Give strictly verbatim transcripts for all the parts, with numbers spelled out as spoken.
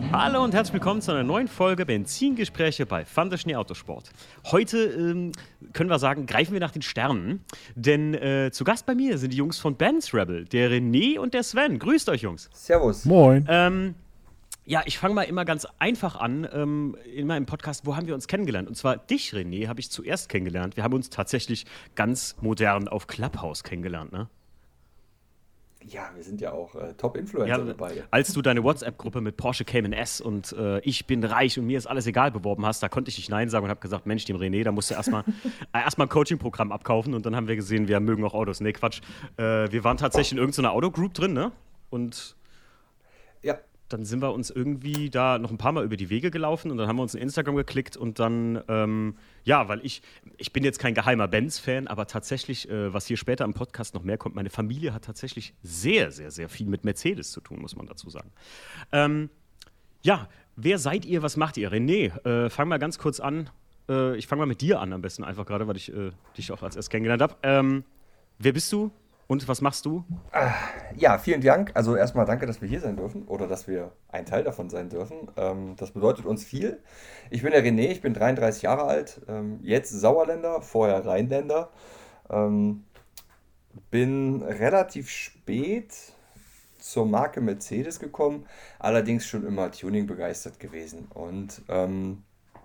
Hallo und herzlich willkommen zu einer neuen Folge Benzingespräche bei Fun der Schnee Autosport. Heute ähm, können wir sagen, greifen wir nach den Sternen, denn äh, zu Gast bei mir sind die Jungs von Benz Rebel, der René und der Sven. Grüßt euch, Jungs. Servus. Moin. Ähm, ja, ich fange mal immer ganz einfach an, ähm, in meinem Podcast, wo haben wir uns kennengelernt? Und zwar dich, René, habe ich zuerst kennengelernt. Wir haben uns tatsächlich ganz modern auf Clubhouse kennengelernt, ne? Ja, wir sind ja auch äh, Top-Influencer Ja, beide. als du deine WhatsApp-Gruppe mit Porsche Cayman S und äh, ich bin reich und mir ist alles egal beworben hast, da konnte ich nicht Nein sagen und habe gesagt, Mensch, dem René, da musst du erstmal äh, erstmal ein Coaching-Programm abkaufen und dann haben wir gesehen, wir mögen auch Autos. Nee, Quatsch. Äh, wir waren tatsächlich in irgendeiner Autogroup drin, ne? Und Ja. dann sind wir uns irgendwie da noch ein paar Mal über die Wege gelaufen und dann haben wir uns in Instagram geklickt und dann, ähm, ja, weil ich, ich bin jetzt kein geheimer Benz-Fan, aber tatsächlich, äh, was hier später im Podcast noch mehr kommt, meine Familie hat tatsächlich sehr, sehr, sehr viel mit Mercedes zu tun, muss man dazu sagen. Ähm, ja, wer seid ihr, was macht ihr? René, äh, fang mal ganz kurz an. Äh, ich fange mal mit dir an am besten, einfach gerade, weil ich äh, dich auch als erst kennengelernt habe. Ähm, wer bist du? Und was machst du? Ja, vielen Dank. Also erstmal danke, dass wir hier sein dürfen oder dass wir ein Teil davon sein dürfen. Ähm, das bedeutet uns viel. Ich bin der René, ich bin dreiunddreißig Jahre alt, ähm, jetzt Sauerländer, vorher Rheinländer. Ähm, bin relativ spät zur Marke Mercedes gekommen, allerdings schon immer Tuning begeistert gewesen. Und ähm,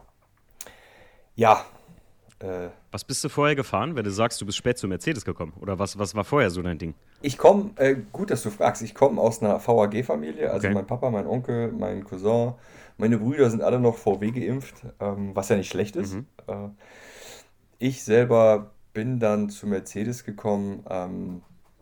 ja, äh, Was bist du vorher gefahren, wenn du sagst, du bist spät zu Mercedes gekommen? Oder was, was war vorher so dein Ding? Ich komme, äh, gut, dass du fragst, ich komme aus einer V A G-Familie, also Okay. mein Papa, mein Onkel, mein Cousin, meine Brüder sind alle noch V W geimpft, ähm, was ja nicht schlecht ist. Mhm. Äh, ich selber bin dann zu Mercedes gekommen, ähm,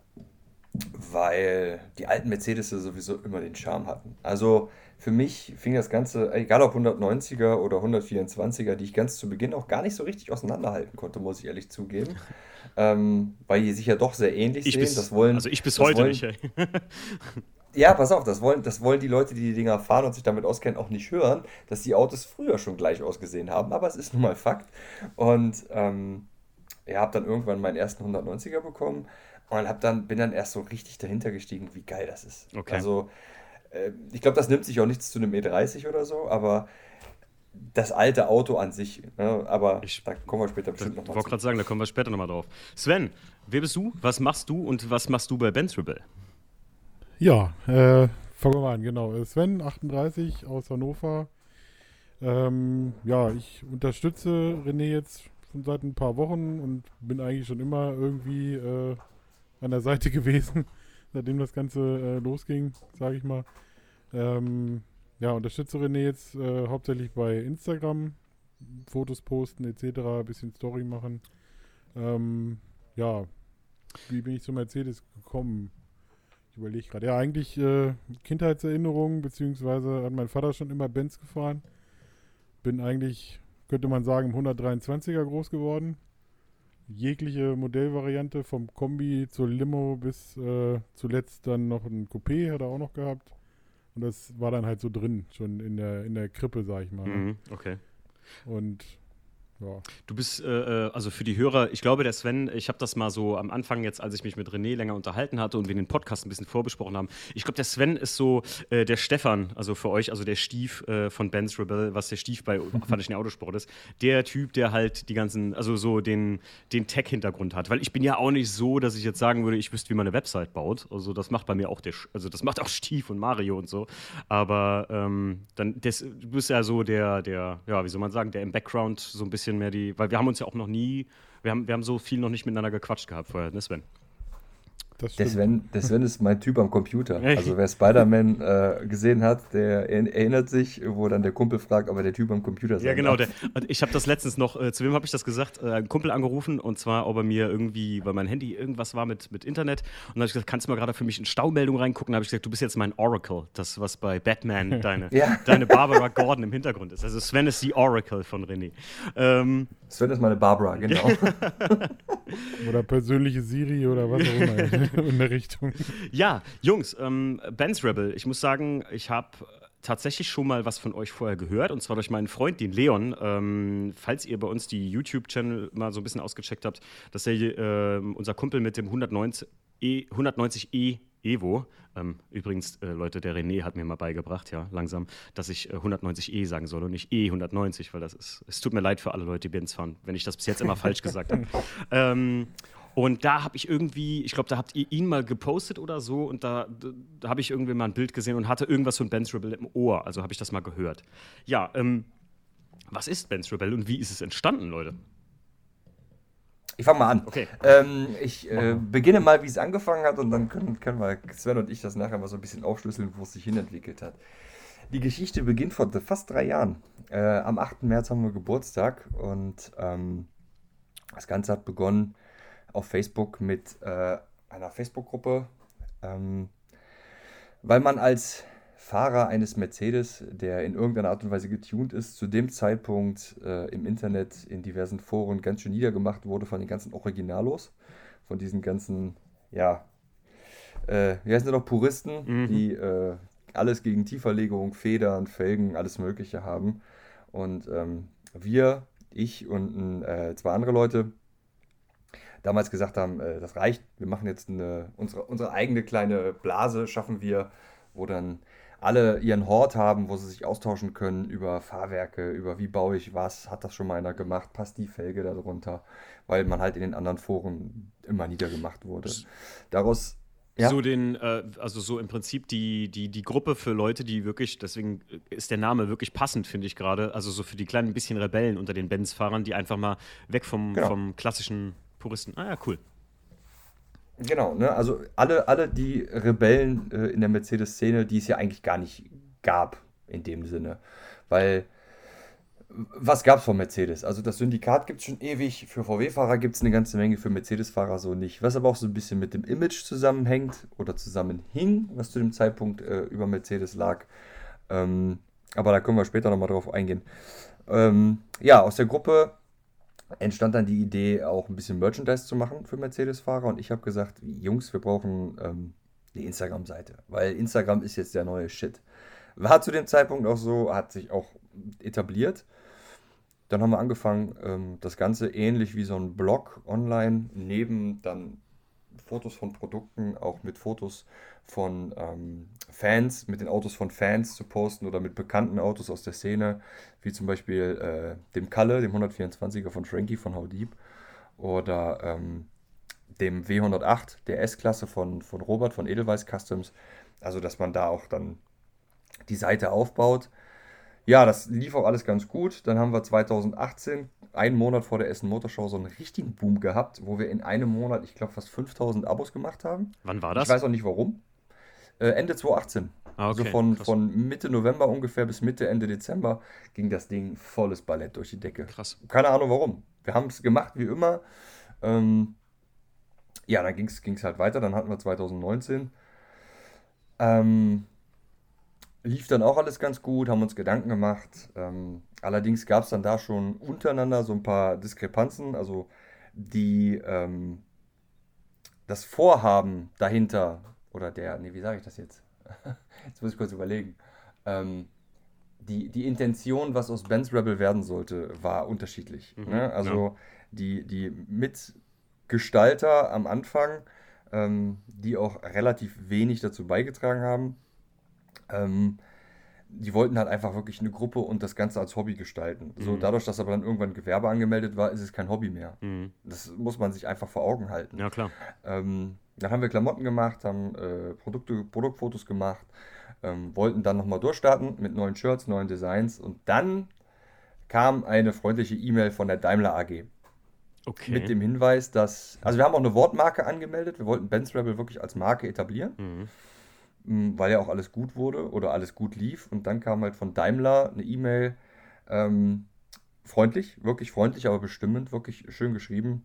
weil die alten Mercedes sowieso immer den Charme hatten. Also für mich fing das Ganze, egal ob hundertneunziger oder hundertvierundzwanziger, die ich ganz zu Beginn auch gar nicht so richtig auseinanderhalten konnte, muss ich ehrlich zugeben, ähm, weil die sich ja doch sehr ähnlich Ich sehen. bis, Das wollen, also ich bis das heute wollen, nicht. Ey. ja, pass auf, das wollen, das wollen die Leute, die die Dinger fahren und sich damit auskennen, auch nicht hören, dass die Autos früher schon gleich ausgesehen haben, aber es ist nun mal Fakt. Und ähm, ja, habe dann irgendwann meinen ersten hundertneunziger bekommen und hab dann, bin dann erst so richtig dahinter gestiegen, wie geil das ist. Okay. Also, äh, ich glaube, das nimmt sich auch nichts zu einem E dreißig oder so, aber das alte Auto an sich, ne, aber Ich da kommen wir später das, bestimmt nochmal wollte zu. gerade sagen, da kommen wir später nochmal drauf. Sven, wer bist du? Was machst du und was machst du bei Benz Rebel? Ja, äh, fangen wir mal an, genau. Äh, Sven, achtunddreißig, aus Hannover. Ähm, ja, ich unterstütze René jetzt schon seit ein paar Wochen und bin eigentlich schon immer irgendwie äh, an der Seite gewesen, seitdem das Ganze äh, losging, sage ich mal. Ähm, ja, unterstütze René jetzt äh, hauptsächlich bei Instagram, Fotos posten et cetera, bisschen Story machen. Ähm, ja, wie bin ich zu Mercedes gekommen? Ich überlege gerade. Ja, eigentlich äh, Kindheitserinnerungen, beziehungsweise hat mein Vater schon immer Benz gefahren. Bin eigentlich, könnte man sagen, im hundertdreiundzwanziger groß geworden. Jegliche Modellvariante, vom Kombi zur Limo bis äh, zuletzt dann noch ein Coupé hat er auch noch gehabt. Und das war dann halt so drin, schon in der, in der Krippe, sag ich mal. Ne? Mhm, okay. Und ja. Du bist, äh, also für die Hörer, ich glaube, der Sven, ich habe das mal so am Anfang jetzt, als ich mich mit René länger unterhalten hatte und wir den Podcast ein bisschen vorbesprochen haben, ich glaube, der Sven ist so äh, der Stefan, also für euch, also der Stief äh, von Benz Rebel, was der Stief bei fand ich ein Autosport ist, der Typ, der halt die ganzen, also so den, den Tech-Hintergrund hat, weil ich bin ja auch nicht so, dass ich jetzt sagen würde, ich wüsste, wie man eine Website baut, also das macht bei mir auch der, also das macht auch Stief und Mario und so, aber ähm, dann, des, du bist ja so der, der, ja, wie soll man sagen, der im Background so ein bisschen mehr die, weil wir haben uns ja auch noch nie, wir haben, wir haben so viel noch nicht miteinander gequatscht gehabt vorher, ne Sven? Das Der stimmt. Sven, der Sven ist mein Typ am Computer. Also wer Spider-Man äh, gesehen hat, der er- erinnert sich, wo dann der Kumpel fragt, ob er der Typ am Computer sein Ja, genau. Der, darf. und ich habe das letztens noch, äh, zu wem habe ich das gesagt? Äh, einen Kumpel angerufen und zwar, ob er mir irgendwie, weil mein Handy irgendwas war mit, mit Internet. Und dann habe ich gesagt, kannst du mal gerade für mich in Staumeldung reingucken? Da habe ich gesagt, du bist jetzt mein Oracle. Das, was bei Batman deine, Ja. deine Barbara Gordon im Hintergrund ist. Also Sven ist die Oracle von René. Ähm, Sven ist meine Barbara, genau. Oder persönliche Siri oder was auch immer in der Richtung. ja, Jungs, ähm, Benz Rebel, ich muss sagen, ich habe tatsächlich schon mal was von euch vorher gehört, und zwar durch meinen Freund, den Leon. Ähm, falls ihr bei uns die YouTube-Channel mal so ein bisschen ausgecheckt habt, dass er äh, unser Kumpel mit dem hundertneunzig E Evo. Ähm, übrigens, äh, Leute, der René hat mir mal beigebracht, ja, langsam, dass ich äh, hundertneunzig E sagen soll und nicht E hundertneunzig, weil das ist, es tut mir leid für alle Leute, die Benz fahren, wenn ich das bis jetzt immer falsch gesagt habe. Ähm, und da habe ich irgendwie, ich glaube, da habt ihr ihn mal gepostet oder so und da, da habe ich irgendwie mal ein Bild gesehen und hatte irgendwas von Benz Rebel im Ohr, also habe ich das mal gehört. Ja, ähm, was ist Benz Rebel und wie ist es entstanden, Leute? Ich fange mal an. Okay. Ähm, ich äh, beginne mal, wie es angefangen hat und dann können, können wir Sven und ich das nachher mal so ein bisschen aufschlüsseln, wo es sich hinentwickelt hat. Die Geschichte beginnt vor fast drei Jahren. Äh, am achten März haben wir Geburtstag und ähm, das Ganze hat begonnen auf Facebook mit äh, einer Facebook-Gruppe, ähm, weil man als Fahrer eines Mercedes, der in irgendeiner Art und Weise getuned ist, zu dem Zeitpunkt äh, im Internet in diversen Foren ganz schön niedergemacht wurde von den ganzen Originalos, von diesen ganzen, ja, äh, wie heißen sie noch, Puristen, Mhm. die äh, alles gegen Tieferlegung, Federn, Felgen, alles Mögliche haben. Und ähm, wir, ich und äh, zwei andere Leute, damals gesagt haben, äh, das reicht, wir machen jetzt eine, unsere, unsere eigene kleine Blase, schaffen wir, wo dann alle ihren Hort haben, wo sie sich austauschen können über Fahrwerke, über wie baue ich was, hat das schon mal einer gemacht, passt die Felge da drunter, weil man halt in den anderen Foren immer niedergemacht wurde. Daraus, ja, So den, äh, also so im Prinzip die, die, die Gruppe für Leute, die wirklich, deswegen ist der Name wirklich passend, finde ich gerade, also so für die kleinen bisschen Rebellen unter den Benz-Fahrern, die einfach mal weg vom, Genau. vom klassischen Puristen. Ah ja, cool. Genau, ne? Also alle, alle die Rebellen äh, in der Mercedes-Szene, die es ja eigentlich gar nicht gab in dem Sinne. Weil, was gab es von Mercedes? Also das Syndikat gibt es schon ewig, für V W-Fahrer gibt es eine ganze Menge, für Mercedes-Fahrer so nicht. Was aber auch so ein bisschen mit dem Image zusammenhängt oder zusammenhing, was zu dem Zeitpunkt äh, über Mercedes lag. Ähm, aber da können wir später nochmal drauf eingehen. Ähm, ja, aus der Gruppe entstand dann die Idee, auch ein bisschen Merchandise zu machen für Mercedes-Fahrer. Und ich habe gesagt, Jungs, wir brauchen ähm, eine Instagram-Seite, weil Instagram ist jetzt der neue Shit. War zu dem Zeitpunkt auch so, hat sich auch etabliert. Dann haben wir angefangen, ähm, das Ganze ähnlich wie so ein Blog online, neben dann Fotos von Produkten, auch mit Fotos von ähm, Fans, mit den Autos von Fans zu posten oder mit bekannten Autos aus der Szene, wie zum Beispiel äh, dem Kalle, dem hundertvierundzwanziger von Frankie von How Deep oder ähm, dem W hundertacht, der S-Klasse von, von Robert von Edelweiss Customs. Also, dass man da auch dann die Seite aufbaut. Ja, das lief auch alles ganz gut. Dann haben wir zweitausendachtzehn, einen Monat vor der Essen Motorshow, so einen richtigen Boom gehabt, wo wir in einem Monat, ich glaube, fast fünftausend Abos gemacht haben. Wann war Ich das? weiß auch nicht warum. Äh, Ende zweitausendachtzehn. Ah, Also okay. von, Krass. von Mitte November ungefähr bis Mitte, Ende Dezember ging das Ding volles Ballett durch die Decke. Krass. Keine Ahnung warum. Wir haben es gemacht wie immer. Ähm, ja, dann ging es halt weiter. Dann hatten wir zweitausendneunzehn. Ähm, lief dann auch alles ganz gut, haben uns Gedanken gemacht. Ähm, allerdings gab es dann da schon untereinander so ein paar Diskrepanzen. Also die, ähm, das Vorhaben dahinter, oder der, nee, wie sage ich das jetzt? Jetzt muss ich kurz überlegen. Ähm, die, die Intention, was aus Benz Rebel werden sollte, war unterschiedlich. Mhm, Ne? Also die, die Mitgestalter am Anfang, ähm, die auch relativ wenig dazu beigetragen haben, ähm, die wollten halt einfach wirklich eine Gruppe und das Ganze als Hobby gestalten. So, Mhm. dadurch, dass aber dann irgendwann Gewerbe angemeldet war, ist es kein Hobby mehr. Mhm. Das muss man sich einfach vor Augen halten. Ja, klar. Ähm, dann haben wir Klamotten gemacht, haben äh, Produkte, Produktfotos gemacht, ähm, wollten dann nochmal durchstarten mit neuen Shirts, neuen Designs und dann kam eine freundliche E-Mail von der Daimler A G Okay. mit dem Hinweis, dass, also wir haben auch eine Wortmarke angemeldet, wir wollten Benz Rebel wirklich als Marke etablieren, Mhm. m, weil ja auch alles gut wurde oder alles gut lief und dann kam halt von Daimler eine E-Mail, ähm, freundlich, wirklich freundlich, aber bestimmend, wirklich schön geschrieben,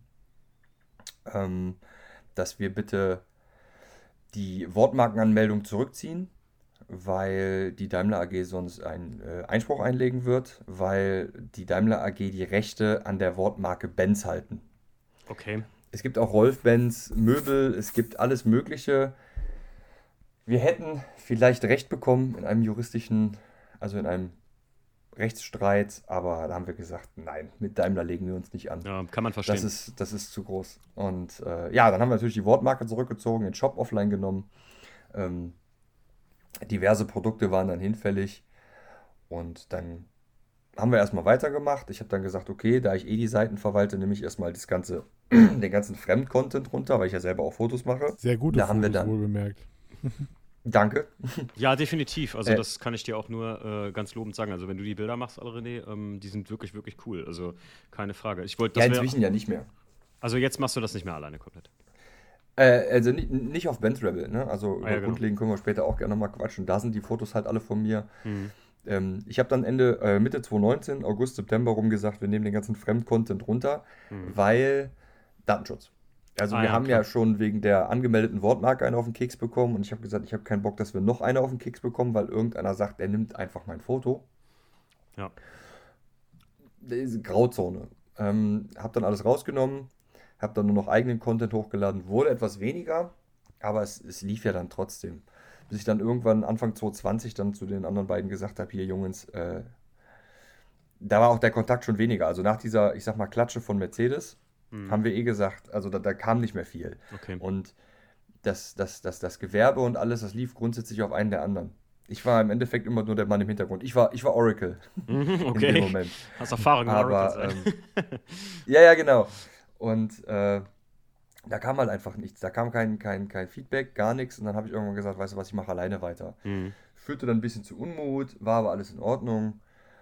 ähm, dass wir bitte die Wortmarkenanmeldung zurückziehen, weil die Daimler A G sonst einen äh, Einspruch einlegen wird, weil die Daimler A G die Rechte an der Wortmarke Benz halten. Okay. Es gibt auch Rolf-Benz Möbel, es gibt alles Mögliche. Wir hätten vielleicht Recht bekommen in einem juristischen, also in einem Rechtsstreit, aber da haben wir gesagt, nein, mit Daimler legen wir uns nicht an. Ja, kann man verstehen. Das ist, das ist zu groß. Und äh, ja, dann haben wir natürlich die Wortmarke zurückgezogen, den Shop offline genommen. Ähm, diverse Produkte waren dann hinfällig und dann haben wir erstmal weitergemacht. Ich habe dann gesagt, okay, da ich eh die Seiten verwalte, nehme ich erstmal das ganze, den ganzen Fremdcontent runter, weil ich ja selber auch Fotos mache. Sehr gute Da haben wir Fotos, dann- wohlbemerkt. Danke. Ja, definitiv. Also Äh. das kann ich dir auch nur äh, ganz lobend sagen. Also wenn du die Bilder machst, alle René, ähm, die sind wirklich, wirklich cool. Also keine Frage. Ich wollte, Ja, das wär- inzwischen ja nicht mehr. Also jetzt machst du das nicht mehr alleine komplett. Äh, also nicht, nicht auf Benz Rebel, ne? Also Ah, über ja, genau. grundlegend können wir später auch gerne nochmal quatschen. Da sind die Fotos halt alle von mir. Mhm. Ähm, ich habe dann Ende, äh, Mitte zwanzig neunzehn, August, September rum gesagt, wir nehmen den ganzen Fremdcontent runter, Mhm. weil Datenschutz. Also Ah, wir ja, haben klar. ja schon wegen der angemeldeten Wortmarke eine auf den Keks bekommen und ich habe gesagt, ich habe keinen Bock, dass wir noch eine auf den Keks bekommen, weil irgendeiner sagt, er nimmt einfach mein Foto. Ja. Das ist Grauzone. Ähm, habe dann alles rausgenommen, habe dann nur noch eigenen Content hochgeladen, wurde etwas weniger, aber es, es lief ja dann trotzdem. Bis ich dann irgendwann Anfang zwanzig zwanzig dann zu den anderen beiden gesagt habe, hier Jungs, äh, da war auch der Kontakt schon weniger. Also nach dieser, ich sag mal, Klatsche von Mercedes Mhm. haben wir eh gesagt, also da, da kam nicht mehr viel. Okay. Und das, das, das, das Gewerbe und alles, das lief grundsätzlich auf einen der anderen. Ich war im Endeffekt immer nur der Mann im Hintergrund. Ich war, ich war Oracle Mhm, in dem okay. Moment. Hast Erfahrung mit Aber, Oracle sein. ähm, ja, ja, genau. Und äh, da kam halt einfach nichts. Da kam kein, kein, kein Feedback, gar nichts. Und dann habe ich irgendwann gesagt, weißt du was, ich mache alleine weiter. Mhm. Führte dann ein bisschen zu Unmut, war aber alles in Ordnung.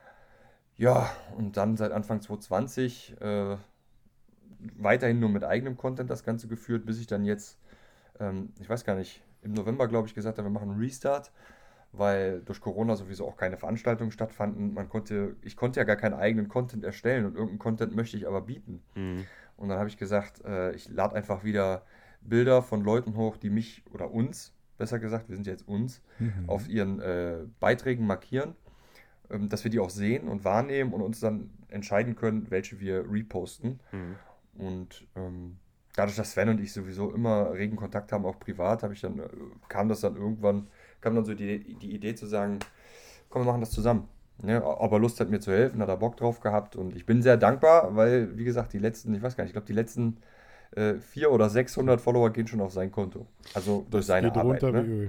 Ja, und dann seit Anfang zwanzig zwanzig äh, weiterhin nur mit eigenem Content das Ganze geführt, bis ich dann jetzt, ähm, ich weiß gar nicht, im November, glaube ich, gesagt habe, wir machen einen Restart, weil durch Corona sowieso auch keine Veranstaltungen stattfanden. Man konnte, ich konnte ja gar keinen eigenen Content erstellen und irgendeinen Content möchte ich aber bieten. Mhm. Und dann habe ich gesagt, äh, ich lade einfach wieder Bilder von Leuten hoch, die mich oder uns, besser gesagt, wir sind ja jetzt uns, Mhm. auf ihren äh, Beiträgen markieren, ähm, dass wir die auch sehen und wahrnehmen und uns dann entscheiden können, welche wir reposten. Mhm. Und ähm, dadurch, dass Sven und ich sowieso immer regen Kontakt haben, auch privat, habe ich dann, äh, kam das dann irgendwann, kam dann so die, die Idee zu sagen, komm, wir machen das zusammen. Ne? Ob er Lust hat, mir zu helfen, hat er Bock drauf gehabt und ich bin sehr dankbar, weil, wie gesagt, die letzten, ich weiß gar nicht, ich glaube, die letzten äh, vierhundert oder sechshundert Follower gehen schon auf sein Konto. Also durch seine Geht Arbeit. runter wie Ne? Öl.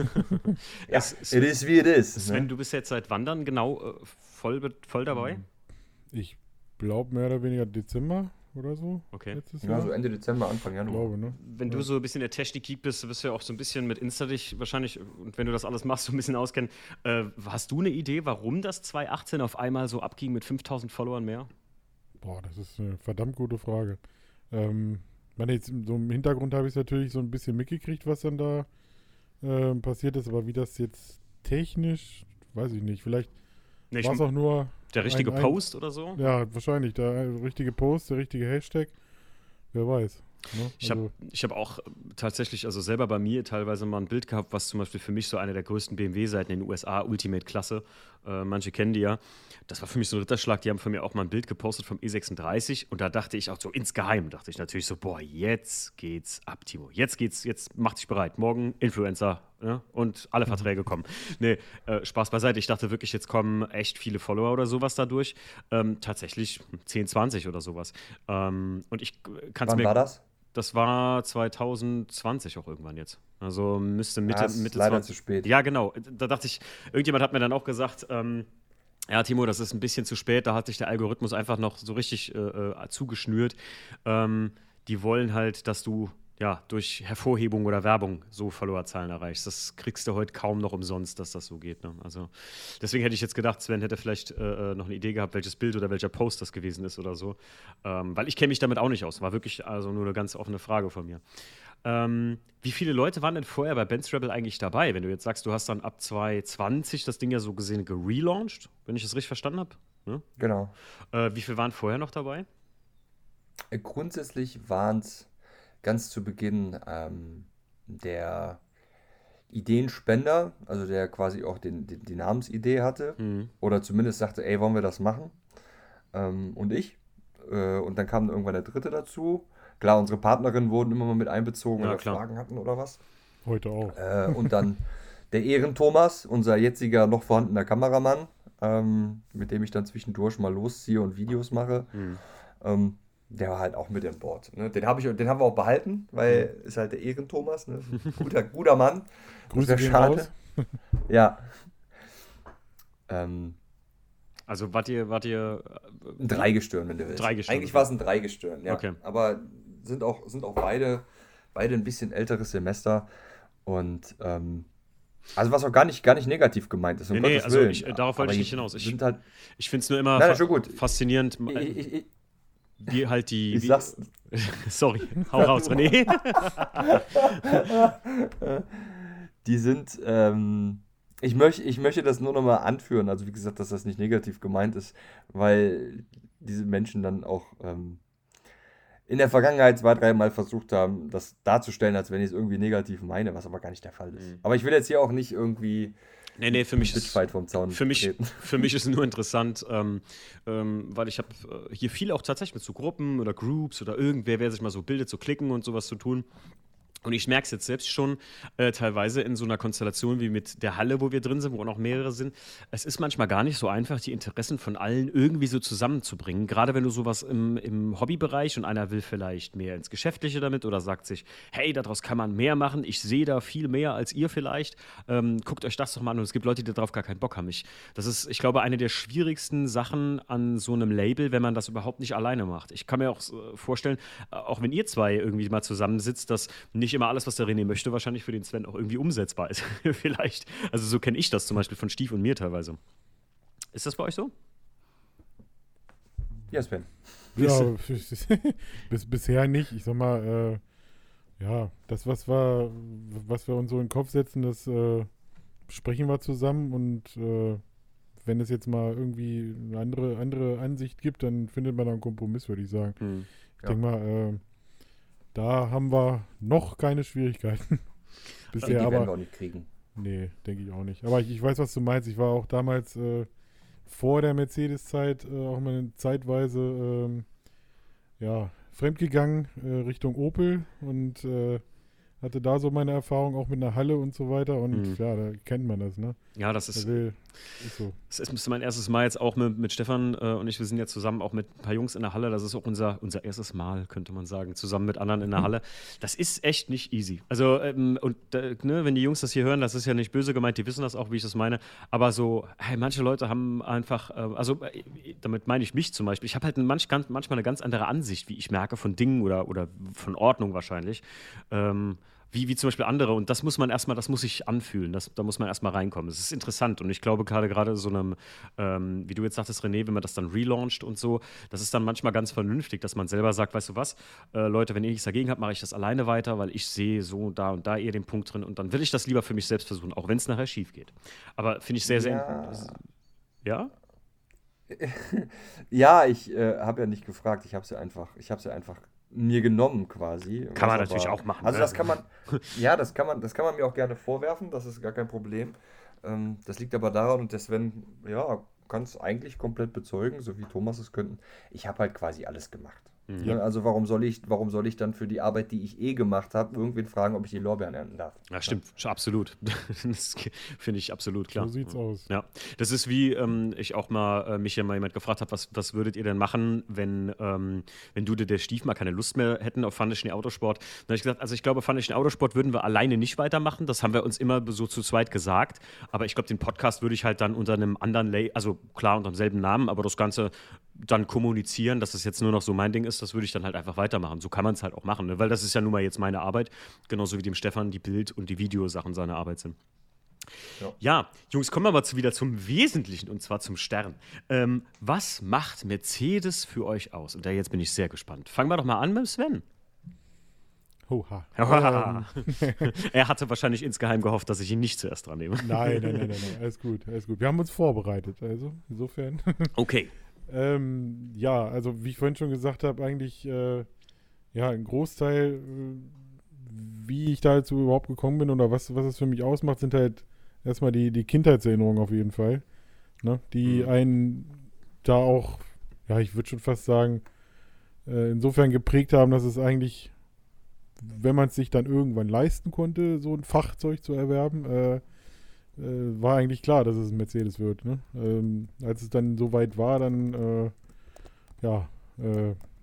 Ja, Es- es- it is wie it is. Sven, Ne? du bist jetzt seit wann dann genau äh, voll, be- voll dabei? Ich glaube mehr oder weniger Dezember oder so. Okay. Letztes Ja, Jahr. so Ende Dezember, Anfang Ich Januar. glaube, ne? Wenn du Ja. so ein bisschen der Technik-Geek bist, wirst du ja auch so ein bisschen mit Insta dich wahrscheinlich, und wenn du das alles machst, so ein bisschen auskennen. Äh, hast du eine Idee, warum das zwanzig achtzehn auf einmal so abging mit fünftausend Followern mehr? Boah, das ist eine verdammt gute Frage. Ähm, ich meine, jetzt so im Hintergrund habe ich es natürlich so ein bisschen mitgekriegt, was dann da ähm, passiert ist, aber wie das jetzt technisch, weiß ich nicht. Vielleicht Nee, ich, war es auch nur, der richtige ein- ein- Post oder so? ja, wahrscheinlich, der richtige Post, der richtige Hashtag. Wer weiß. Ne? Ich habe Also, ich hab auch äh, tatsächlich, also selber bei mir teilweise mal ein Bild gehabt, was zum Beispiel für mich so eine der größten B M W-Seiten in den U S A, Ultimate-Klasse, äh, manche kennen die ja. Das war für mich so ein Ritterschlag, die haben von mir auch mal ein Bild gepostet vom E sechsunddreißig und da dachte ich auch so insgeheim, dachte ich natürlich so, boah, jetzt geht's ab, Timo, jetzt geht's, jetzt mach dich bereit, morgen Influencer, ne? Und alle Verträge kommen. Nee, äh, Spaß beiseite, ich dachte wirklich, jetzt kommen echt viele Follower oder sowas dadurch, ähm, tatsächlich zehn, zwanzig oder sowas. Ähm, und ich kann es Wann mir... war das? Das war zwanzig zwanzig auch irgendwann jetzt. Also müsste Mitte, Ah, ist Mitte leider zwanzig. zu spät. Ja, genau. Da dachte ich, irgendjemand hat mir dann auch gesagt, ähm, ja, Timo, das ist ein bisschen zu spät. Da hat sich der Algorithmus einfach noch so richtig äh, äh, zugeschnürt. Ähm, die wollen halt, dass du ja durch Hervorhebung oder Werbung so Followerzahlen erreichst. Das kriegst du heute kaum noch umsonst, dass das so geht. Ne? Also deswegen hätte ich jetzt gedacht, Sven hätte vielleicht äh, noch eine Idee gehabt, welches Bild oder welcher Post das gewesen ist oder so. Ähm, weil ich kenne mich damit auch nicht aus. War wirklich also nur eine ganz offene Frage von mir. Ähm, wie viele Leute waren denn vorher bei Benz Rebel eigentlich dabei? Wenn du jetzt sagst, du hast dann ab zwanzig zwanzig das Ding ja so gesehen gelauncht, wenn ich das richtig verstanden habe. Ne? Genau. Äh, wie viele waren vorher noch dabei? Äh, Grundsätzlich waren es ganz zu Beginn ähm, der Ideenspender, also der quasi auch den, den, die Namensidee hatte Mhm. oder zumindest sagte, ey, wollen wir das machen? Ähm, und ich. Äh, und dann kam irgendwann der dritte dazu. Klar, unsere Partnerinnen wurden immer mal mit einbezogen, Ja, wenn wir klar. Fragen hatten oder was. heute auch. Äh, und dann der Ehren-Thomas, unser jetziger noch vorhandener Kameramann, ähm, mit dem ich dann zwischendurch mal losziehe und Videos mache. Mhm. Ähm, der war halt auch mit an Bord. Ne? Den, hab ich, den haben wir auch behalten, weil ist halt der Ehren-Thomas, ne? guter, guter Mann. Grüße gehen schade. raus. Ja. Ähm, Also wart ihr, wart ihr ein Dreigestirn, wenn du willst. Dreigestirn, Eigentlich okay. war es ein Dreigestirn, ja. Okay. Aber sind auch, sind auch beide, beide ein bisschen älteres Semester. Und ähm, also was auch gar nicht, gar nicht negativ gemeint ist. Um Nee, nee, Gottes also Willen. ich, äh, darauf wollte Aber ich nicht die hinaus. Ich, sind halt, ich finde es nur immer Nein, fa schon gut. faszinierend, ich, ich, ich, wie halt die. ich Wie, sag's. sorry, hau raus, René. Die sind, ähm, ich, möcht, ich möchte das nur nochmal anführen, also wie gesagt, dass das nicht negativ gemeint ist, weil diese Menschen dann auch ähm, in der Vergangenheit zwei, dreimal versucht haben, das darzustellen, als wenn ich es irgendwie negativ meine, was aber gar nicht der Fall ist. Mhm. Aber ich will jetzt hier auch nicht irgendwie Nee, nee, für mich ist, Bitchfight vom Zaun für mich, treten. für mich ist nur interessant, ähm, ähm, weil ich habe äh, hier viel auch tatsächlich mit so Gruppen oder Groups oder irgendwer, wer sich mal so bildet, so klicken und sowas zu tun. Und ich merke es jetzt selbst schon äh, teilweise in so einer Konstellation wie mit der Halle, wo wir drin sind, wo auch noch mehrere sind. Es ist manchmal gar nicht so einfach, die Interessen von allen irgendwie so zusammenzubringen. Gerade wenn du sowas im, im Hobbybereich und einer will vielleicht mehr ins Geschäftliche damit oder sagt sich, hey, daraus kann man mehr machen, ich sehe da viel mehr als ihr vielleicht. Ähm, guckt euch das doch mal an. Und es gibt Leute, die darauf gar keinen Bock haben. Ich, das ist, ich glaube, eine der schwierigsten Sachen an so einem Label, wenn man das überhaupt nicht alleine macht. Ich kann mir auch äh, vorstellen, äh, auch wenn ihr zwei irgendwie mal zusammensitzt, dass nicht immer alles, was der René möchte, wahrscheinlich für den Sven auch irgendwie umsetzbar ist. Vielleicht. Also so kenne ich das zum Beispiel von Stief und mir teilweise. Ist das bei euch so? Ja, Sven. Ja, bis, bisher nicht. Ich sag mal, äh, ja, das, was wir, was wir uns so in den Kopf setzen, das äh, besprechen wir zusammen und äh, wenn es jetzt mal irgendwie eine andere, andere Ansicht gibt, dann findet man da einen Kompromiss, würde ich sagen. Hm. Ich Ja. denke mal, äh, da haben wir noch keine Schwierigkeiten. Die Bisher, werden wir aber auch nicht kriegen. nee, denke ich auch nicht. Aber ich, ich weiß, was du meinst. Ich war auch damals äh, vor der Mercedes-Zeit äh, auch mal zeitweise ähm, ja, fremdgegangen äh, Richtung Opel und äh, hatte da so meine Erfahrung auch mit einer Halle und so weiter. Und Mhm. ja, da kennt man das, ne? Ja, das Der ist, will, ist so. das ist mein erstes Mal jetzt auch mit, mit Stefan äh, und ich. Wir sind jetzt zusammen auch mit ein paar Jungs in der Halle. Das ist auch unser, unser erstes Mal, könnte man sagen, zusammen mit anderen in der Halle. Das ist echt nicht easy. Also, ähm, und äh, ne, wenn die Jungs das hier hören, das ist ja nicht böse gemeint, die wissen das auch, wie ich das meine. Aber so, hey, manche Leute haben einfach, äh, also äh, damit meine ich mich zum Beispiel. Ich habe halt manch, ganz, manchmal eine ganz andere Ansicht, wie ich merke, von Dingen oder, oder von Ordnung wahrscheinlich. Ähm, Wie, wie zum Beispiel andere. Und das muss man erstmal, das muss sich anfühlen. Das, da muss man erstmal reinkommen. Das ist interessant. Und ich glaube, gerade gerade so einem, ähm, wie du jetzt sagtest, René, wenn man das dann relauncht und so, das ist dann manchmal ganz vernünftig, dass man selber sagt, weißt du was, äh, Leute, wenn ihr nichts dagegen habt, mache ich das alleine weiter, weil ich sehe so da und da eher den Punkt drin. Und dann will ich das lieber für mich selbst versuchen, auch wenn es nachher schief geht. Aber finde ich sehr, sehr. Ja. Ja? Ja, ich äh, habe ja nicht gefragt. Ich habe sie einfach, ich habe sie einfach mir genommen quasi. Kann man Was natürlich aber- auch machen, Also ne? das kann man, ja, das kann man, das kann man mir auch gerne vorwerfen. Das ist gar kein Problem. Ähm, das liegt aber daran und der Sven, ja, kann es eigentlich komplett bezeugen, so wie Thomas es könnten. Ich habe halt quasi alles gemacht. Mhm. Ne? Also warum soll ich, warum soll ich dann für die Arbeit, die ich eh gemacht habe, irgendwen fragen, ob ich die Lorbeeren ernten darf? Ja, stimmt, absolut. Das finde ich absolut klar. So sieht's aus. Ja, das ist wie ähm, ich auch mal äh, mich ja mal jemand gefragt habe, was, was würdet ihr denn machen, wenn, ähm, wenn du, der Stief mal keine Lust mehr hätten auf Fun Schnee Autosport? Dann habe ich gesagt, also ich glaube, Fun Schnee Autosport würden wir alleine nicht weitermachen. Das haben wir uns immer so zu zweit gesagt. Aber ich glaube, den Podcast würde ich halt dann unter einem anderen Label, also klar unter demselben Namen, aber das Ganze dann kommunizieren, dass das jetzt nur noch so mein Ding ist, das würde ich dann halt einfach weitermachen. So kann man es halt auch machen, ne? Weil das ist ja nun mal jetzt meine Arbeit, genauso wie dem Stefan die Bild- und die Videosachen seine Arbeit sind. Ja. Ja, Jungs, kommen wir mal zu, wieder zum Wesentlichen und zwar zum Stern. Ähm, was macht Mercedes für euch aus? Und da jetzt bin ich sehr gespannt. Fangen wir doch mal an mit Sven. Hoha. Ja. Ähm, Er hatte wahrscheinlich insgeheim gehofft, dass ich ihn nicht zuerst dran nehme. nein, nein, nein, nein, nein, alles gut, alles gut. Wir haben uns vorbereitet, also insofern. Okay. Ähm, ja, also wie ich vorhin schon gesagt habe, eigentlich äh, ja ein Großteil, äh, wie ich dazu überhaupt gekommen bin oder was, was es für mich ausmacht, sind halt erstmal die, die Kindheitserinnerungen auf jeden Fall, ne? Die Mhm. einen da auch, ja, ich würde schon fast sagen, äh, insofern geprägt haben, dass es eigentlich, wenn man es sich dann irgendwann leisten konnte, so ein Fachzeug zu erwerben, äh, äh, war eigentlich klar, dass es ein Mercedes wird. Ne? Ähm, als es dann soweit war, dann äh, ja, äh,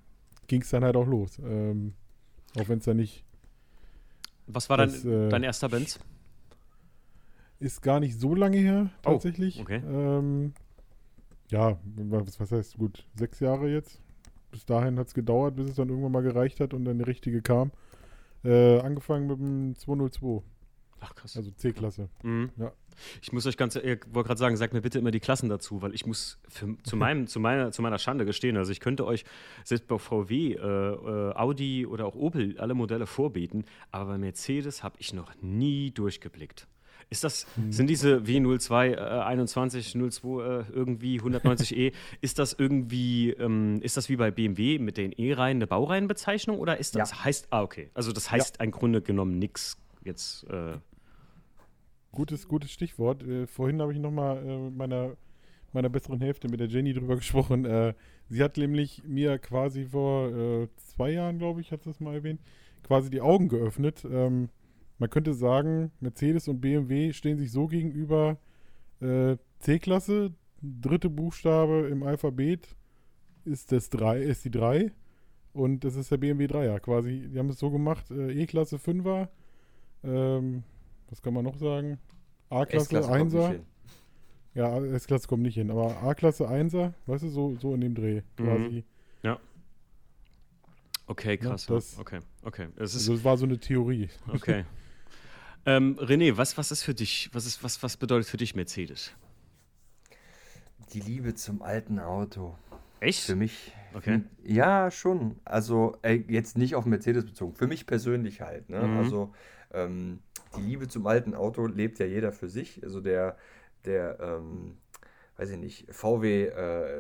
ging es dann halt auch los. Ähm, auch wenn es dann nicht... Was war das, dein, äh, dein erster Benz? Ist gar nicht so lange her, tatsächlich. Oh, okay. Ähm, ja, was, was heißt, gut, sechs Jahre jetzt. Bis dahin hat es gedauert, bis es dann irgendwann mal gereicht hat und dann die richtige kam. Äh, angefangen mit dem zweihundertzwei. Ach, krass. Also C-Klasse. Mhm. Ja. Ich muss euch ganz, ich wollte gerade sagen, sagt mir bitte immer die Klassen dazu, weil ich muss für, zu, meinem, zu, meiner, zu meiner Schande gestehen, also ich könnte euch selbst bei V W, äh, äh, Audi oder auch Opel alle Modelle vorbeten, aber bei Mercedes habe ich noch nie durchgeblickt. Ist das, Mhm. sind diese W null zwei äh, einundzwanzig null zwei äh, irgendwie hundertneunzig E, ist das irgendwie, ähm, ist das wie bei B M W mit den E-Reihen eine Baureihenbezeichnung oder ist das, Ja. heißt, ah okay, also das heißt im Grunde genommen nichts jetzt, äh, Gutes, gutes Stichwort. Äh, vorhin habe ich nochmal äh, mit meiner, meiner besseren Hälfte, mit der Jenny, drüber gesprochen. Äh, sie hat nämlich mir quasi vor äh, zwei Jahren, glaube ich, hat sie es mal erwähnt, quasi die Augen geöffnet. Ähm, man könnte sagen, Mercedes und B M W stehen sich so gegenüber, äh, C-Klasse, dritte Buchstabe im Alphabet ist, das drei, ist die drei und das ist der B M W Dreier quasi. Die haben es so gemacht, äh, E-Klasse Fünfer, ähm, was kann man noch sagen? A-Klasse S-Klasse kommt nicht Einser. hin. Ja, S-Klasse kommt nicht hin, aber A-Klasse Einser, weißt du, so, so in dem Dreh quasi. ja. Okay, krass. Ja, das- okay, okay. Es ist, Also das war so eine Theorie. okay. ähm, René, was, was ist für dich, was, ist, was, was bedeutet für dich Mercedes? Die Liebe zum alten Auto. Echt? Für mich. Okay. Ja, schon. Also äh, jetzt nicht auf Mercedes bezogen. Für mich persönlich halt. Ne? Mhm. Also ähm, die Liebe zum alten Auto lebt ja jeder für sich. Also der, der, ähm, weiß ich nicht, V W äh,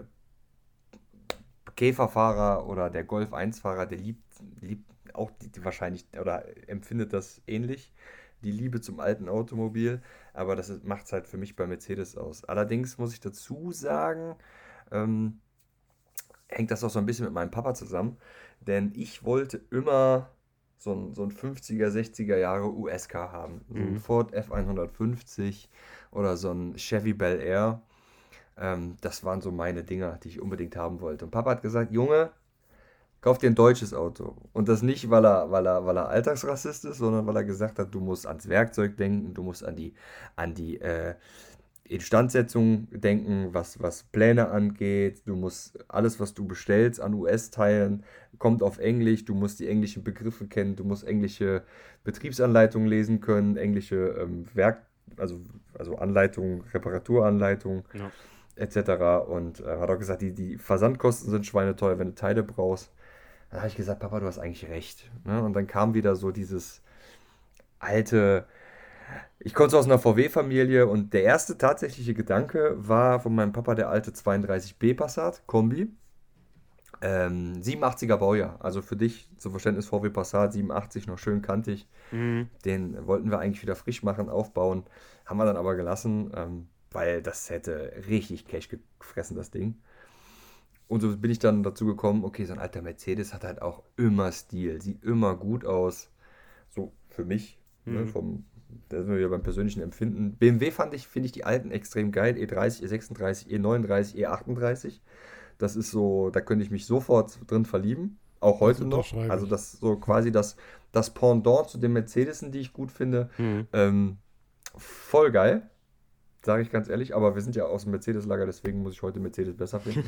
Käferfahrer oder der Golf eins Fahrer, der liebt, liebt auch die, die wahrscheinlich oder empfindet das ähnlich. Die Liebe zum alten Automobil. Aber das macht es halt für mich bei Mercedes aus. Allerdings muss ich dazu sagen, ähm, hängt das auch so ein bisschen mit meinem Papa zusammen, denn ich wollte immer so ein, so ein fünfziger, sechziger Jahre U S-Car haben. So ein Mhm. Ford F hundertfünfzig oder so ein Chevy Bel Air. Ähm, das waren so meine Dinger, die ich unbedingt haben wollte. Und Papa hat gesagt, Junge, kauf dir ein deutsches Auto. Und das nicht, weil er, weil er, weil er Alltagsrassist ist, sondern weil er gesagt hat, du musst ans Werkzeug denken, du musst an die, an die äh, Instandsetzung denken, was, was Pläne angeht. Du musst alles, was du bestellst an U S-Teilen, kommt auf Englisch. Du musst die englischen Begriffe kennen. Du musst englische Betriebsanleitungen lesen können, englische ähm, Werk, also, also Anleitungen, Reparaturanleitungen Ja. et cetera. Und äh, hat auch gesagt, die, die Versandkosten sind schweineteuer, wenn du Teile brauchst. Dann habe ich gesagt, Papa, du hast eigentlich recht. Ne? Und dann kam wieder so dieses alte. Ich komme so aus einer V W-Familie und der erste tatsächliche Gedanke war von meinem Papa der alte zweiunddreißig B Passat Kombi. Ähm, siebenundachtziger Baujahr. Also für dich zum Verständnis V W Passat siebenundachtzig, noch schön kantig. Mhm. Den wollten wir eigentlich wieder frisch machen, aufbauen. Haben wir dann aber gelassen, ähm, weil das hätte richtig Cash gefressen, das Ding. Und so bin ich dann dazu gekommen, okay, so ein alter Mercedes hat halt auch immer Stil, sieht immer gut aus. So für mich, ne, Mhm. vom, da sind wir wieder beim persönlichen Empfinden. B M W fand ich, finde ich die alten extrem geil. E dreißig, E sechsunddreißig, E neununddreißig, E achtunddreißig. Das ist so, da könnte ich mich sofort drin verlieben. Auch heute noch. unterschreibe Also ich. das so quasi das, das Pendant zu den Mercedesen, die ich gut finde. Mhm. Ähm, voll geil, sage ich ganz ehrlich. Aber wir sind ja aus dem Mercedes-Lager, deswegen muss ich heute Mercedes besser finden.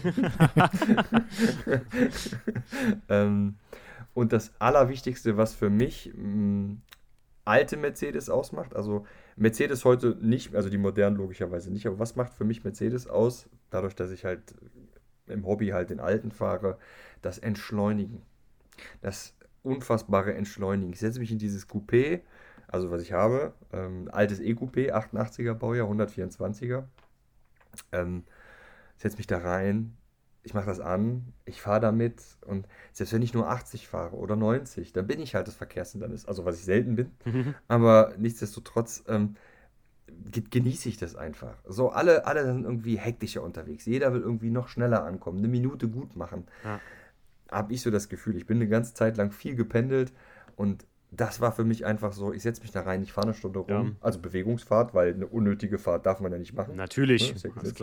ähm, und das Allerwichtigste, was für mich mh, alte Mercedes ausmacht, also Mercedes heute nicht, also die modernen logischerweise nicht, aber was macht für mich Mercedes aus, dadurch, dass ich halt im Hobby halt den alten fahre, das Entschleunigen. Das unfassbare Entschleunigen. Ich setze mich in dieses Coupé, also was ich habe, ähm, altes E-Coupé, achtundachtziger Baujahr, hundertvierundzwanziger. Ähm, setze mich da rein, ich mache das an, ich fahre damit und selbst wenn ich nur achtzig fahre oder neunzig, dann bin ich halt das Verkehrshindernis, also was ich selten bin, Mhm. aber nichtsdestotrotz ähm, ge- genieße ich das einfach. So, alle, alle sind irgendwie hektischer unterwegs, jeder will irgendwie noch schneller ankommen, eine Minute gut machen. Ja. Habe ich so das Gefühl, ich bin eine ganze Zeit lang viel gependelt und das war für mich einfach so, ich setze mich da rein, ich fahre eine Stunde rum, Ja. also Bewegungsfahrt, weil eine unnötige Fahrt darf man ja nicht machen. Natürlich, Ja, ist ja alles gesetzlich. klar.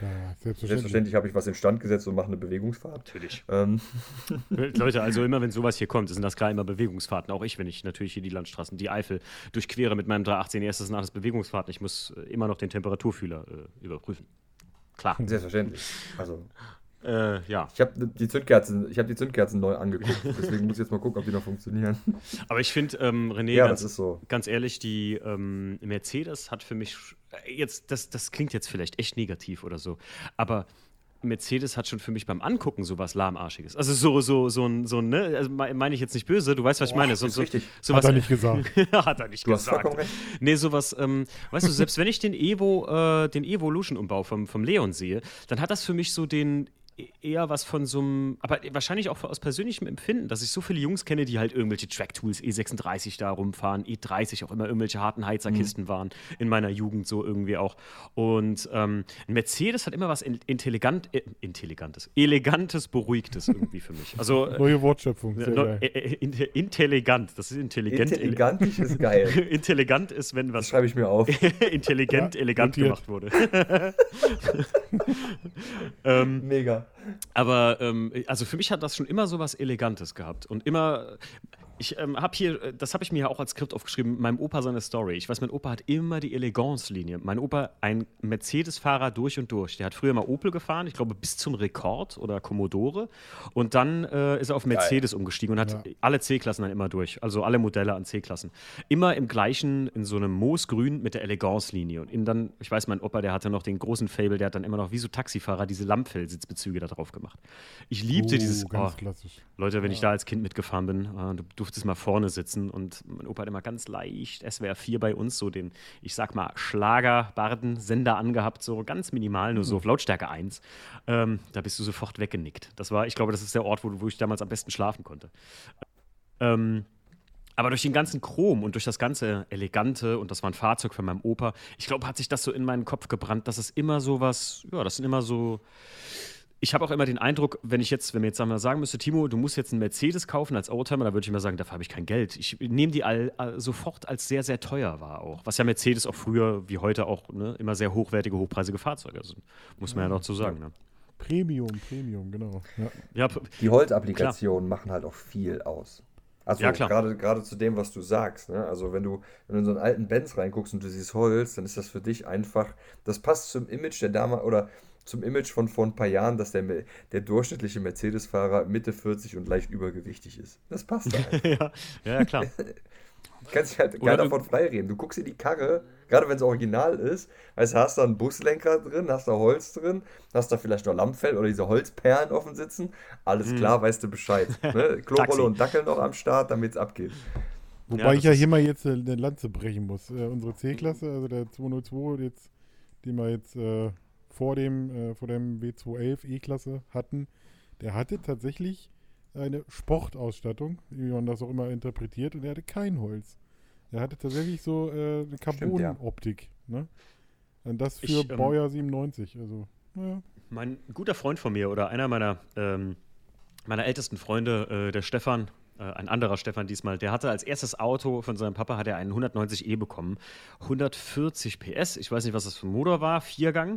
Ja, ja, selbstverständlich. Selbstverständlich habe ich was instand gesetzt und mache eine Bewegungsfahrt. Natürlich. Ähm, Leute, also immer wenn sowas hier kommt, sind das gerade immer Bewegungsfahrten. Auch ich, wenn ich natürlich hier die Landstraßen, die Eifel durchquere mit meinem drei achtzehn erstes und alles Bewegungsfahrten. Ich muss äh, immer noch den Temperaturfühler äh, überprüfen. Klar. Selbstverständlich. Also, Äh, ja. ich habe die Zündkerzen, ich habe die Zündkerzen neu angeguckt, deswegen muss ich jetzt mal gucken, ob die noch funktionieren. Aber ich finde, ähm, René, Ja, ganz, das ist so. ganz ehrlich, die ähm, Mercedes hat für mich, äh, jetzt, das, das klingt jetzt vielleicht echt negativ oder so, aber Mercedes hat schon für mich beim Angucken sowas lahmarschiges. Also so, so, so ein, so ein, ne, also me- meine ich jetzt nicht böse, du weißt, was ich meine. So, ist so, richtig. sowas, Hat er nicht gesagt. hat er nicht Du hast gesagt. vollkommen recht. Nee, sowas, ähm, weißt du, selbst wenn ich den Evo, äh, den Evolution-Umbau vom, vom Leon sehe, dann hat das für mich so den e- eher was von so einem, aber wahrscheinlich auch aus persönlichem Empfinden, dass ich so viele Jungs kenne, die halt irgendwelche Track-Tools, E sechsunddreißig da rumfahren, E dreißig auch immer irgendwelche harten Heizerkisten waren, in meiner Jugend so irgendwie auch. Und ähm, ein Mercedes hat immer was in, intelligent, äh, intelligantes, elegantes, beruhigtes irgendwie für mich. Also äh, Neue Wortschöpfung, sehr no, geil. äh, äh, in, intelligent, das ist intelligent. Intelligantisch ist geil. Intelligent ist, wenn Das was schreibe ich mir auf. intelligent, Ja, elegant notiert. gemacht wurde. ähm, Mega. aber ähm, also für mich hat das schon immer so was Elegantes gehabt. Und immer, ich ähm, habe hier, äh, das habe ich mir ja auch als Skript aufgeschrieben, meinem Opa seine Story. Ich weiß, mein Opa hat immer die Eleganz-Linie. Mein Opa, ein Mercedes-Fahrer durch und durch. Der hat früher mal Opel gefahren, ich glaube bis zum Rekord oder Commodore. Und dann äh, ist er auf Mercedes umgestiegen und hat Ja. alle C-Klassen dann immer durch. Also alle Modelle an C-Klassen. Immer im gleichen, in so einem Moosgrün mit der Eleganz-Linie. Und innen dann, ich weiß, mein Opa, der hatte noch den großen Fable, der hat dann immer noch wie so Taxifahrer diese Lammfellsitzbezüge da drauf gemacht. Ich liebte Oh, dieses, ganz oh, klassisch. Leute, wenn ich da als Kind mitgefahren bin, äh, du durftest mal vorne sitzen und mein Opa hat immer ganz leicht S W R vier bei uns so den, ich sag mal, Schlagerbarden-Sender angehabt, so ganz minimal, nur so auf Lautstärke eins. Ähm, da bist du sofort weggenickt. Das war, ich glaube, das ist der Ort, wo, wo ich damals am besten schlafen konnte. Ähm, aber durch den ganzen Chrom und durch das ganze Elegante, und das war ein Fahrzeug von meinem Opa, ich glaube, hat sich das so in meinen Kopf gebrannt, dass es immer so was, ja, das sind immer so. Ich habe auch immer den Eindruck, wenn ich jetzt, wenn mir jetzt sagen, wir sagen müsste, Timo, du musst jetzt einen Mercedes kaufen als Oldtimer, da würde ich immer sagen, dafür habe ich kein Geld. Ich nehme die all, all, sofort als sehr, sehr teuer wahr auch. Was ja Mercedes auch früher, wie heute auch, ne, immer sehr hochwertige, hochpreisige Fahrzeuge sind. Muss man ja, noch so sagen. Ne? Premium, Premium, genau. Ja. Ja, p- Die Holz-Applikationen machen halt auch viel aus. Also Ja, klar. gerade gerade zu dem, was du sagst. Ne? Also wenn du, wenn du in so einen alten Benz reinguckst und du siehst Holz, dann ist das für dich einfach, das passt zum Image der Dame oder zum Image von vor ein paar Jahren, dass der, Me- der durchschnittliche Mercedes-Fahrer Mitte vierzig und leicht übergewichtig ist. Das passt da einfach. ja, ja, klar. Du kannst dich halt Oder geil du- davon freireden. Du guckst in die Karre, gerade wenn es original ist, weißt, du, hast da einen Buslenker drin, hast da Holz drin, hast da vielleicht noch Lammfell oder diese Holzperlen offen sitzen. Alles klar, weißt du Bescheid. Ne? Klorolle Taxi. und Dackel noch am Start, damit es abgeht. Wobei Ja, ich das ja ist- hier mal jetzt äh, eine Lanze brechen muss. Äh, unsere C-Klasse, also der zweihundertzwei, jetzt, den wir jetzt äh, vor dem, äh, vor dem W zweihundertelf E-Klasse hatten, der hatte tatsächlich eine Sportausstattung, wie man das auch immer interpretiert, und er hatte kein Holz. Er hatte tatsächlich so äh, eine ja. Carbon-Optik. Ne? Und das für Ich, ähm, Baujahr siebenundneunzig. Also, naja. Mein guter Freund von mir oder einer meiner, ähm, meiner ältesten Freunde, äh, der Stefan, äh, ein anderer Stefan diesmal, der hatte als erstes Auto von seinem Papa hat er einen hundertneunzig E bekommen. hundertvierzig P S, ich weiß nicht, was das für ein Motor war, Viergang.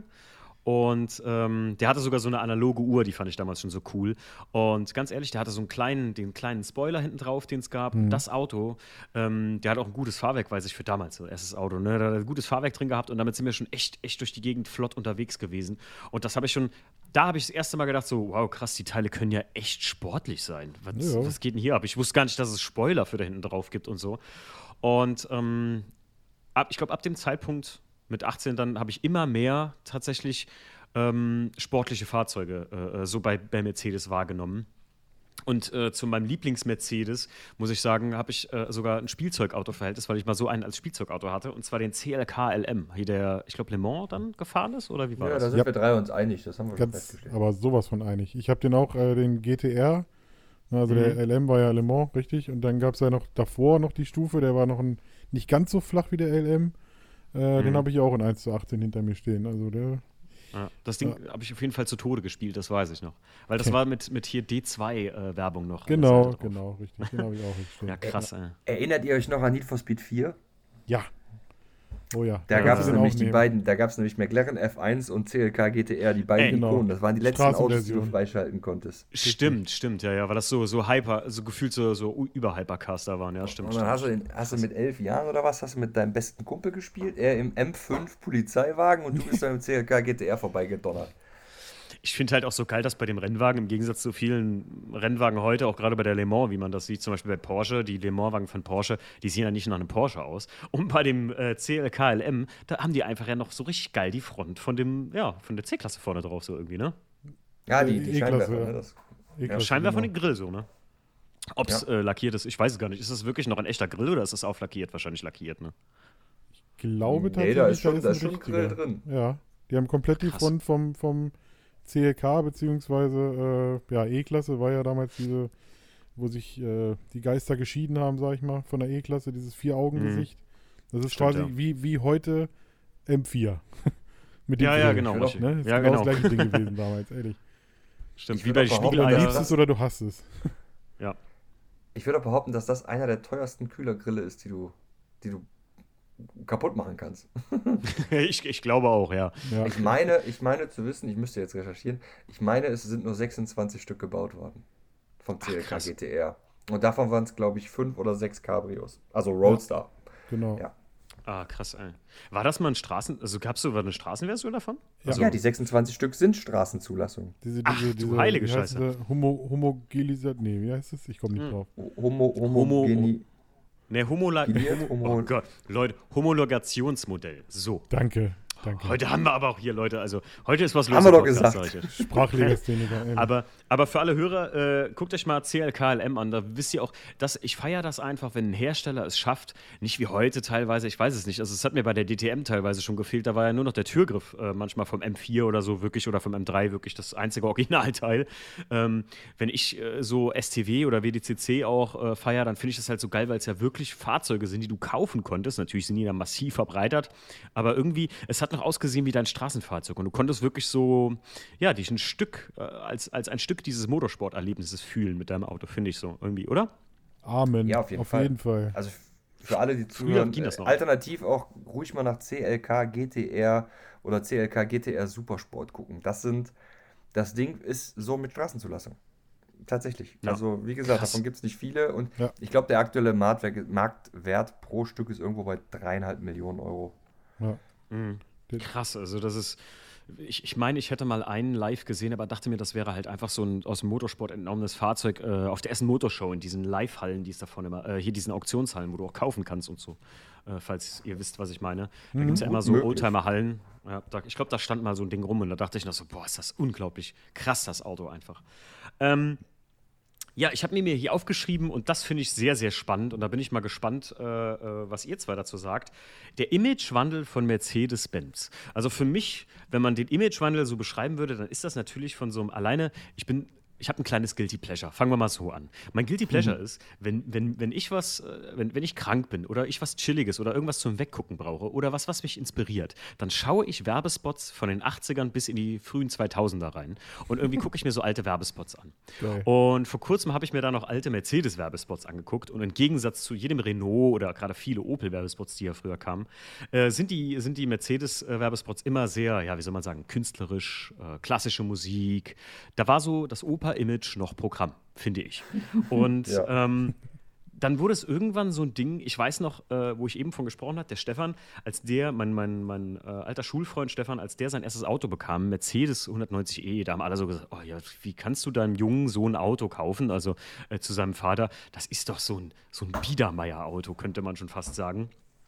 Und ähm, der hatte sogar so eine analoge Uhr, die fand ich damals schon so cool. Und ganz ehrlich, der hatte so einen kleinen, den kleinen Spoiler hinten drauf, den es gab. Und das Auto, ähm, der hat auch ein gutes Fahrwerk, weiß ich, für damals, so erstes Auto. Ne? Da hat er ein gutes Fahrwerk drin gehabt und damit sind wir schon echt, echt durch die Gegend flott unterwegs gewesen. Und das habe ich schon, da habe ich das erste Mal gedacht, so, wow, krass, die Teile können ja echt sportlich sein. Was, Ja. was geht denn hier ab? Ich wusste gar nicht, dass es Spoiler für da hinten drauf gibt und so. Und ähm, ab, ich glaube, ab dem Zeitpunkt mit achtzehn dann habe ich immer mehr tatsächlich ähm, sportliche Fahrzeuge äh, so bei, bei Mercedes wahrgenommen. Und äh, zu meinem Lieblings-Mercedes, muss ich sagen, habe ich äh, sogar ein Spielzeugauto-Verhältnis, weil ich mal so einen als Spielzeugauto hatte, und zwar den C L K L M, hier der, ich glaube, Le Mans dann gefahren ist, oder wie war Ja, da das? sind Ja. wir drei uns einig, das haben wir schon Ganz, festgestellt. aber sowas von einig. Ich habe den auch, äh, den G T R, also Mhm. der L M war ja Le Mans, richtig, und dann gab es ja noch davor noch die Stufe, der war noch ein, nicht ganz so flach wie der L M. Äh, Mhm. Den habe ich auch in eins zu achtzehn hinter mir stehen. Also der, Ja, das Ding habe ich auf jeden Fall zu Tode gespielt, das weiß ich noch. Weil das war mit, mit hier D zwei äh, Werbung noch. an der genau, Seite drauf. genau, richtig. Den habe ich auch nicht stehen. Ja, krass, ey. Erinnert ihr euch noch an Need for Speed vier? Ja, Oh ja. Da ja, gab es den nämlich die aufnehmen. beiden, da gab es nämlich McLaren F eins und C L K G T R, die beiden Ey, genau. Ikonen. Das waren die letzten Autos, die du Straßenversion. freischalten konntest. Stimmt, stimmt, ja, ja, weil das so, so hyper, so gefühlt so, so über Hypercaster waren, ja, stimmt. Und dann stimmt, hast du, stimmt. in, hast du mit elf Jahren oder was, hast du mit deinem besten Kumpel gespielt, er im M fünf Polizeiwagen und du bist dann im C L K G T R vorbeigedonnert. Ich finde halt auch so geil, dass bei dem Rennwagen, im Gegensatz zu vielen Rennwagen heute, auch gerade bei der Le Mans, wie man das sieht, zum Beispiel bei Porsche, die Le Mans-Wagen von Porsche, die sehen ja nicht nach einem Porsche aus. Und bei dem äh, C L K L M, da haben die einfach ja noch so richtig geil die Front von dem, ja, von der C-Klasse vorne drauf, so irgendwie, ne? Ja, die, Äh, die E-Klasse, Scheinwerfer, ja. ne? Das, E-Klasse, Scheinwerfer genau. von den Grill so, ne? Ob es Ja. äh, lackiert ist, ich weiß es gar nicht. Ist das wirklich noch ein echter Grill oder ist das auflackiert? Wahrscheinlich lackiert, ne? Ich glaube Nee, tatsächlich, da ist schon, da ein ist schon ein Grill richtiger. drin. Ja, die haben komplett die Krass. Front vom, vom C L K, beziehungsweise äh, ja, E-Klasse war ja damals diese, wo sich äh, die Geister geschieden haben, sag ich mal, von der E-Klasse, dieses Vier-Augen-Gesicht. Das ist Stimmt, quasi ja. wie, wie heute M vier. Mit dem Ja, ja, Grill, genau, Ne? richtig. Das ist Ja, genau, genau. das gleiche Ding gewesen damals, ehrlich. Stimmt, Ich wie würd bei auch behaupten, Du Ja, liebst ja. es oder du hasst es. Ja. Ich würde auch behaupten, dass das einer der teuersten Kühlergrille ist, die du, die du kaputt machen kannst. ich, ich glaube auch, ja. Ja. Ich meine, ich meine zu wissen, ich müsste jetzt recherchieren, ich meine, es sind nur sechsundzwanzig Stück gebaut worden vom Ach, C L K krass. G T R. Und davon waren es, glaube ich, fünf oder sechs Cabrios. Also Roadster. Genau. Ja. Ah, krass, ey. War das mal ein Straßen... Also gab es sogar eine Straßenversion davon? Ja. Also, Ja, die sechsundzwanzig Stück sind Straßenzulassungen. Diese, Ach, diese, du diese, heilige wie heißt Scheiße. diese Homo, homogelisat, nee, wie heißt das? Ich komme nicht Hm. drauf. Homo, Homo- homogeni, Ne, Homola Geniert, Homo Homo- oh Gott, Leute, Homologationsmodell. So. Danke, danke. Heute haben wir aber auch hier, Leute, also heute ist was los. Haben wir im doch Podcast, gesagt. sag ich. Sprachlegastheniker. ehrlich. Aber, aber für alle Hörer, äh, guckt euch mal C L K L M an. Da wisst ihr auch, dass ich feiere das einfach, wenn ein Hersteller es schafft, nicht wie heute teilweise, ich weiß es nicht. Also es hat mir bei der D T M teilweise schon gefehlt. Da war ja nur noch der Türgriff äh, manchmal vom M vier oder so wirklich oder vom M drei wirklich das einzige Originalteil. Ähm, wenn ich äh, so S T W oder W D C C auch äh, feiere, dann finde ich das halt so geil, weil es ja wirklich Fahrzeuge sind, die du kaufen konntest. Natürlich sind die dann massiv verbreitert, aber irgendwie, es hat noch ausgesehen wie dein Straßenfahrzeug und du konntest wirklich so, ja, dich ein Stück, äh, als, als ein Stück dieses Motorsporterlebnisses fühlen mit deinem Auto, finde ich so irgendwie, oder? Amen. Ja, auf jeden Fall. jeden Fall. Also f- für alle, die Früher zuhören, ging das äh, noch. alternativ auch ruhig mal nach C L K G T R oder C L K G T R Supersport gucken. Das sind, das Ding ist so mit Straßenzulassung. Tatsächlich. Ja. Also wie gesagt, Krass. davon gibt es nicht viele und Ja. ich glaube, der aktuelle Marktwert, Marktwert pro Stück ist irgendwo bei dreieinhalb Millionen Euro. Ja. Mhm. Krass, also das ist. Ich, ich meine, ich hätte mal einen live gesehen, aber dachte mir, das wäre halt einfach so ein aus dem Motorsport entnommenes Fahrzeug äh, auf der Essen Motorshow in diesen Live-Hallen, die es da vorne immer, äh, hier diesen Auktionshallen, wo du auch kaufen kannst und so, äh, falls ihr wisst, was ich meine. Da gibt es ja immer so möglich. Oldtimer-Hallen. Ja, da, ich glaube, da stand mal so ein Ding rum und da dachte ich noch so, boah, ist das unglaublich krass, das Auto einfach. Ähm, Ja, ich habe mir hier aufgeschrieben und das finde ich sehr, sehr spannend und da bin ich mal gespannt, äh, äh, was ihr zwei dazu sagt. Der Imagewandel von Mercedes-Benz. Also für mich, wenn man den Imagewandel so beschreiben würde, dann ist das natürlich von so einem alleine, ich bin ich habe ein kleines Guilty Pleasure. Fangen wir mal so an. Mein Guilty Pleasure ist, wenn, wenn, wenn ich was, äh, wenn, wenn ich krank bin oder ich was Chilliges oder irgendwas zum Weggucken brauche oder was, was mich inspiriert, dann schaue ich Werbespots von den achtzigern bis in die frühen zweitausender rein und irgendwie gucke ich mir so alte Werbespots an. Geil. Und vor kurzem habe ich mir da noch alte Mercedes-Werbespots angeguckt und im Gegensatz zu jedem Renault oder gerade viele Opel-Werbespots, die ja früher kamen, äh, sind die, sind die Mercedes-Werbespots immer sehr, ja, wie soll man sagen, künstlerisch, äh, klassische Musik. Da war so das Oper-Image noch Programm, finde ich. Und Ja. ähm, dann wurde es irgendwann so ein Ding, ich weiß noch, äh, wo ich eben von gesprochen habe, der Stefan, als der, mein, mein, mein äh, alter Schulfreund Stefan, als der sein erstes Auto bekam, Mercedes hundertneunzig E, da haben alle so gesagt, oh ja, wie kannst du deinem jungen Sohn ein Auto kaufen, also äh, zu seinem Vater, das ist doch so ein, so ein Biedermeier-Auto, könnte man schon fast sagen.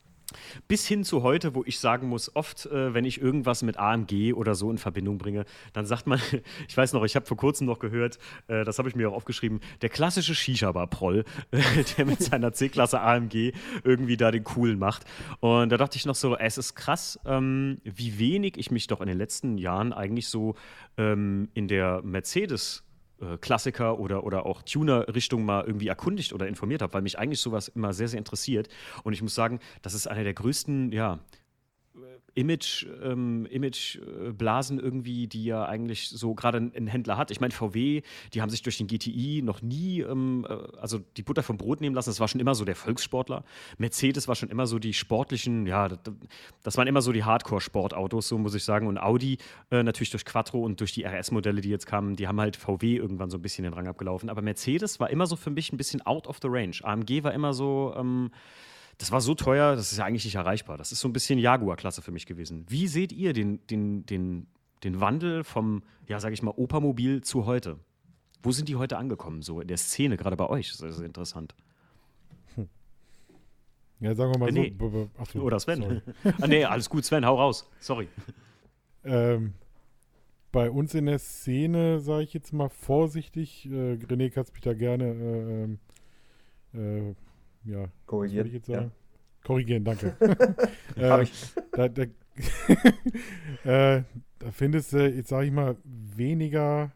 Bis hin zu heute, wo ich sagen muss, oft, äh, wenn ich irgendwas mit A M G oder so in Verbindung bringe, dann sagt man, ich weiß noch, ich habe vor kurzem noch gehört, äh, das habe ich mir auch aufgeschrieben, der klassische Shisha-Bar-Proll, äh, der mit seiner C-Klasse A M G irgendwie da den Coolen macht. Und da dachte ich noch so, es ist krass, ähm, wie wenig ich mich doch in den letzten Jahren eigentlich so ähm, in der Mercedes- äh, Klassiker oder, oder auch Tuner-Richtung mal irgendwie erkundigt oder informiert habe, weil mich eigentlich sowas immer sehr, sehr interessiert. Und ich muss sagen, das ist einer der größten, ja, Image, ähm, Image-Blasen irgendwie, die ja eigentlich so gerade ein, ein Händler hat. Ich meine, V W, die haben sich durch den G T I noch nie, ähm, äh, also die Butter vom Brot nehmen lassen. Das war schon immer so der Volkssportler. Mercedes war schon immer so die sportlichen, ja, das, das waren immer so die Hardcore-Sportautos, so muss ich sagen. Und Audi äh, natürlich durch Quattro und durch die R S-Modelle, die jetzt kamen, die haben halt V W irgendwann so ein bisschen den Rang abgelaufen. Aber Mercedes war immer so für mich ein bisschen out of the range. A M G war immer so, ähm, das war so teuer, das ist ja eigentlich nicht erreichbar. Das ist so ein bisschen Jaguar-Klasse für mich gewesen. Wie seht ihr den, den, den, den Wandel vom, ja, sag ich mal, Opermobil zu heute? Wo sind die heute angekommen, so in der Szene, gerade bei euch? Das ist interessant. Ja, sagen wir mal Nee. so. b- b- Achso, Oder Sven. sorry. ah, nee, alles gut, Sven, hau raus. Sorry. Ähm, bei uns in der Szene, sage ich jetzt mal vorsichtig, äh, René, kannst mich da gerne äh, ähm, äh, ja, was Korrigiert. soll ich jetzt sagen? Korrigieren, danke. Hab äh, ich. da, da, äh, da findest du, jetzt sage ich mal, weniger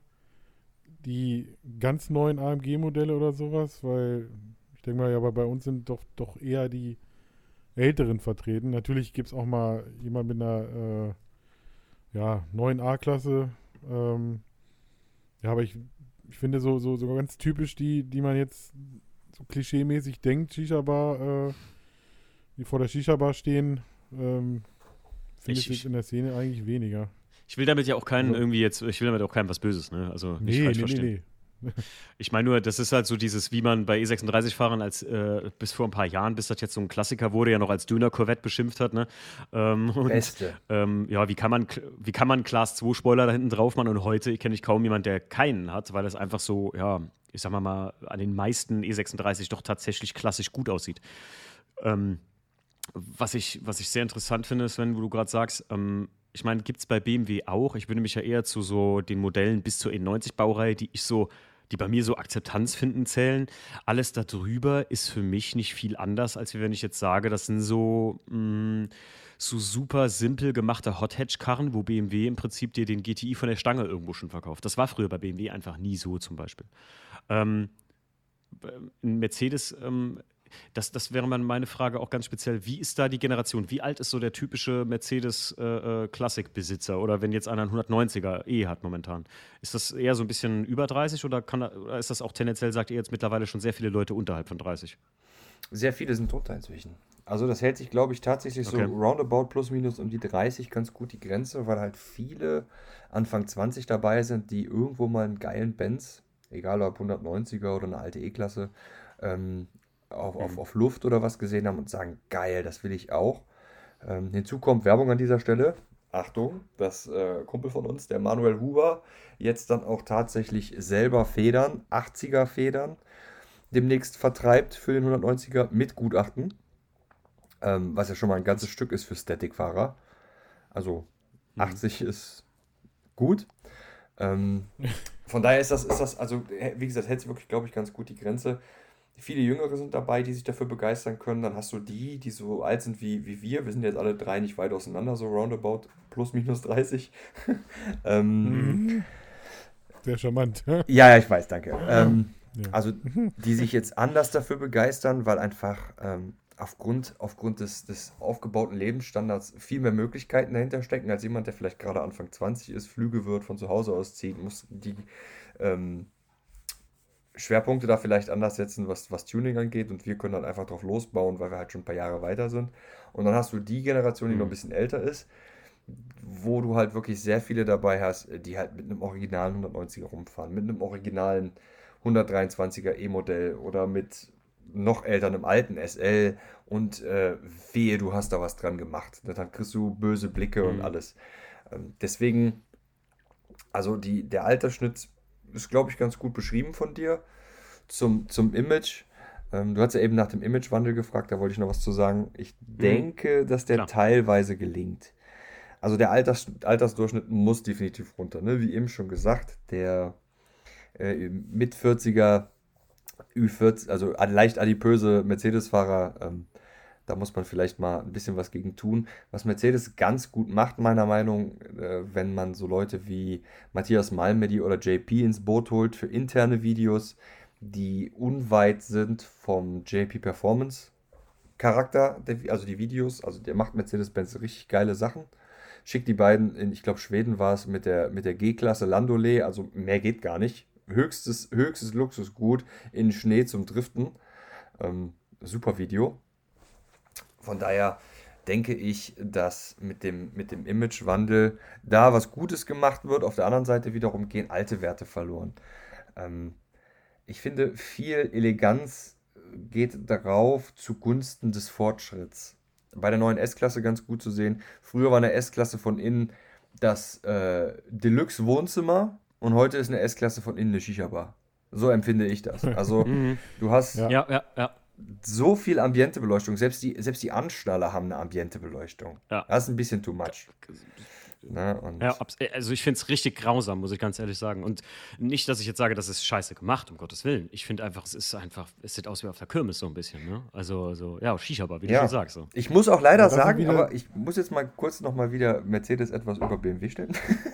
die ganz neuen A M G-Modelle oder sowas, weil ich denke mal, ja, aber bei uns sind doch, doch eher die Älteren vertreten. Natürlich gibt es auch mal jemand mit einer äh, ja, neuen A-Klasse. Ähm, ja, aber ich, ich finde so, so, so ganz typisch die, die man jetzt so klischeemäßig denkt, Shisha-Bar, äh, die vor der Shisha-Bar stehen, ähm, finde ich Ich- jetzt in der Szene eigentlich weniger. Ich will damit ja auch keinen Also- irgendwie jetzt, ich will damit auch keinem was Böses, ne? Also nicht Nee, falsch nee, nee, verstehen. nee. Ich meine nur, das ist halt so dieses, wie man bei E sechsunddreißig-Fahrern als äh, bis vor ein paar Jahren, bis das jetzt so ein Klassiker wurde, ja noch als Döner-Corvette beschimpft hat, ne? Ähm, und, Beste. ähm, ja, wie kann man, wie kann man Class zwei Spoiler da hinten drauf machen? Und heute kenne ich kaum jemanden, der keinen hat, weil es einfach so, ja, ich sag mal mal, an den meisten E sechsunddreißig doch tatsächlich klassisch gut aussieht. Ähm, was ich, was ich sehr interessant finde, Sven, wo du gerade sagst, ähm, ich meine, gibt es bei B M W auch, ich würde mich ja eher zu so den Modellen bis zur E neunzig-Baureihe, die ich so, die bei mir so Akzeptanz finden, zählen. Alles darüber ist für mich nicht viel anders, als wenn ich jetzt sage, das sind so, mh, so super simpel gemachte Hot-Hatch-Karren, wo B M W im Prinzip dir den G T I von der Stange irgendwo schon verkauft. Das war früher bei B M W einfach nie so zum Beispiel. Ähm, ein Mercedes, ähm, das, das wäre mal meine Frage auch ganz speziell. Wie ist da die Generation? Wie alt ist so der typische Mercedes-Klassik-Besitzer? Oder wenn jetzt einer einen hundertneunziger E hat momentan? Ist das eher so ein bisschen über dreißig oder, kann, oder ist das auch tendenziell, sagt ihr jetzt mittlerweile schon sehr viele Leute unterhalb von dreißig? Sehr viele sind drunter inzwischen. Also das hält sich, glaube ich, tatsächlich Okay. so roundabout plus minus um die dreißig ganz gut die Grenze, weil halt viele Anfang zwanzig dabei sind, die irgendwo mal einen geilen Benz, egal ob hundertneunziger oder eine alte E-Klasse, ähm, auf, auf, auf Luft oder was gesehen haben und sagen, geil, das will ich auch. Ähm, hinzu kommt Werbung an dieser Stelle. Achtung, das äh, Kumpel von uns, der Manuel Huber, jetzt dann auch tatsächlich selber Federn, achtziger Federn, demnächst vertreibt für den hundertneunziger mit Gutachten. Ähm, was ja schon mal ein ganzes Stück ist für Static-Fahrer. Also achtzig ist gut. Ähm, von daher ist das, ist das, also wie gesagt, hält sich wirklich, glaube ich, ganz gut die Grenze. Viele Jüngere sind dabei, die sich dafür begeistern können. Dann hast du die, die so alt sind wie, wie wir. Wir sind jetzt alle drei nicht weit auseinander, so roundabout plus minus dreißig. ähm, Sehr charmant. ja, ja, ich weiß, danke. Ähm, Ja. Also die sich jetzt anders dafür begeistern, weil einfach ähm, aufgrund, aufgrund des, des aufgebauten Lebensstandards viel mehr Möglichkeiten dahinter stecken, als jemand, der vielleicht gerade Anfang zwanzig ist, Flüge wird, von zu Hause aus zieht, muss die ähm, Schwerpunkte da vielleicht anders setzen, was, was Tuning angeht, und wir können dann einfach drauf losbauen, weil wir halt schon ein paar Jahre weiter sind. Und dann hast du die Generation, die noch ein bisschen älter ist, wo du halt wirklich sehr viele dabei hast, die halt mit einem originalen hundertneunziger rumfahren, mit einem originalen hundertdreiundzwanziger E-Modell oder mit noch älter einem alten S L, und äh, wehe, du hast da was dran gemacht. Dann kriegst du böse Blicke und Mhm. alles. Ähm, deswegen, also die, der Altersschnitt ist, glaube ich, ganz gut beschrieben von dir. Zum, zum Image. Ähm, du hast ja eben nach dem Imagewandel gefragt, da wollte ich noch was zu sagen. Ich denke, dass der Klar. teilweise gelingt. Also der Alters, Altersdurchschnitt muss definitiv runter. Ne? Wie eben schon gesagt, der äh, mit vierziger, Ü vierzig, also leicht adipöse Mercedes-Fahrer, ähm, da muss man vielleicht mal ein bisschen was gegen tun. Was Mercedes ganz gut macht, meiner Meinung nach, äh, wenn man so Leute wie Matthias Malmedy oder J P ins Boot holt für interne Videos, die unweit sind vom J P Performance Charakter, der, also die Videos, also der macht Mercedes-Benz richtig geile Sachen. Schickt die beiden in, ich glaube, Schweden war es mit der, mit der G-Klasse Landaulet, also mehr geht gar nicht. Höchstes, höchstes Luxusgut in Schnee zum Driften. Ähm, super Video. Von daher denke ich, dass mit dem, mit dem Imagewandel da was Gutes gemacht wird. Auf der anderen Seite wiederum gehen alte Werte verloren. Ähm, ich finde, viel Eleganz geht darauf zugunsten des Fortschritts. Bei der neuen S-Klasse ganz gut zu sehen. Früher war eine S-Klasse von innen das äh, Deluxe-Wohnzimmer und heute ist eine S-Klasse von innen eine Shisha-Bar. So empfinde ich das. Also du hast Ja, ja, ja. ja. so viel Ambientebeleuchtung. Selbst die, selbst die Anschnaller haben eine Ambientebeleuchtung. Ja. Das ist ein bisschen too much. Ne? Und Ja, abs- äh, also ich finde es richtig grausam, muss ich ganz ehrlich sagen. Und nicht, dass ich jetzt sage, das ist scheiße gemacht, um Gottes Willen. Ich finde einfach, es ist einfach, es sieht aus wie auf der Kirmes so ein bisschen, ne? Also, also ja, Shisha-Bar, wie du Ja. schon sagst. So. Ich muss auch leider Ja, das sind sagen, wieder- aber ich muss jetzt mal kurz nochmal wieder Mercedes etwas über B M W stellen.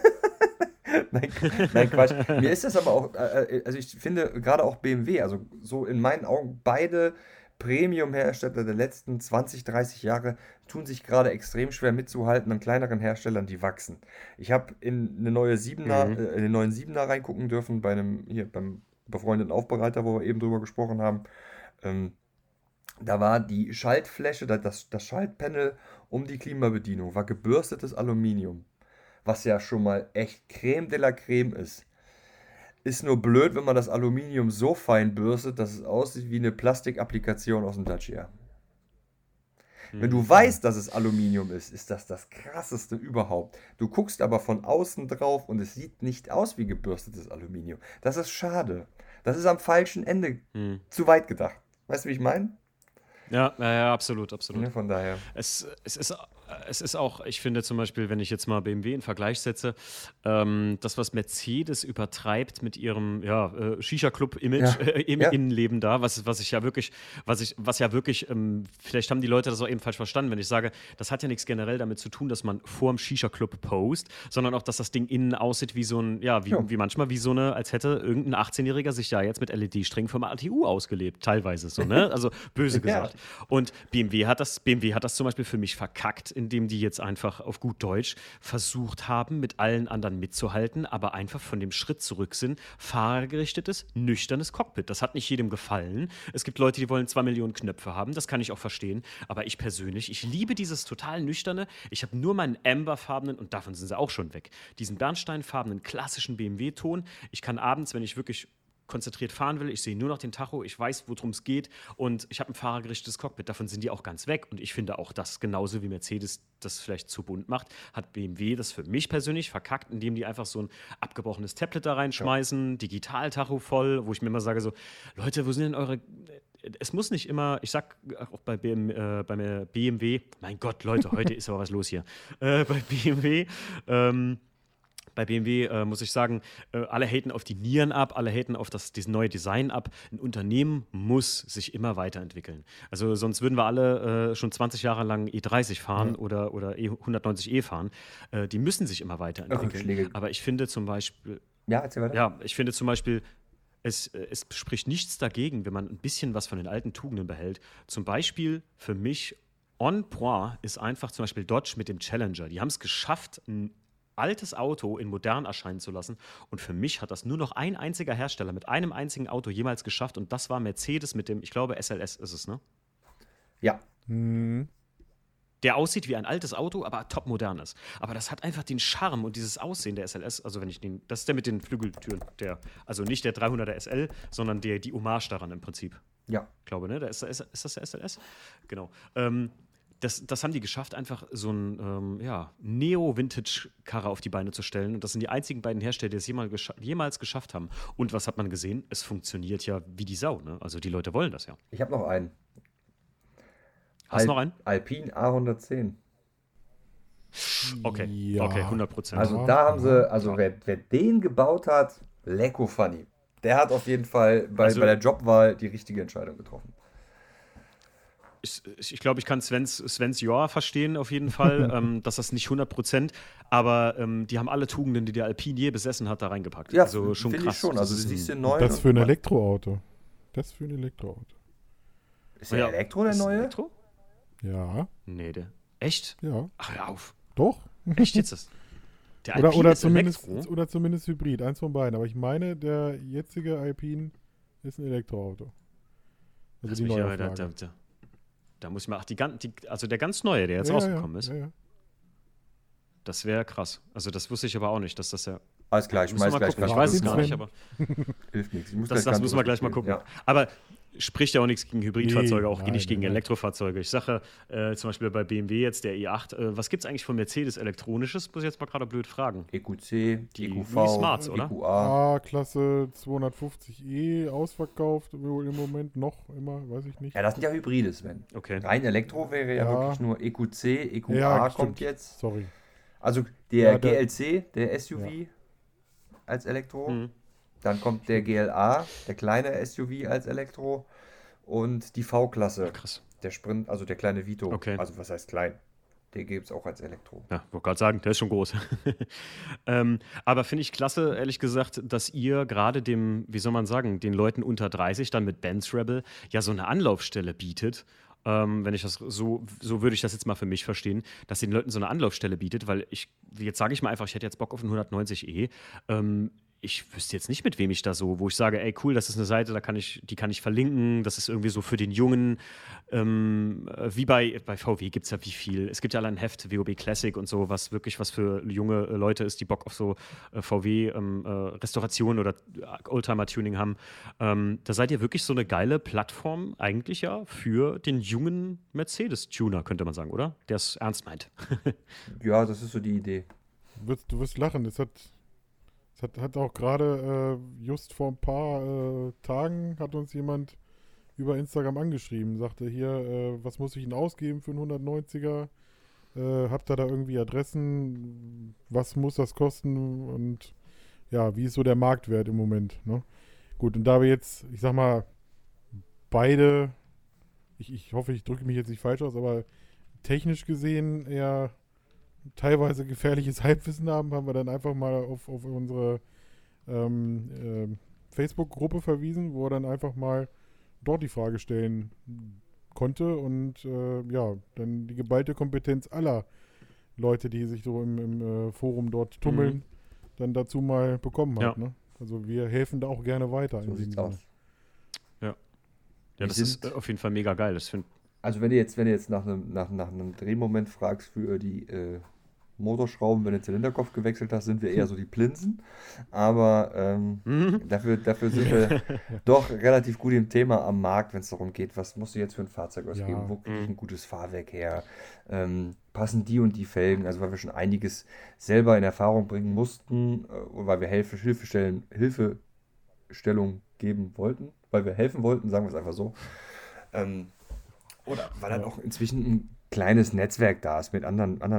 nein, nein, Quatsch. Mir ist das aber auch, äh, also ich finde gerade auch B M W, also so in meinen Augen beide Premium-Hersteller der letzten zwanzig, dreißig Jahre tun sich gerade extrem schwer mitzuhalten an kleineren Herstellern, die wachsen. Ich habe in eine neue Siebener, Mhm. äh, in den neuen Siebener reingucken dürfen, bei einem, hier beim befreundeten Aufbereiter, wo wir eben drüber gesprochen haben. Ähm, Da war die Schaltfläche, da- das, das Schaltpanel um die Klimabedienung, war gebürstetes Aluminium. Was ja schon mal echt Creme de la Creme ist. Ist nur blöd, wenn man das Aluminium so fein bürstet, dass es aussieht wie eine Plastikapplikation aus dem Dacia. Wenn du weißt, dass es Aluminium ist, ist das das Krasseste überhaupt. Du guckst aber von außen drauf und es sieht nicht aus wie gebürstetes Aluminium. Das ist schade. Das ist am falschen Ende Hm. zu weit gedacht. Weißt du, wie ich meine? Ja, ja, ja, absolut, absolut. Ne, von daher. Es, es, ist, es ist auch, ich finde zum Beispiel, wenn ich jetzt mal B M W in Vergleich setze, ähm, das, was Mercedes übertreibt mit ihrem ja, äh, Shisha-Club-Image Ja. äh, im Ja. Innenleben da, was, was ich ja wirklich, was ich, was ja wirklich, ähm, vielleicht haben die Leute das auch eben falsch verstanden, wenn ich sage, das hat ja nichts generell damit zu tun, dass man vorm Shisha-Club post, sondern auch, dass das Ding innen aussieht wie so ein, ja, wie, Ja. wie manchmal wie so eine, als hätte irgendein achtzehnjähriger sich ja jetzt mit L E D-Strängen vom A T U ausgelebt, teilweise so, ne? Also böse Ja. gesagt. Und B M W hat das, B M W hat das zum Beispiel für mich verkackt, indem die jetzt einfach auf gut Deutsch versucht haben, mit allen anderen mitzuhalten, aber einfach von dem Schritt zurück sind, fahrergerichtetes, nüchternes Cockpit. Das hat nicht jedem gefallen. Es gibt Leute, die wollen zwei Millionen Knöpfe haben, das kann ich auch verstehen. Aber ich persönlich, ich liebe dieses total nüchterne. Ich habe nur meinen amberfarbenen, und davon sind sie auch schon weg, diesen bernsteinfarbenen klassischen B M W-Ton. Ich kann abends, wenn ich wirklich konzentriert fahren will, ich sehe nur noch den Tacho, ich weiß, worum es geht und ich habe ein fahrergerichtetes Cockpit. Davon sind die auch ganz weg und ich finde auch das, genauso wie Mercedes das vielleicht zu bunt macht, hat B M W das für mich persönlich verkackt, indem die einfach so ein abgebrochenes Tablet da reinschmeißen, Digital-Tacho voll, wo ich mir immer sage so, Leute, wo sind denn eure... Es muss nicht immer, ich sag auch bei B M, äh, bei mir B M W, mein Gott, Leute, heute ist aber was los hier, äh, bei B M W, ähm, Bei B M W äh, muss ich sagen, äh, alle haten auf die Nieren ab, alle haten auf das, dieses neue Design ab. Ein Unternehmen muss sich immer weiterentwickeln. Also sonst würden wir alle äh, schon zwanzig Jahre lang E dreißig fahren Ja. oder, oder E hundertneunzig E fahren. Äh, die müssen sich immer weiterentwickeln. Rückschläge. Aber ich finde zum Beispiel, Ja, erzähl weiter. ja, ich finde zum Beispiel, es, äh, es spricht nichts dagegen, wenn man ein bisschen was von den alten Tugenden behält. Zum Beispiel für mich on point ist einfach zum Beispiel Dodge mit dem Challenger. Die haben es geschafft, ein altes Auto in modern erscheinen zu lassen. Und für mich hat das nur noch ein einziger Hersteller mit einem einzigen Auto jemals geschafft. Und das war Mercedes mit dem, ich glaube, S L S ist es, ne? Ja. Mhm. Der aussieht wie ein altes Auto, aber top modern ist. Aber das hat einfach den Charme und dieses Aussehen der S L S. Also wenn ich den, das ist der mit den Flügeltüren, der, also nicht der dreihunderter S L, sondern der, die Hommage daran im Prinzip. Ja. Ich glaube, ne? Der ist, ist, ist das der S L S? Genau. Ähm, das, das haben die geschafft, einfach so ein ähm, ja, Neo-Vintage-Karre auf die Beine zu stellen. Und das sind die einzigen beiden Hersteller, die es jemals, gescha jemals geschafft haben. Und was hat man gesehen? Es funktioniert ja wie die Sau. Ne? Also die Leute wollen das ja. Ich habe noch einen. Hast du Al- noch einen? Alpine A hundertzehn. Okay, Ja. okay, hundert Prozent. Also Ja, da haben sie, ja. also wer, wer den gebaut hat, lecko funny. Der hat auf jeden Fall bei, Also- bei der Jobwahl die richtige Entscheidung getroffen. Ich, ich, ich glaube, ich kann Svens, Svens Joa verstehen auf jeden Fall, ähm, dass das nicht hundert Prozent, aber ähm, die haben alle Tugenden, die der Alpine je besessen hat, da reingepackt. Ja, also schon finde krass. ich schon. Also Das du ist siehst ein- den neuen. Das für ein und- Elektroauto. Das für ein Elektroauto. Ist der Ja, Elektro der ist neue? Elektro? Ja, Nee, der. Echt? ja, Ach, hör auf. doch. Echt jetzt das? Der Oder, Alpine oder, ist zumindest, Elektro? oder zumindest Hybrid, eins von beiden. Aber ich meine, der jetzige Alpine ist ein Elektroauto. Also Lass die mich aber, da, Neuauflage. da, da, da muss ich mal. Ach, die, gan- die, also der ganz neue, der jetzt Ja, ja, rausgekommen ist. ja, ja. Das wäre krass. Also das wusste ich aber auch nicht, dass das ja. Alles klar, ich Müssen wir schmeiß mal gleich gucken. Ich Kanten weiß es Sven. gar nicht, aber Hilft nichts. Ich muss das, gleich das Kanten müssen wir gleich mal gucken. Ja. Aber spricht ja auch nichts gegen Hybridfahrzeuge, Nee, auch nein, nicht gegen nein, nein. Elektrofahrzeuge. Ich sage äh, zum Beispiel bei B M W jetzt, der i acht, äh, was gibt es eigentlich von Mercedes Elektronisches? Muss ich jetzt mal gerade blöd fragen. E Q C, Die E Q V, E-Smarts, oder? E Q A. A-Klasse zweihundertfünfzig E ausverkauft, wohl im Moment noch immer, weiß ich nicht. Ja, das sind ja Hybride, Sven. Okay. Rein Elektro wäre ja, Ja. wirklich nur E Q C, E Q A Ja, kommt stimmt. jetzt. Sorry. Also der, Ja, der- G L C, der S U V als Elektro. Mhm. Dann kommt der G L A, der kleine S U V als Elektro. Und die V-Klasse, Krass. der Sprint, also der kleine Vito. Okay. Also was heißt klein? Den gibt es auch als Elektro. Ja, wollte gerade sagen, der ist schon groß. ähm, aber finde ich klasse, ehrlich gesagt, dass ihr gerade dem, wie soll man sagen, den Leuten unter dreißig dann mit Benz Rebel ja so eine Anlaufstelle bietet. Ähm, wenn ich das so, so würde ich das jetzt mal für mich verstehen, dass den Leuten so eine Anlaufstelle bietet, weil ich, jetzt sage ich mal einfach, ich hätte jetzt Bock auf einen hundertneunzig E. Ähm, ich wüsste jetzt nicht, mit wem ich da so, wo ich sage, ey, cool, das ist eine Seite, da kann ich, die kann ich verlinken, das ist irgendwie so für den Jungen, ähm, äh, wie bei, bei V W gibt es ja wie viel. Es gibt ja allein ein Heft, W O B Classic und so, was wirklich was für junge äh, Leute ist, die Bock auf so äh, V W-Restauration oder Oldtimer-Tuning haben. Ähm, da seid ihr wirklich so eine geile Plattform eigentlich ja für den jungen Mercedes-Tuner, könnte man sagen, oder? Der es ernst meint. Ja, das ist so die Idee. Du wirst, du wirst lachen. Es hat, es hat, hat auch gerade äh, just vor ein paar äh, Tagen hat uns jemand über Instagram angeschrieben. Sagte hier, äh, was muss ich denn ausgeben für einen hundertneunziger? Äh, habt ihr da irgendwie Adressen? Was muss das kosten? Und ja, wie ist so der Marktwert im Moment? Ne? Gut, und da wir jetzt, ich sag mal, beide, ich, ich hoffe, ich drücke mich jetzt nicht falsch aus, aber technisch gesehen eher teilweise gefährliches Halbwissen haben, haben wir dann einfach mal auf, auf unsere ähm, ähm, Facebook-Gruppe verwiesen, wo er dann einfach mal dort die Frage stellen konnte und äh, ja, dann die geballte Kompetenz aller Leute, die sich so im, im äh, Forum dort tummeln, Mhm. dann dazu mal bekommen hat. Ja. Ne? Also wir helfen da auch gerne weiter. So in sieht's diesem aus. Ja, Wir das ist sind- äh, auf jeden Fall mega geil. Das find, Also wenn du jetzt, wenn du jetzt nach einem, nach, nach einem Drehmoment fragst für die äh, Motorschrauben, wenn du den Zylinderkopf gewechselt hast, sind wir eher so die Plinsen. Aber ähm, Mhm. dafür, dafür sind wir doch relativ gut im Thema am Markt, wenn es darum geht, was musst du jetzt für ein Fahrzeug ausgeben, Ja. wo kriege ich Mhm. ein gutes Fahrwerk her, ähm, passen die und die Felgen, also weil wir schon einiges selber in Erfahrung bringen mussten, äh, und weil wir Hilfe, Hilfestellen, Hilfestellung geben wollten, weil wir helfen wollten, sagen wir es einfach so. Ähm, oder weil dann Ja. auch inzwischen ein kleines Netzwerk da ist mit anderen, anderen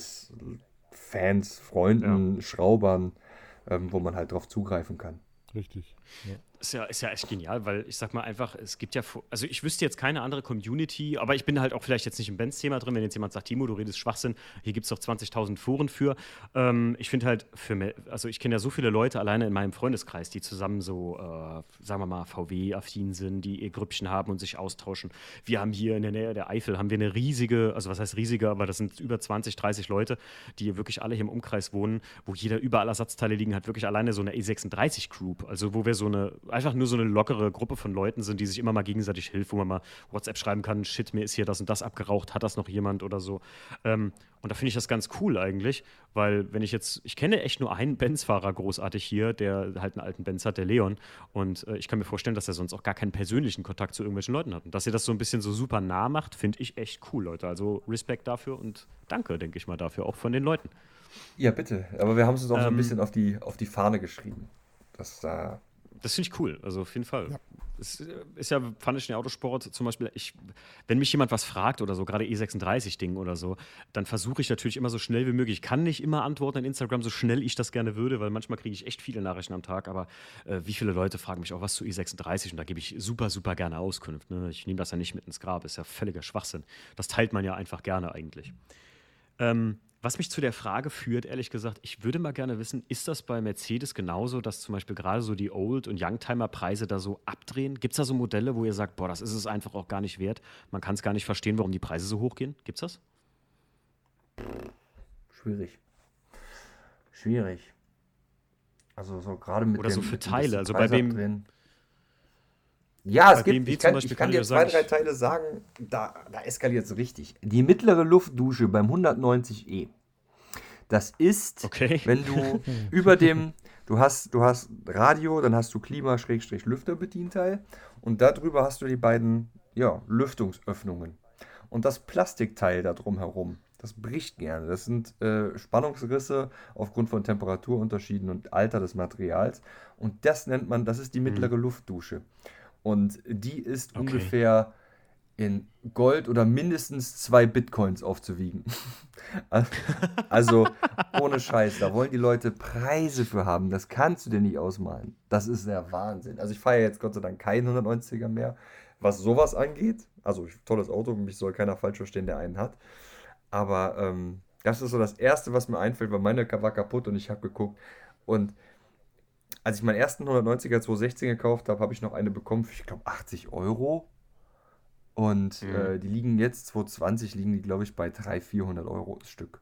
Mercedes-Fans, Freunden, Schraubern, ähm, wo man halt drauf zugreifen kann. Richtig. Ja. Ist ja, ist ja echt genial, weil ich sag mal einfach, es gibt ja, vo- also ich wüsste jetzt keine andere Community, aber ich bin halt auch vielleicht jetzt nicht im Benz-Thema drin, wenn jetzt jemand sagt, Timo, du redest Schwachsinn, hier gibt es doch zwanzigtausend Foren für. Ähm, ich finde halt, für me- also ich kenne ja so viele Leute alleine in meinem Freundeskreis, die zusammen so, äh, sagen wir mal, V W-affin sind, die ihr Grüppchen haben und sich austauschen. Wir haben hier in der Nähe der Eifel, haben wir eine riesige, also was heißt riesige, aber das sind über zwanzig, dreißig Leute, die wirklich alle hier im Umkreis wohnen, wo jeder überall Ersatzteile liegen hat, wirklich alleine so eine E sechsunddreißig Group, also wo wir so eine, einfach nur so eine lockere Gruppe von Leuten sind, die sich immer mal gegenseitig hilft, wo man mal WhatsApp schreiben kann, shit, mir ist hier das und das abgeraucht, hat das noch jemand oder so. Ähm, und da finde ich das ganz cool eigentlich, weil wenn ich jetzt, ich kenne echt nur einen Benz-Fahrer großartig hier, der halt einen alten Benz hat, der Leon, und äh, ich kann mir vorstellen, dass er sonst auch gar keinen persönlichen Kontakt zu irgendwelchen Leuten hat. Und dass ihr das so ein bisschen so super nah macht, finde ich echt cool, Leute. Also Respekt dafür und danke, denke ich mal, dafür, auch von den Leuten. Ja, bitte. Aber wir haben es uns auch so ein Ähm, bisschen auf die, auf die Fahne geschrieben. Dass da. Das finde ich cool, also auf jeden Fall. Ja. Es äh, ist ja, fand ich in der Autosport zum Beispiel, ich, wenn mich jemand was fragt oder so, gerade E sechsunddreißig-Ding oder so, dann versuche ich natürlich immer so schnell wie möglich. Ich kann nicht immer antworten in Instagram, so schnell ich das gerne würde, weil manchmal kriege ich echt viele Nachrichten am Tag, aber äh, wie viele Leute fragen mich auch was zu E sechsunddreißig und da gebe ich super, super gerne Auskunft. Ne? Ich nehme das ja nicht mit ins Grab, ist ja völliger Schwachsinn. Das teilt man ja einfach gerne eigentlich. Ähm, Was mich zu der Frage führt, ehrlich gesagt, ich würde mal gerne wissen, ist das bei Mercedes genauso, dass zum Beispiel gerade so die Old- und Youngtimer-Preise da so abdrehen? Gibt es da so Modelle, wo ihr sagt, boah, das ist es einfach auch gar nicht wert? Man kann es gar nicht verstehen, warum die Preise so hoch gehen? Gibt's das? Schwierig. Schwierig. Also so gerade mit Oder dem so für mit dem Teile, bisschen also bei Preis wem- abdrehen. Ja, es Bei gibt, B M W ich zum kann, Beispiel ich kann kann dir ich dir zwei, sagen, drei ich- Teile sagen, da, da eskaliert es richtig. Die mittlere Luftdusche beim hundertneunzig e, das ist, Okay. wenn du über dem, du hast, du hast Radio, dann hast du Klima-Lüfterbedienteil und darüber hast du die beiden, ja, Lüftungsöffnungen. Und das Plastikteil da drumherum, das bricht gerne. Das sind äh, Spannungsrisse aufgrund von Temperaturunterschieden und Alter des Materials. Und das nennt man, das ist die mittlere Luftdusche. Und die ist Okay. ungefähr in Gold oder mindestens zwei Bitcoins aufzuwiegen. Also ohne Scheiß, da wollen die Leute Preise für haben. Das kannst du dir nicht ausmalen. Das ist der Wahnsinn. Also ich fahre jetzt Gott sei Dank keinen hundertneunziger mehr, was sowas angeht. Also tolles Auto, mich soll keiner falsch verstehen, der einen hat. Aber ähm, das ist so das Erste, was mir einfällt, weil meine war kaputt und ich habe geguckt. Und als ich meinen ersten hundertneunziger zweihundertsechzehn gekauft habe, habe ich noch eine bekommen für, ich glaube, achtzig Euro. Und Mhm. äh, die liegen jetzt, zweitausendzwanzig liegen die, glaube ich, bei dreihundert, vierhundert Euro das Stück.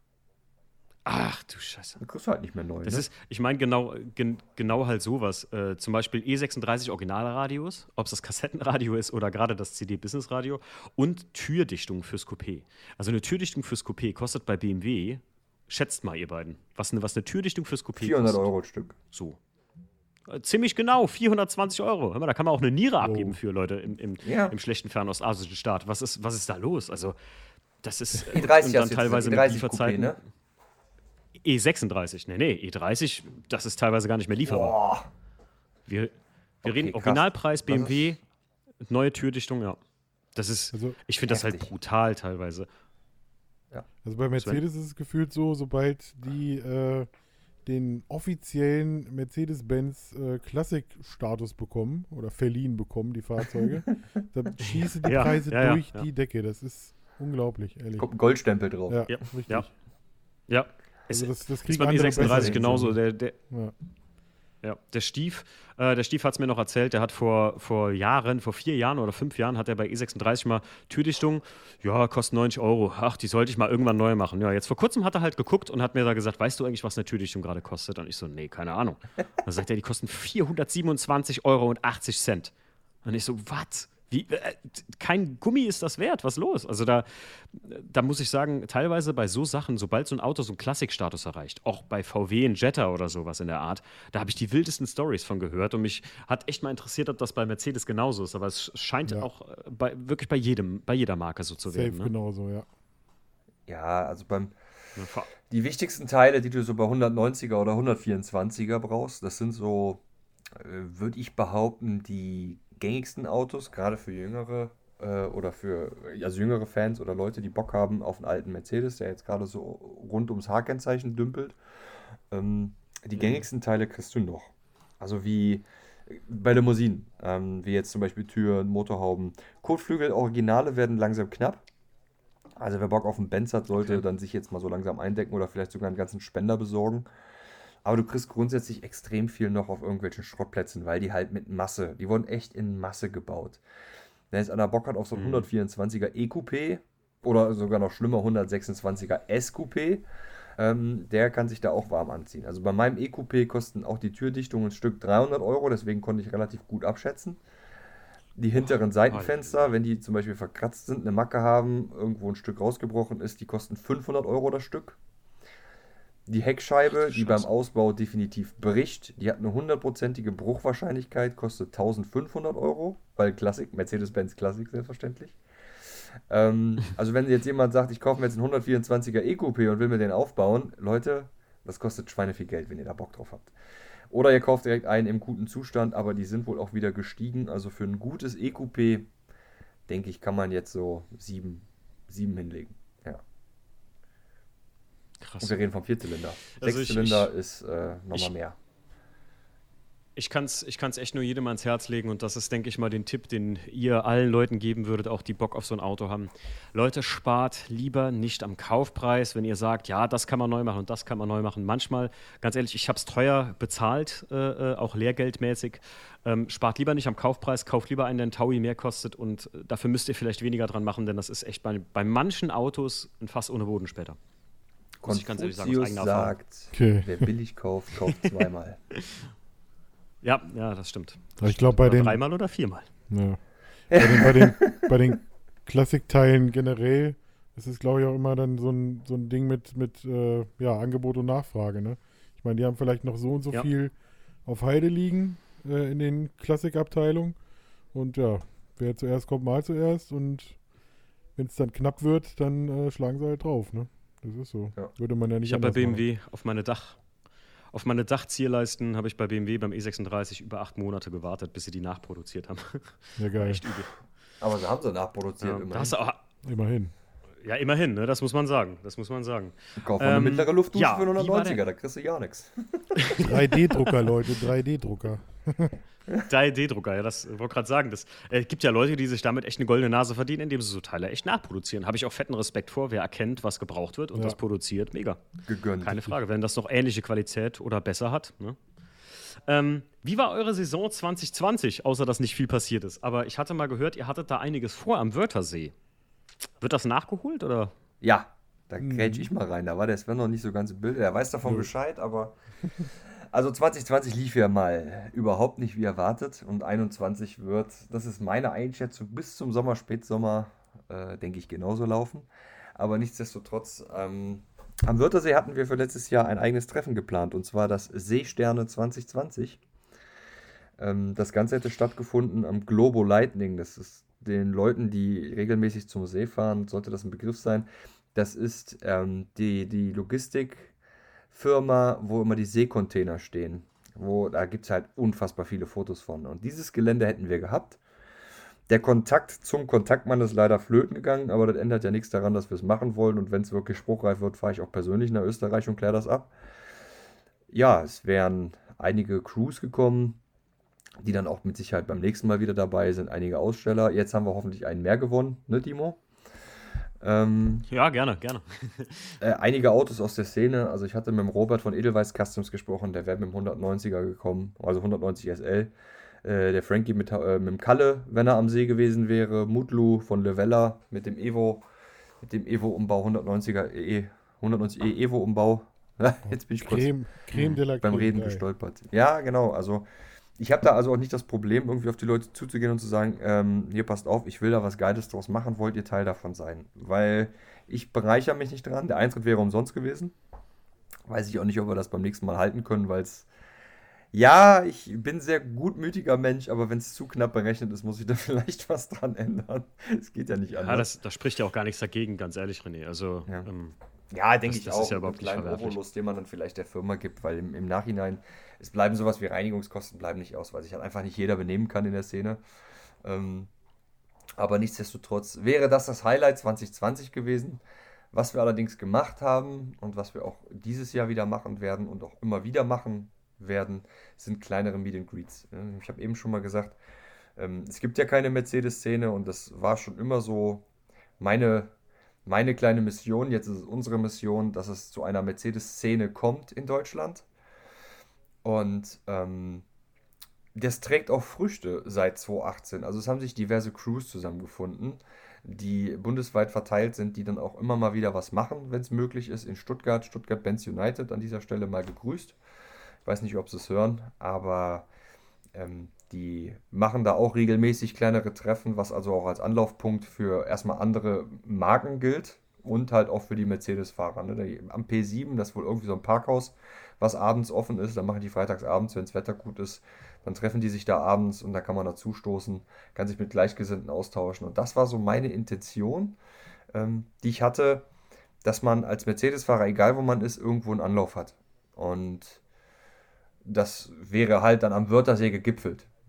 Ach du Scheiße. Dann kriegst du halt nicht mehr neu. Das Ne? ist, ich meine genau, gen, genau halt sowas. Äh, zum Beispiel E sechsunddreißig Originalradios, ob es das Kassettenradio ist oder gerade das C D-Business-Radio und Türdichtung fürs Coupé. Also eine Türdichtung fürs Coupé kostet bei B M W, schätzt mal ihr beiden, was eine, was eine Türdichtung fürs Coupé vierhundert kostet. Euro das Stück. So. Äh, Ziemlich genau, vierhundertzwanzig Euro. Hör mal, da kann man auch eine Niere Wow. abgeben für Leute im, im, Ja. im schlechten fernostasischen Staat. Was ist, was ist da los? Also, das ist. E dreißig und dann hast du jetzt teilweise gesagt, mit E dreißig Coupé, Lieferzeiten. ne? E sechsunddreißig, nee, nee, E dreißig, das ist teilweise gar nicht mehr lieferbar. Boah. Wir, wir Okay, reden krass. Originalpreis B M Das W, neue Türdichtung, ja. Das ist, Also, ich finde das halt heftig. brutal teilweise. also bei Mercedes ist es gefühlt so, sobald die äh, den offiziellen Mercedes-Benz äh, Classic-Status bekommen oder verliehen bekommen, die Fahrzeuge, dann schießen die Ja, Preise ja, ja, durch ja. die Decke. Das ist unglaublich, ehrlich. Kommt ein Goldstempel drauf. Ja, Ja, richtig. ja. Ja, Also es das, das ist kriegen beim E andere sechsunddreißig besser hin, genauso. so. Der, der, Ja. Ja, der Stief, äh, der Stief hat es mir noch erzählt, der hat vor, vor Jahren, vor vier Jahren oder fünf Jahren, hat er bei E sechsunddreißig mal Türdichtung, ja, kostet neunzig Euro. Ach, die sollte ich mal irgendwann neu machen. Ja, jetzt vor kurzem hat er halt geguckt und hat mir da gesagt, weißt du eigentlich, was eine Türdichtung gerade kostet? Und ich so, nee, keine Ahnung. Dann sagt er, die kosten vierhundertsiebenundzwanzig Euro und achtzig Cent. Und ich so, was? Wie, äh, kein Gummi ist das wert, was los? Also da, da muss ich sagen, teilweise bei so Sachen, sobald so ein Auto so einen Klassikstatus erreicht, auch bei V W ein Jetta oder sowas in der Art, da habe ich die wildesten Stories von gehört und mich hat echt mal interessiert, ob das bei Mercedes genauso ist, aber es scheint Ja. auch äh, bei, wirklich bei jedem, bei jeder Marke so zu Safe werden. Ne? genauso, ja. Ja, also beim Ja, vor- die wichtigsten Teile, die du so bei hundertneunziger oder hundertvierundzwanziger brauchst, das sind so, äh, würde ich behaupten, die gängigsten Autos, gerade für jüngere äh, oder für also jüngere Fans oder Leute, die Bock haben auf einen alten Mercedes, der jetzt gerade so rund ums H-Kennzeichen dümpelt. Ähm, die gängigsten Teile kriegst du noch. Also wie bei Limousinen, ähm, wie jetzt zum Beispiel Türen, Motorhauben. Kotflügel, Originale werden langsam knapp. Also wer Bock auf einen Benz hat, sollte Okay. dann sich jetzt mal so langsam eindecken oder vielleicht sogar einen ganzen Spender besorgen. Aber du kriegst grundsätzlich extrem viel noch auf irgendwelchen Schrottplätzen, weil die halt mit Masse, die wurden echt in Masse gebaut. Wenn jetzt einer Bock hat auf so einen Mhm. hundertvierundzwanziger E-Coupé oder sogar noch schlimmer hundertsechsundzwanziger S-Coupé, ähm, der kann sich da auch warm anziehen. Also bei meinem E-Coupé kosten auch die Türdichtungen ein Stück dreihundert Euro, deswegen konnte ich relativ gut abschätzen. Die hinteren Seitenfenster, wenn die zum Beispiel verkratzt sind, eine Macke haben, irgendwo ein Stück rausgebrochen ist, die kosten fünfhundert Euro das Stück. Die Heckscheibe, Ach, die beim Scheiße. Ausbau definitiv bricht, die hat eine hundertprozentige Bruchwahrscheinlichkeit, kostet eintausendfünfhundert Euro, weil Klassik, Mercedes-Benz Klassik selbstverständlich. Ähm, also wenn jetzt jemand sagt, ich kaufe mir jetzt einen hundertvierundzwanziger E-Coupé und will mir den aufbauen, Leute, das kostet Schweine viel Geld, wenn ihr da Bock drauf habt. Oder ihr kauft direkt einen im guten Zustand, aber die sind wohl auch wieder gestiegen. Also für ein gutes E-Coupé, denke ich, kann man jetzt so sieben, sieben hinlegen. Ja. Krass. Und wir reden vom Vierzylinder. Also ich- Sechszylinder ich- ist äh, nochmal ich- mehr. Ich kann es ich kann's echt nur jedem ans Herz legen und das ist, denke ich mal, den Tipp, den ihr allen Leuten geben würdet, auch die Bock auf so ein Auto haben. Leute, spart lieber nicht am Kaufpreis, wenn ihr sagt, ja, das kann man neu machen und das kann man neu machen. Manchmal, ganz ehrlich, ich habe es teuer bezahlt, äh, äh, auch lehrgeldmäßig. Ähm, spart lieber nicht am Kaufpreis, kauft lieber einen, der einen Taui mehr kostet und äh, dafür müsst ihr vielleicht weniger dran machen, denn das ist echt bei, bei manchen Autos ein Fass ohne Boden später. Muss ich ganz ehrlich sagen, aus Konfuzius eigener Erfahrung. sagt, Okay. wer billig kauft, kauft zweimal. Ja, ja, das stimmt. Aber ich glaube, bei Oder den, dreimal oder viermal. ja, bei den, bei den, bei den Klassikteilen generell ist es, glaube ich, auch immer dann so ein, so ein Ding mit, mit äh, ja, Angebot und Nachfrage. Ne? Ich meine, die haben vielleicht noch so und so Ja. viel auf Halde liegen äh, in den Klassikabteilungen. Und ja, wer zuerst kommt, mal zuerst. Und wenn es dann knapp wird, dann äh, schlagen sie halt drauf. Ne? Das ist so. Ja. Würde man ja nicht Ich habe bei anders B M machen. W auf meine Dach, auf meine Dachzierleisten habe ich bei B M W beim E sechsunddreißig über acht Monate gewartet, bis sie die nachproduziert haben. Ja, geil. Echt übel. Aber sie haben sie nachproduziert Ja, immerhin. da hast du auch, Immerhin. ja, immerhin, ne? Das muss man sagen. Das muss man sagen. Kauf mal eine Ähm, mittlere Luftdusche ja, für wie war hundertneunziger, da kriegst du ja nichts. drei D-Drucker, Leute, drei D-Drucker. drei D-Drucker, ja, das wollte gerade sagen. Es äh, gibt ja Leute, die sich damit echt eine goldene Nase verdienen, indem sie so Teile echt nachproduzieren. Habe ich auch fetten Respekt vor. Wer erkennt, was gebraucht wird und Ja. das produziert, mega. Gegönnt. Keine Frage, wenn das noch ähnliche Qualität oder besser hat. Ne? Ähm, wie war eure Saison zwanzig zwanzig, außer dass nicht viel passiert ist? Aber ich hatte mal gehört, ihr hattet da einiges vor am Wörthersee. Wird das nachgeholt oder? Ja, da Mhm. grätsch ich mal rein. Da war der Sven noch nicht so ganz im Bild. Er weiß davon Nö. Bescheid, aber. Also zwanzig zwanzig lief ja mal überhaupt nicht wie erwartet und einundzwanzig wird, das ist meine Einschätzung, bis zum Sommer, Spätsommer, äh, denke ich, genauso laufen. Aber nichtsdestotrotz, ähm, am Wörthersee hatten wir für letztes Jahr ein eigenes Treffen geplant und zwar das Seesterne zwanzig zwanzig. Ähm, das Ganze hätte stattgefunden am Globo Lightning. Das ist den Leuten, die regelmäßig zum See fahren, sollte das ein Begriff sein. Das ist ähm, die, die Logistikfirma, wo immer die Seekontainer stehen. Wo, da gibt es halt unfassbar viele Fotos von. Und dieses Gelände hätten wir gehabt. Der Kontakt zum Kontaktmann ist leider flöten gegangen, aber das ändert ja nichts daran, dass wir es machen wollen. Und wenn es wirklich spruchreif wird, fahre ich auch persönlich nach Österreich und kläre das ab. Ja, es wären einige Crews gekommen, die dann auch mit Sicherheit beim nächsten Mal wieder dabei sind. Einige Aussteller. Jetzt haben wir hoffentlich einen mehr gewonnen, ne, Timo? Ähm, Ja, gerne, gerne. äh, einige Autos aus der Szene. Also ich hatte mit dem Robert von Edelweiss Customs gesprochen, der wäre mit dem hundertneunziger gekommen, also hundertneunzig S L. Äh, der Frankie mit, äh, mit dem Kalle, wenn er am See gewesen wäre. Mutlu von Levella mit dem Evo, mit dem Evo-Umbau, hundertneunziger E, hundertneunzig E Evo-Umbau. Jetzt bin ich kurz Creme, Creme de la beim Creme, Reden geil. gestolpert. Ja, genau. Also ich habe da also auch nicht das Problem, irgendwie auf die Leute zuzugehen und zu sagen, ähm, hier passt auf, ich will da was Geiles draus machen, wollt ihr Teil davon sein? Weil ich bereichere mich nicht dran. Der Eintritt wäre umsonst gewesen. Weiß ich auch nicht, ob wir das beim nächsten Mal halten können, weil es ja, ich bin ein sehr gutmütiger Mensch, aber wenn es zu knapp berechnet ist, muss ich da vielleicht was dran ändern. Es geht ja nicht Ja, anders. das, da spricht ja auch gar nichts dagegen, ganz ehrlich, René. Also, Ja. ähm, Ja, denke Das- ich das auch. ist ja mit überhaupt einem nicht kleinen verwerflich. Obolus, den man dann vielleicht der Firma gibt, weil im, im Nachhinein, es bleiben sowas wie Reinigungskosten, bleiben nicht aus, weil sich halt einfach nicht jeder benehmen kann in der Szene. Ähm, aber nichtsdestotrotz wäre das das Highlight zwanzig zwanzig gewesen. Was wir allerdings gemacht haben und was wir auch dieses Jahr wieder machen werden und auch immer wieder machen werden, sind kleinere Meet and Greets. Ja, Ich habe eben schon mal gesagt, ähm, es gibt ja keine Mercedes-Szene und das war schon immer so meine, meine kleine Mission. Jetzt ist es unsere Mission, dass es zu einer Mercedes-Szene kommt in Deutschland. Und ähm, das trägt auch Früchte seit zweitausendachtzehn. Also es haben sich diverse Crews zusammengefunden, die bundesweit verteilt sind, die dann auch immer mal wieder was machen, wenn es möglich ist. In Stuttgart, Stuttgart Benz United, an dieser Stelle mal gegrüßt. Ich weiß nicht, ob sie es hören, aber ähm, die machen da auch regelmäßig kleinere Treffen, was also auch als Anlaufpunkt für erstmal andere Marken gilt und halt auch für die Mercedes-Fahrer. Ne? Die- Am P sieben, das ist wohl irgendwie so ein Parkhaus, was abends offen ist, da machen die freitags abends, wenn das Wetter gut ist, dann treffen die sich da abends und da kann man dazu stoßen, kann sich mit Gleichgesinnten austauschen. Und das war so meine Intention, ähm, die ich hatte, dass man als Mercedes-Fahrer, egal wo man ist, irgendwo einen Anlauf hat. Und das wäre halt dann am Wörthersee gegipfelt.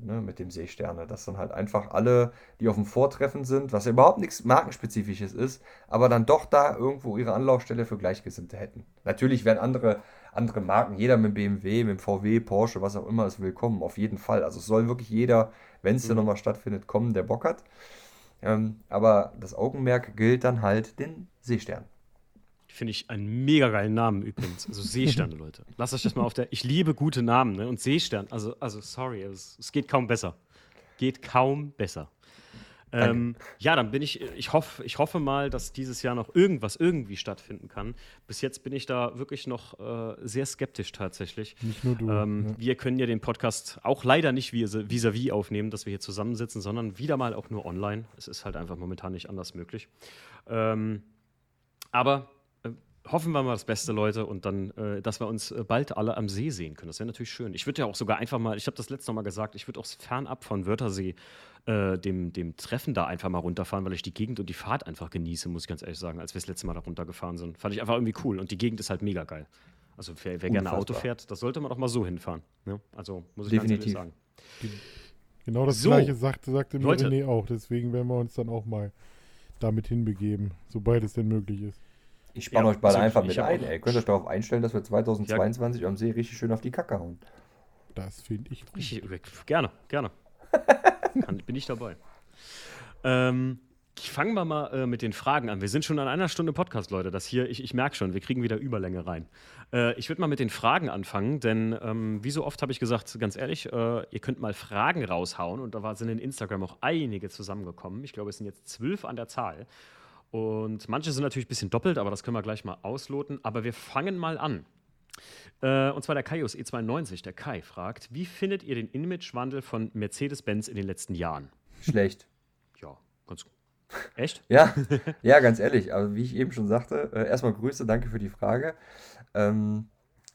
ne, mit dem Seesterne. Dass dann halt einfach alle, die auf dem Vortreffen sind, was ja überhaupt nichts Markenspezifisches ist, aber dann doch da irgendwo ihre Anlaufstelle für Gleichgesinnte hätten. Natürlich wären andere, andere Marken, jeder mit B M W, mit V W, Porsche, was auch immer, ist willkommen, auf jeden Fall. Also es soll wirklich jeder, wenn es Mhm. dann nochmal stattfindet, kommen, der Bock hat. Ähm, aber das Augenmerk gilt dann halt den Seestern. Finde ich einen mega geilen Namen übrigens. Also Seesterne, Leute. Lasst euch das mal auf der. Ich liebe gute Namen, ne? Und Seestern, also, also sorry, es, es geht kaum besser. Geht kaum besser. Ähm, ja, dann bin ich, ich hoffe, ich hoffe mal, dass dieses Jahr noch irgendwas irgendwie stattfinden kann. Bis jetzt bin ich da wirklich noch äh, sehr skeptisch tatsächlich. Nicht nur du. Ähm, ja. Wir können ja den Podcast auch leider nicht vis- vis-à-vis aufnehmen, dass wir hier zusammensitzen, sondern wieder mal auch nur online. Es ist halt einfach momentan nicht anders möglich. Ähm, aber äh, hoffen wir mal das Beste, Leute, und dann, äh, dass wir uns äh, bald alle am See sehen können. Das wäre natürlich schön. Ich würde ja auch sogar einfach mal, ich habe das letzte Mal gesagt, ich würde auch fernab von Wörthersee äh, dem, dem Treffen da einfach mal runterfahren, weil ich die Gegend und die Fahrt einfach genieße, muss ich ganz ehrlich sagen, als wir das letzte Mal da runtergefahren sind. Fand ich einfach irgendwie cool und die Gegend ist halt mega geil. Also wer, wer gerne Unfassbar. Auto fährt, das sollte man doch mal so hinfahren. Ne? Also muss ich ganz Definitiv. ehrlich sagen. Genau das So. gleiche sagte, sagte mir Leute. René auch. Deswegen werden wir uns dann auch mal damit hinbegeben, sobald es denn möglich ist. Ich spanne Ja, euch beide also einfach ich mit hab ein, auch- ey. Könnt euch darauf einstellen, dass wir zweitausendzweiundzwanzig am See richtig schön auf die Kacke hauen. Das finde ich gut. Ich, gerne, gerne. Kann, bin ich dabei. Ähm, fangen wir mal äh, mit den Fragen an. Wir sind schon an einer Stunde Podcast, Leute. Das hier, ich, ich merke schon, wir kriegen wieder Überlänge rein. Äh, ich würde mal mit den Fragen anfangen, denn ähm, wie so oft habe ich gesagt, ganz ehrlich, äh, ihr könnt mal Fragen raushauen und da war, sind in Instagram auch einige zusammengekommen. Ich glaube, es sind jetzt zwölf an der Zahl. Und manche sind natürlich ein bisschen doppelt, aber das können wir gleich mal ausloten. Aber wir fangen mal an. Äh, und zwar der Kaius E zweiundneunzig, der Kai, fragt, wie findet ihr den Imagewandel von Mercedes-Benz in den letzten Jahren? Schlecht. Ja, ganz gut. Echt? Ja, ja, ganz ehrlich, aber wie ich eben schon sagte, äh, erstmal Grüße, danke für die Frage. Ähm,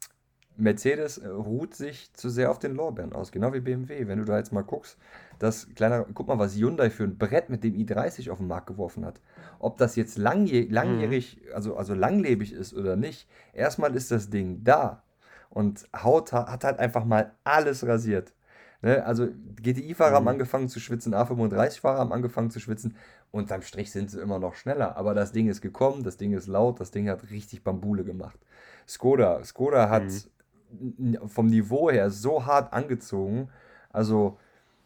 Mercedes äh, ruht sich zu sehr auf den Lorbeeren aus, genau wie B M W. Wenn du da jetzt mal guckst, das kleiner, guck mal, was Hyundai für ein Brett mit dem i dreißig auf den Markt geworfen hat. Ob das jetzt langjäh langjährig, also, also langlebig ist oder nicht, erstmal ist das Ding da und haut, hat halt einfach mal alles rasiert. Ne? Also G T I-Fahrer haben Mhm. angefangen zu schwitzen, A fünfunddreißig-Fahrer haben angefangen zu schwitzen. Unterm Strich sind sie immer noch schneller. Aber das Ding ist gekommen, das Ding ist laut, das Ding hat richtig Bambule gemacht. Skoda, Skoda hat n- vom Niveau her so hart angezogen. Also,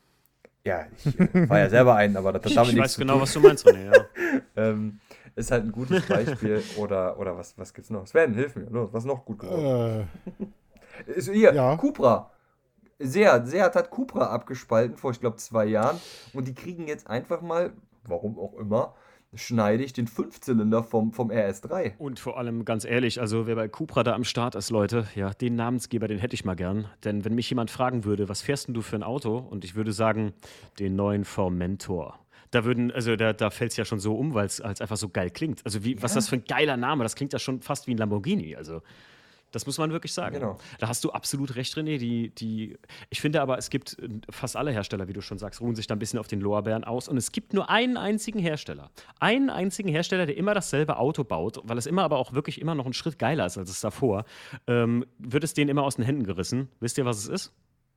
ja, ich äh, war ja selber ein, aber das hat Ich, damit ich nichts weiß zu genau, tun. was du meinst, René. Ja. Ähm, ist halt ein gutes Beispiel. Oder, oder was, was gibt's noch? Sven, hilf mir. Los, was noch gut geworden? Äh, Ist hier, ja. Cupra. Seat, Seat hat Cupra abgespalten vor, ich glaube, zwei Jahren. Und die kriegen jetzt einfach mal, warum auch immer, schneidig den Fünfzylinder vom, vom R S drei. Und vor allem, ganz ehrlich, also wer bei Cupra da am Start ist, Leute, ja, den Namensgeber, den hätte ich mal gern. Denn wenn mich jemand fragen würde, was fährst denn du für ein Auto? Und ich würde sagen, den neuen Formentor. Da würden, also da, da fällt es ja schon so um, weil es einfach so geil klingt. Also wie, was Ja. das für ein geiler Name, das klingt ja schon fast wie ein Lamborghini. Also das muss man wirklich sagen. Genau. Da hast du absolut recht, René. Die, die, ich finde aber, es gibt äh, fast alle Hersteller, wie du schon sagst, ruhen sich da ein bisschen auf den Lorbeeren aus. Und es gibt nur einen einzigen Hersteller. Einen einzigen Hersteller, der immer dasselbe Auto baut, weil es immer aber auch wirklich immer noch einen Schritt geiler ist als es davor, ähm, wird es denen immer aus den Händen gerissen. Wisst ihr, was es ist?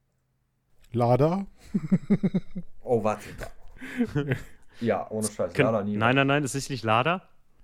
Lada. Oh, warte. Ja, ohne Scheiß. Können- Lada nie. nein, nein, nein, es ist nicht Lada.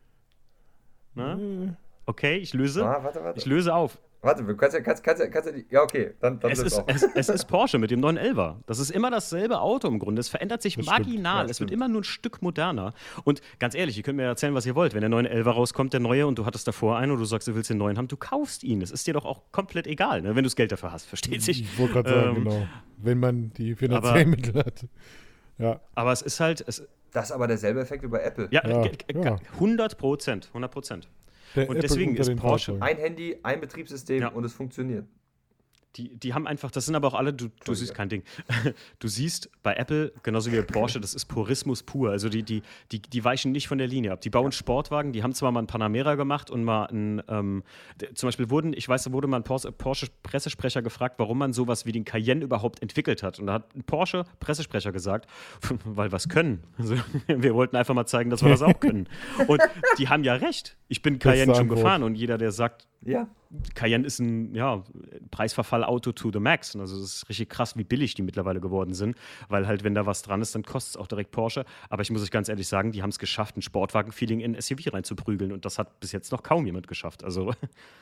Na? Äh, Okay, ich löse. Ah, warte, warte. Ich löse auf. Warte, du kannst ja, kannst, kannst, ja- kannst ja die. Ja, okay, dann, dann Es löst ist, auf. es, es ist Porsche mit dem neun elfer. Das ist immer dasselbe Auto im Grunde. Es verändert sich Das stimmt. marginal. Ja, es wird stimmt. immer nur ein Stück moderner. Und ganz ehrlich, ihr könnt mir erzählen, was ihr wollt. Wenn der neun elfer rauskommt, der neue, und du hattest davor einen und du sagst, du willst den neuen haben, du kaufst ihn. Das ist dir doch auch komplett egal, ne? Wenn du das Geld dafür hast. Versteht sich? Ich wollte gerade sagen, Ähm, genau. Wenn man die finanziellen aber- Mittel hat. Ja, Aber es ist halt, es, Das ist aber derselbe Effekt wie bei Apple. ja, Ja, g- g- ja. hundert Prozent. hundert Prozent. der Und Apple deswegen unter ist den Porsche- Fahrzeugen. Ein Handy, ein Betriebssystem Ja. und es funktioniert. Die, die haben einfach, das sind aber auch alle, du, du siehst kein Ding. Du siehst bei Apple, genauso wie bei Porsche, das ist Purismus pur. Also die, die, die, die weichen nicht von der Linie ab. Die bauen Sportwagen, die haben zwar mal einen Panamera gemacht und mal einen, ähm, d- zum Beispiel wurden, ich weiß, da wurde mal ein Porsche- Porsche-Pressesprecher gefragt, warum man sowas wie den Cayenne überhaupt entwickelt hat. Und da hat ein Porsche-Pressesprecher gesagt, weil wir es können. Also, wir wollten einfach mal zeigen, dass wir das auch können. Und die haben ja recht. Ich bin Cayenne schon Antwort. gefahren und jeder, der sagt, Ja. Cayenne ist ein ja, Preisverfall-Auto to the max. Also es ist richtig krass, wie billig die mittlerweile geworden sind, weil halt, wenn da was dran ist, dann kostet es auch direkt Porsche. Aber ich muss euch ganz ehrlich sagen, die haben es geschafft, ein Sportwagen-Feeling in ein S U V reinzuprügeln und das hat bis jetzt noch kaum jemand geschafft. Also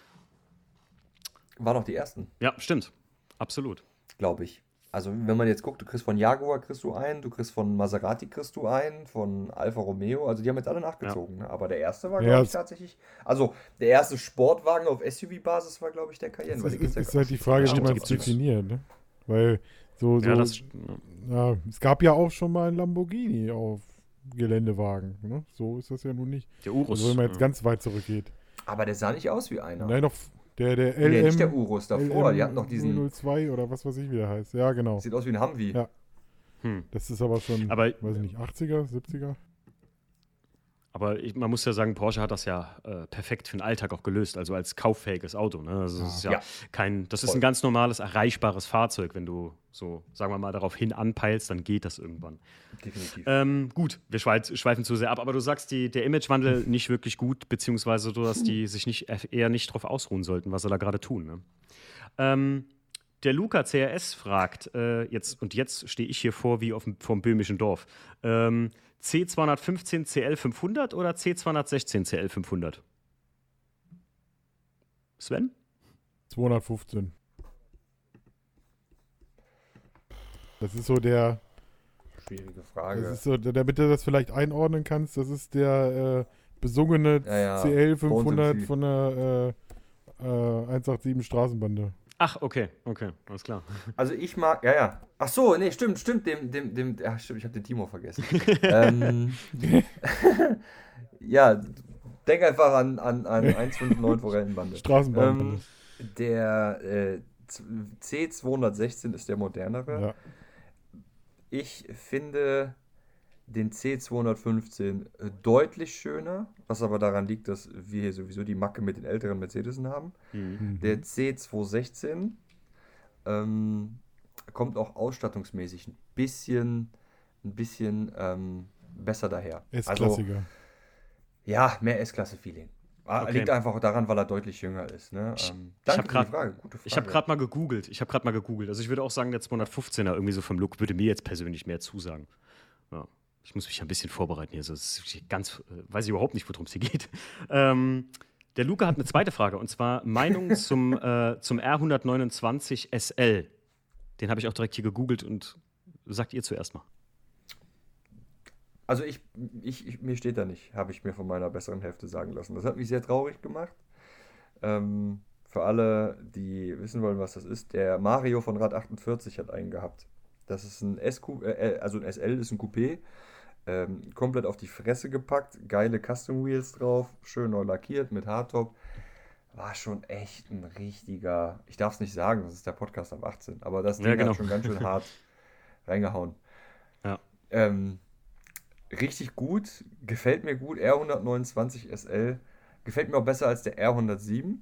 Waren noch die ersten, ja, stimmt. Absolut. glaube ich. Also wenn man jetzt guckt, du kriegst von Jaguar kriegst du einen, du kriegst von Maserati kriegst du einen, von Alfa Romeo, also die haben jetzt alle nachgezogen. Ne? Aber der erste war, Ja, glaube ich, es- tatsächlich, also der erste Sportwagen auf S U V-Basis war, glaube ich, der Cayenne. Es weil die ist, gibt's ja ist halt die Frage, wie Stimmt, man die es gibt's. definiert. Ne? Weil so, so Ja, das, ja, es gab ja auch schon mal einen Lamborghini auf Geländewagen. Ne? So ist das ja nun nicht. der Urus. Also wenn man jetzt ja. ganz weit zurückgeht. Aber der sah nicht aus wie einer. Nein, noch der, der Nee, L M. nicht der Urus davor, die hatten noch diesen, null null zwei oder was weiß ich, wie der heißt. Ja, genau. sieht aus wie ein Humvee. Ja. Hm. Das ist aber schon, Aber- weiß ich nicht, achtziger, siebziger? Aber ich, man muss ja sagen, Porsche hat das ja äh, perfekt für den Alltag auch gelöst, also als kauffähiges Auto. Ne? Also das ist ja, Ja. kein, das ist Voll. ein ganz normales, erreichbares Fahrzeug. Wenn du so, sagen wir mal, darauf hin anpeilst, dann geht das irgendwann. Definitiv. Ähm, gut, wir schweiz, schweifen zu sehr ab, aber du sagst, die, der Imagewandel nicht wirklich gut, beziehungsweise so, dass die sich nicht, eher nicht darauf ausruhen sollten, was sie da gerade tun. Ne? Ähm, der Luca C R S fragt, äh, jetzt, und jetzt stehe ich hier vor wie auf dem, vom böhmischen Dorf, ähm, C zweihundertfünfzehn C L fünfhundert oder C zweihundertsechzehn C L fünfhundert? Sven? zweihundertfünfzehn. Das ist so der, Schwierige das Frage. ist so, damit du das vielleicht einordnen kannst, das ist der äh, besungene Ja, ja, C L bei uns im fünfhundert Süden. von der äh, äh, hundertsiebenundachtzig Straßenbande. Ach, okay, okay, alles klar. Also ich mag, ja, ja. Ach so, nee, stimmt, stimmt, dem, dem, dem, ach stimmt, ich habe den Timo vergessen. ähm, ja, denk einfach an, an, an hundertneunundfünfzig Forellenbande. Straßenbande. Ähm, der äh, C zweihundertsechzehn ist der modernere. Ja. Ich finde den C zweihundertfünfzehn äh, deutlich schöner, was aber daran liegt, dass wir hier sowieso die Macke mit den älteren Mercedesen haben. Mhm. Der C zweihundertsechzehn ähm, kommt auch ausstattungsmäßig ein bisschen, ein bisschen ähm, besser daher. Also, S-Klassiker. ja, mehr S-Klasse-Feeling. Ah, Okay. Liegt einfach daran, weil er deutlich jünger ist. Ne? Ich- Ähm, ich danke hab für grad- die Frage. Gute Frage. Ich habe gerade mal gegoogelt. Ich habe gerade mal gegoogelt. Also ich würde auch sagen, der zweihundertfünfzehner irgendwie so vom Look würde mir jetzt persönlich mehr zusagen. Ja. Ich muss mich ein bisschen vorbereiten hier. So, das ist ganz, äh, weiß ich überhaupt nicht, worum es hier geht. Ähm, der Luca hat eine zweite Frage und zwar Meinung zum, äh, zum R hundertneunundzwanzig S L. Den habe ich auch direkt hier gegoogelt und sagt ihr zuerst mal. Also ich, ich, ich, mir steht da nicht, habe ich mir von meiner besseren Hälfte sagen lassen. Das hat mich sehr traurig gemacht. Ähm, für alle, die wissen wollen, was das ist, der Mario von Rad achtundvierzig hat einen gehabt. Das ist ein S Q, äh, also ein S L ist ein Coupé, ähm, komplett auf die Fresse gepackt, geile Custom Wheels drauf, schön neu lackiert mit Hardtop. War schon echt ein richtiger, ich darf es nicht sagen, das ist der Podcast ab achtzehn, aber das Ding Ja, genau. hat schon ganz schön hart reingehauen. Ja. Ähm, richtig gut, gefällt mir gut, R hundertneunundzwanzig S L, gefällt mir auch besser als der R hundertsieben.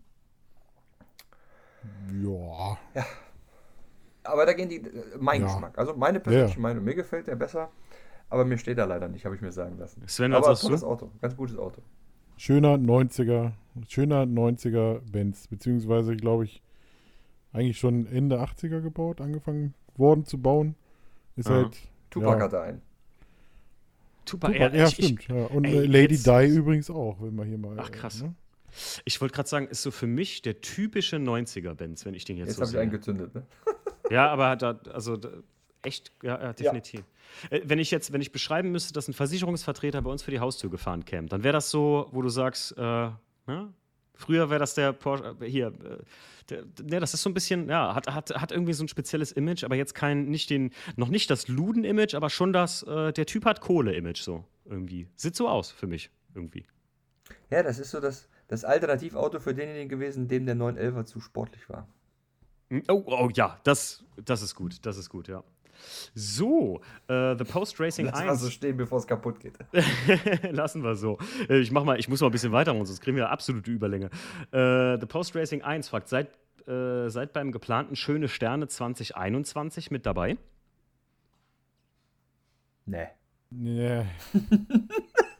Ja. Aber da gehen die, äh, mein Ja. Geschmack, also meine persönliche Ja. Meinung, mir gefällt der besser, aber mir steht er leider nicht, habe ich mir sagen lassen. Sven, was Aber sagst gutes du? Auto, ganz gutes Auto. Schöner neunziger, schöner neunziger Benz, beziehungsweise glaube ich eigentlich schon Ende achtziger gebaut, angefangen worden zu bauen. Ist Ja. halt Tupac ja, hatte einen. Super, Tupac, ja, ich, ich, stimmt. Ja. Und ey, äh, Lady jetzt- Di übrigens auch, wenn man hier mal. Ach, krass. äh, Ne? ich wollte gerade sagen, ist so für mich der typische neunziger-Benz, wenn ich den jetzt, Jetzt so habe ich sehe. einen gezündet, ne? Ja, aber hat da, also da, echt, ja, ja definitiv. Äh, wenn ich jetzt, wenn ich beschreiben müsste, dass ein Versicherungsvertreter bei uns für die Haustür gefahren käme, dann wäre das so, wo du sagst, äh, ne? Früher wäre das der Porsche, äh, hier, äh, der, ne, das ist so ein bisschen, ja, hat, hat, hat irgendwie so ein spezielles Image, aber jetzt kein, nicht den, noch nicht das Luden-Image, aber schon das, äh, der Typ hat Kohle-Image so irgendwie. Sieht so aus für mich irgendwie. Ja, das ist so das, das Alternativauto für denjenigen gewesen, dem der neun elfer zu sportlich war. Hm, Oh, oh ja, das, das ist gut, das ist gut, ja. So, äh, The Post Racing Lass mal eins. so stehen, bevor es kaputt geht. Lassen wir so. Äh, Ich, mach mal, ich muss mal ein bisschen weitermachen, sonst kriegen wir absolute Überlänge. Äh, The Post Racing eins fragt, seid, äh, seid beim geplanten Schöne Sterne zwanzig einundzwanzig mit dabei? Nee. Nee.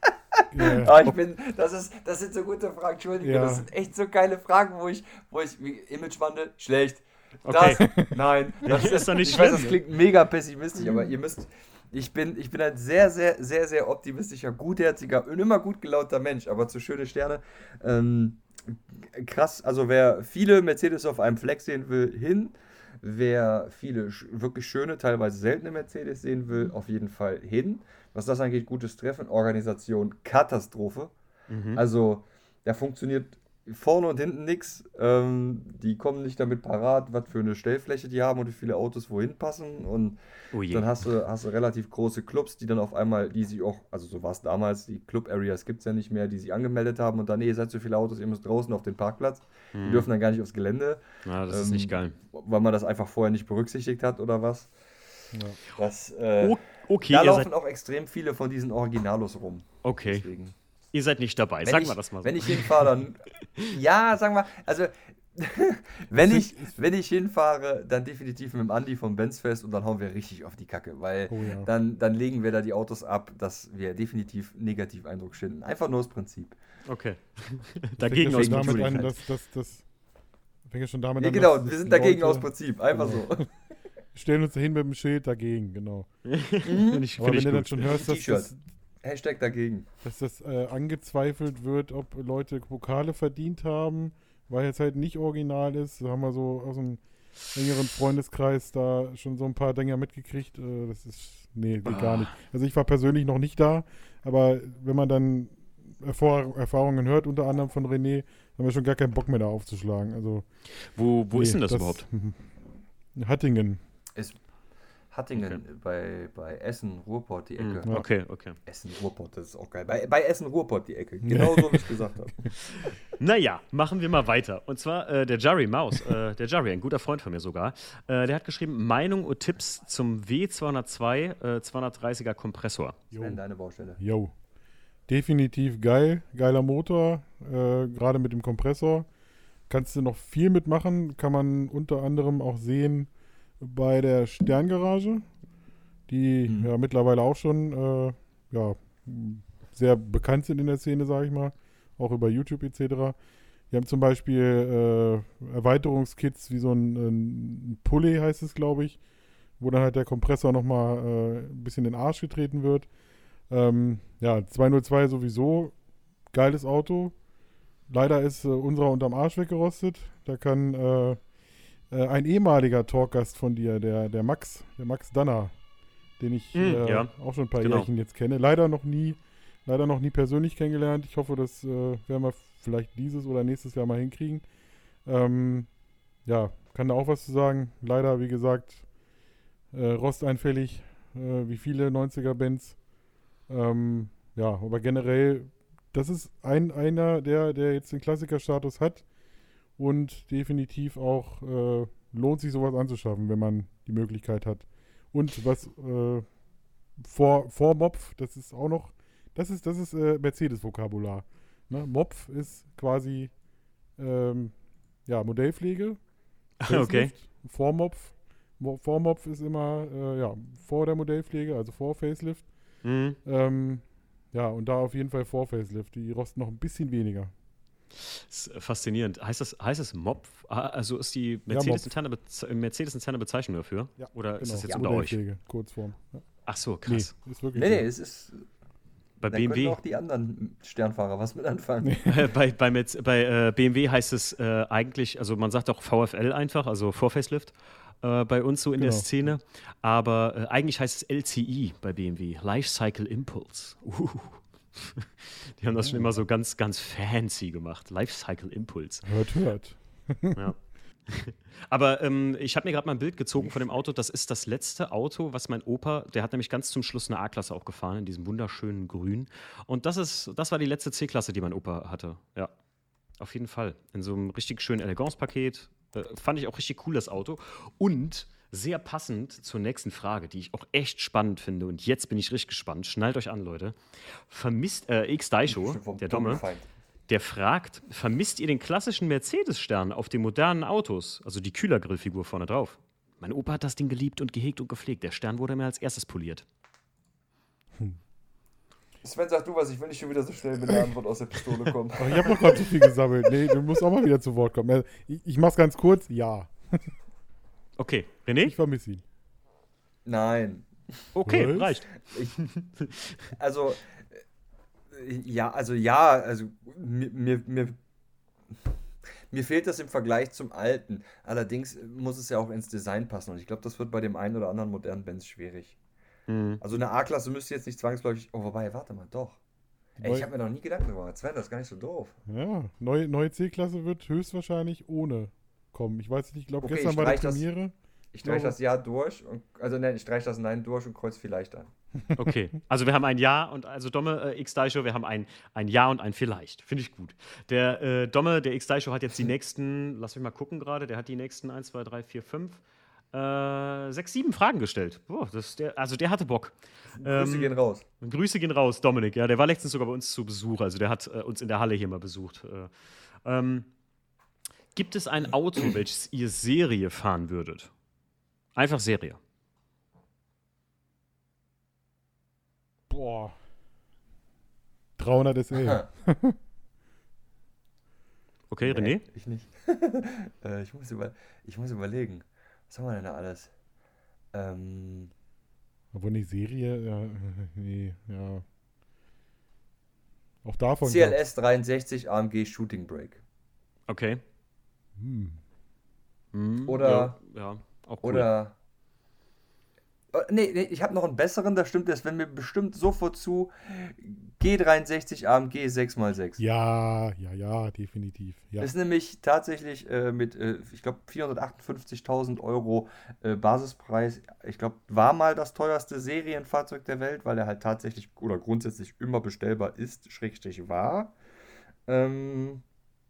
äh, Ah, ich bin, das, ist, das sind so gute Fragen, Entschuldigung, Ja. das sind echt so geile Fragen, wo ich, wo ich, wie Imagewandel, schlecht, Okay. das, nein, das Ist doch nicht ich weiß, schlimm. das klingt mega pessimistisch, aber ihr müsst, ich bin, ich bin ein sehr, sehr, sehr, sehr optimistischer, gutherziger und immer gut gelaunter Mensch, aber zu schöne Sterne, ähm, krass, also wer viele Mercedes auf einem Fleck sehen will, hin, wer viele sch- wirklich schöne, teilweise seltene Mercedes sehen will, auf jeden Fall hin. Was das angeht, gutes Treffen, Organisation, Katastrophe. Mhm. Also, da funktioniert vorne und hinten nichts. Ähm, die kommen nicht damit parat, was für eine Stellfläche die haben und wie viele Autos wohin passen. Und Oh je. dann hast du, hast du relativ große Clubs, die dann auf einmal, die sich auch, also so war es damals, die Club-Areas gibt es ja nicht mehr, die sich angemeldet haben und dann, nee, ihr seid so viele Autos, ihr müsst draußen auf den Parkplatz. Die dürfen dann gar nicht aufs Gelände. Ja, das ist ähm, nicht geil. Weil man das einfach vorher nicht berücksichtigt hat oder was. ja. Das, äh, O- okay, da ihr laufen seid, auch extrem viele von diesen Originalos rum. okay. Deswegen. Ihr seid nicht dabei, Wenn sagen ich, wir das mal so. Wenn ich hinfahre, dann. Ja, sagen wir, also. wenn, ich, wenn ich hinfahre, dann definitiv mit dem Andi vom Benzfest und dann hauen wir richtig auf die Kacke, weil Oh ja. dann, dann legen wir da die Autos ab, dass wir definitiv Negativeindruck schinden. Einfach nur das Prinzip. Okay. Fängt Dagegen ja aus schon dem damit Entschuldigung. an, dass das, das fängt ja schon damit Ja, an, genau, dass, dass wir sind die dagegen Leute, aus Prinzip. Einfach Genau. so. stellen uns dahin mit dem Schild dagegen, genau. Finde ich, Aber find wenn ich du dann gut. schon hörst, dass T-Shirt. das, Hashtag dagegen. dass das äh, angezweifelt wird, ob Leute Pokale verdient haben, weil jetzt halt nicht original ist, da haben wir so aus einem engeren Freundeskreis da schon so ein paar Dinger mitgekriegt. Äh, das ist, nee, geht gar Ah. nicht. Also ich war persönlich noch nicht da, aber wenn man dann Erfahr Erfahrungen hört, unter anderem von René, haben wir schon gar keinen Bock mehr da aufzuschlagen. Also, Wo, wo ist nee, denn das, überhaupt? Hattingen. Hattingen Okay. bei, bei Essen, Ruhrpott, die Ecke. Hm, Okay, okay. Essen, Ruhrpott, das ist auch geil. Bei, bei Essen, Ruhrpott, die Ecke. Genau so, wie ich gesagt habe. Naja, machen wir mal weiter. Und zwar äh, der Jari Maus, äh, der Jari, ein guter Freund von mir sogar, äh, der hat geschrieben, Meinung und Tipps zum W zweihundertzwei äh, zweihundertdreißiger Kompressor. Sven, deine Baustelle. Jo. Definitiv geil. Geiler Motor. Äh, Gerade mit dem Kompressor. Kannst du noch viel mitmachen. Kann man unter anderem auch sehen bei der Sterngarage, die Mhm. ja mittlerweile auch schon äh, ja, m, sehr bekannt sind in der Szene, sage ich mal. Auch über YouTube et cetera. Die haben zum Beispiel äh, Erweiterungskits wie so ein, ein Pulley, heißt es, glaube ich, wo dann halt der Kompressor nochmal äh, ein bisschen in den Arsch getreten wird. Ähm, ja, zweihundertzwei sowieso, geiles Auto. Leider ist äh, unserer unterm Arsch weggerostet. Da kann äh, äh, ein ehemaliger Talkgast von dir, der, der Max, der Max Danner, den ich Mm, äh, ja, auch schon ein paar genau. Jährchen jetzt kenne, leider noch nie, leider noch nie persönlich kennengelernt. Ich hoffe, das äh, werden wir vielleicht dieses oder nächstes Jahr mal hinkriegen. Ähm, ja, kann da auch was zu sagen. Leider, wie gesagt, äh, rosteinfällig, äh, wie viele neunziger-Bands. Ähm, ja, aber generell, das ist ein, einer, der, der jetzt den Klassikerstatus hat und definitiv auch äh, lohnt sich sowas anzuschaffen, wenn man die Möglichkeit hat. Und was äh, vor, vor Mopf, das ist auch noch, das ist, das ist äh, Mercedes-Vokabular. Ne? Mopf ist quasi ähm, ja, Modellpflege. Okay. Facelift. Vor Mopf. Mo vor Mopf ist immer äh, ja, vor der Modellpflege, also vor Facelift. Mhm. Ähm, ja, und da auf jeden Fall vor Facelift. Die rosten noch ein bisschen weniger. Das ist faszinierend. Heißt das, heißt das Mopf? Ah, also ist die Mercedes-interne Beze Mercedes-interne Bezeichnung dafür? Ja, Oder ist das jetzt Ja. unter euch? Modellpflege, Kurzform. Ja. Ach so, Nee, krass. ist wirklich Nee, nee, so. es ist. Bei Da B M können W, auch die anderen Sternfahrer was mit anfangen. bei, bei, Merz- bei äh, B M W heißt es äh, eigentlich, also man sagt auch V F L einfach, also vor Facelift, äh, bei uns so in der Genau. Szene. Aber äh, eigentlich heißt es L C I bei B M W, Lifecycle Impulse. Uh. Die haben das schon immer so ganz, ganz fancy gemacht. Lifecycle Impulse. Hört, hört. Ja. Aber ähm, ich habe mir gerade mal ein Bild gezogen von dem Auto. Das ist das letzte Auto, was mein Opa, der hat nämlich ganz zum Schluss eine A-Klasse auch gefahren, in diesem wunderschönen Grün. Und das ist, das war die letzte C-Klasse, die mein Opa hatte. Ja, auf jeden Fall. In so einem richtig schönen Eleganz-Paket. Äh, fand ich auch richtig cool, das Auto. Und sehr passend zur nächsten Frage, die ich auch echt spannend finde. Und jetzt bin ich richtig gespannt. Schnallt euch an, Leute. Vermisst, äh, X Daisho, Vom der Domme, Doppelfeind. der fragt, vermisst ihr den klassischen Mercedes-Stern auf den modernen Autos, also die Kühlergrillfigur vorne drauf? Mein Opa hat das Ding geliebt und gehegt und gepflegt. Der Stern wurde mir als erstes poliert. Sven, sag du was, ich will nicht schon wieder so schnell mit der Antwort aus der Pistole kommen. Ach, ich habe noch gerade zu viel gesammelt. Nee, du musst auch mal wieder zu Wort kommen. Ich, ich mach's ganz kurz. Ja. Okay, René? Ich vermisse ihn. Nein. Okay, Was? reicht. Ich, also, äh, ja, also ja, also mir, mir, mir, mir fehlt das im Vergleich zum alten. Allerdings muss es ja auch ins Design passen und ich glaube, das wird bei dem einen oder anderen modernen Benz schwierig. Mhm. Also eine A-Klasse müsste jetzt nicht zwangsläufig, oh, wobei, warte mal, doch. Ey, ich habe mir noch nie Gedanken darüber gemacht. Sven, das ist gar nicht so doof. Ja, neue, neue C-Klasse wird höchstwahrscheinlich ohne kommen. Ich weiß nicht, ich glaube, Okay, gestern ich war die streich das- Premiere. Ich streiche glaube- das Ja durch, und, also nein, ich streiche das Nein durch und kreuz vielleicht an. Okay, also wir haben ein Ja und also Domme äh, X Daisho, wir haben ein, ein Ja und ein Vielleicht. Finde ich gut. Der äh, Domme, der X Daisho hat jetzt die nächsten, lass mich mal gucken gerade, der hat die nächsten eins, zwei, drei, vier, fünf, äh, sechs, sieben Fragen gestellt. Boah, das ist der, also der hatte Bock. Grüße Ähm, gehen raus. Grüße gehen raus, Dominik. Ja, der war letztens sogar bei uns zu Besuch. Also der hat äh, uns in der Halle hier mal besucht. Äh, ähm, gibt es ein Auto, welches ihr Serie fahren würdet? Einfach Serie. Boah. dreihundert S L. Okay, René? Nee, ich nicht. äh, ich, muss über, ich muss überlegen. Was haben wir denn da alles? Ähm, Obwohl nicht Serie, ja, nee, ja. Auch davon. C L S dreiundsechzig A M G Shooting Brake. Okay. gab's- Hm. Hm, Oder- Ja, ja auch cool. Oder. Oh, nee, nee, ich habe noch einen besseren, da stimmt es, wenn mir bestimmt sofort zu. G dreiundsechzig A M G sechs mal sechs. Ja, ja, ja, definitiv. Ja. Ist nämlich tatsächlich äh, mit, äh, ich glaube, vierhundertachtundfünfzigtausend Euro äh, Basispreis. Ich glaube, war mal das teuerste Serienfahrzeug der Welt, weil er halt tatsächlich oder grundsätzlich immer bestellbar ist, Schrägstrich war. Ähm,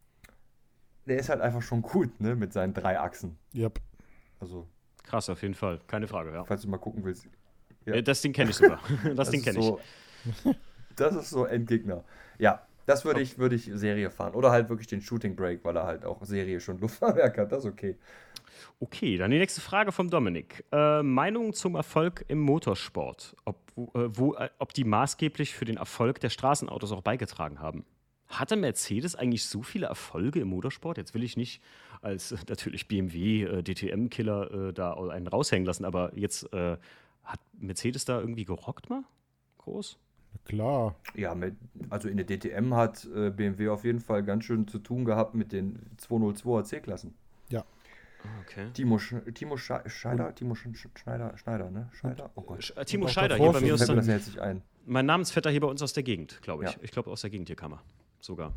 der ist halt einfach schon gut, ne, mit seinen drei Achsen. Yep. Also, Krass, auf jeden Fall. Keine Frage, ja. falls du mal gucken willst. Ja. Äh, Das Ding kenne ich sogar. Das, Ding ist kenne ich. so, das ist so Endgegner. Ja, das würde ich, würde ich Serie fahren. Oder halt wirklich den Shooting Brake, weil er halt auch Serie schon Luftfahrwerk hat. Das ist okay. Okay, dann die nächste Frage vom Dominik. Äh, Meinung zum Erfolg im Motorsport. Ob, äh, wo, äh, ob die maßgeblich für den Erfolg der Straßenautos auch beigetragen haben. Hatte Mercedes eigentlich so viele Erfolge im Motorsport? Jetzt will ich nicht als äh, natürlich B M W, äh, D T M-Killer äh, da einen raushängen lassen, aber jetzt äh, hat Mercedes da irgendwie gerockt mal? Groß? Na klar. Ja, mit, also in der D T M hat äh, B M W auf jeden Fall ganz schön zu tun gehabt mit den zweihundertzweier C-Klassen. Okay. Timo, Sch- Timo Sche- Scheider, Timo Sch- Sch- Schneider, Schneider, ne? Schneider? Oh Gott. Sch- äh, Timo Und auch Scheider, davor hier bei schon. mir aus Fällt mir das der, jetzt nicht ein. mein Namensvetter hier bei uns aus der Gegend, glaube ich. Ja. Ich glaube aus der Gegend hier kam er sogar.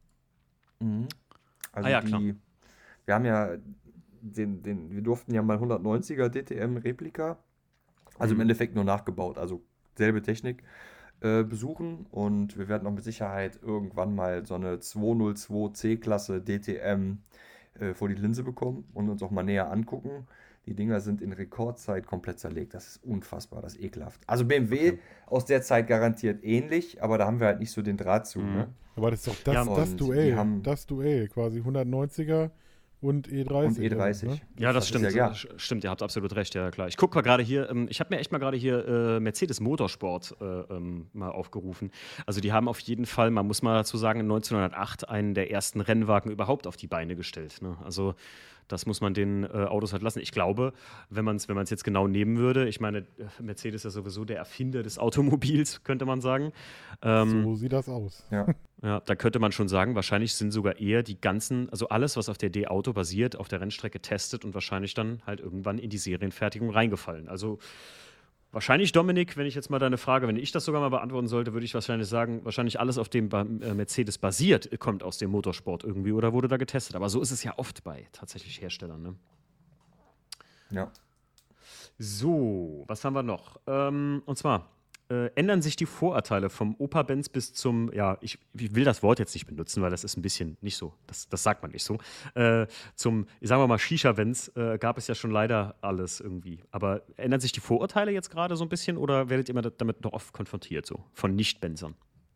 Mhm. Also Ah ja, die, klar. wir haben ja den, den, wir durften ja mal hundertneunziger D T M Replika, also im Mhm. Endeffekt nur nachgebaut, also selbe Technik, äh, besuchen und wir werden auch mit Sicherheit irgendwann mal so eine zweihundertzwei C-Klasse D T M äh, vor die Linse bekommen und uns auch mal näher angucken. Die Dinger sind in Rekordzeit komplett zerlegt. Das ist unfassbar, das ist ekelhaft. Also B M W Okay. aus der Zeit garantiert ähnlich, aber da haben wir halt nicht so den Draht zu. Mhm. Ne? Aber das ist doch das, Ja, das und die Duell. haben- Das Duell, quasi hundertneunziger und E dreißig. Und E dreißig. Ne? Ja, das, Das ist stimmt. ja- ja. Sch- Stimmt, ihr habt absolut recht, ja klar. Ich gucke mal gerade hier, ähm, ich habe mir echt mal gerade hier äh, Mercedes Motorsport äh, ähm, mal aufgerufen. Also die haben auf jeden Fall, man muss mal dazu sagen, neunzehnhundertacht einen der ersten Rennwagen überhaupt auf die Beine gestellt. Ne? Also das muss man den äh, Autos halt lassen. Ich glaube, wenn man es wenn man's jetzt genau nehmen würde, ich meine, äh, Mercedes ist ja sowieso der Erfinder des Automobils, könnte man sagen. Ähm, So sieht das aus. Ja. Ja, da könnte man schon sagen, wahrscheinlich sind sogar eher die ganzen, also alles, was auf der D-Auto basiert, auf der Rennstrecke testet und wahrscheinlich dann halt irgendwann in die Serienfertigung reingefallen. Also wahrscheinlich, Dominik, wenn ich jetzt mal deine Frage, wenn ich das sogar mal beantworten sollte, würde ich wahrscheinlich sagen, wahrscheinlich alles, auf dem ba- äh, Mercedes basiert, kommt aus dem Motorsport irgendwie oder wurde da getestet. Aber so ist es ja oft bei tatsächlich Herstellern, ne? Ja. So, was haben wir noch? Ähm, und zwar äh, ändern sich die Vorurteile vom Opa-Benz bis zum, ja, ich, ich will das Wort jetzt nicht benutzen, weil das ist ein bisschen nicht so, das, das sagt man nicht so. Äh, zum, sagen wir mal, Shisha-Benz äh, gab es ja schon leider alles irgendwie. Aber ändern sich die Vorurteile jetzt gerade so ein bisschen oder werdet ihr immer damit noch oft konfrontiert, so von Nicht-Benzern?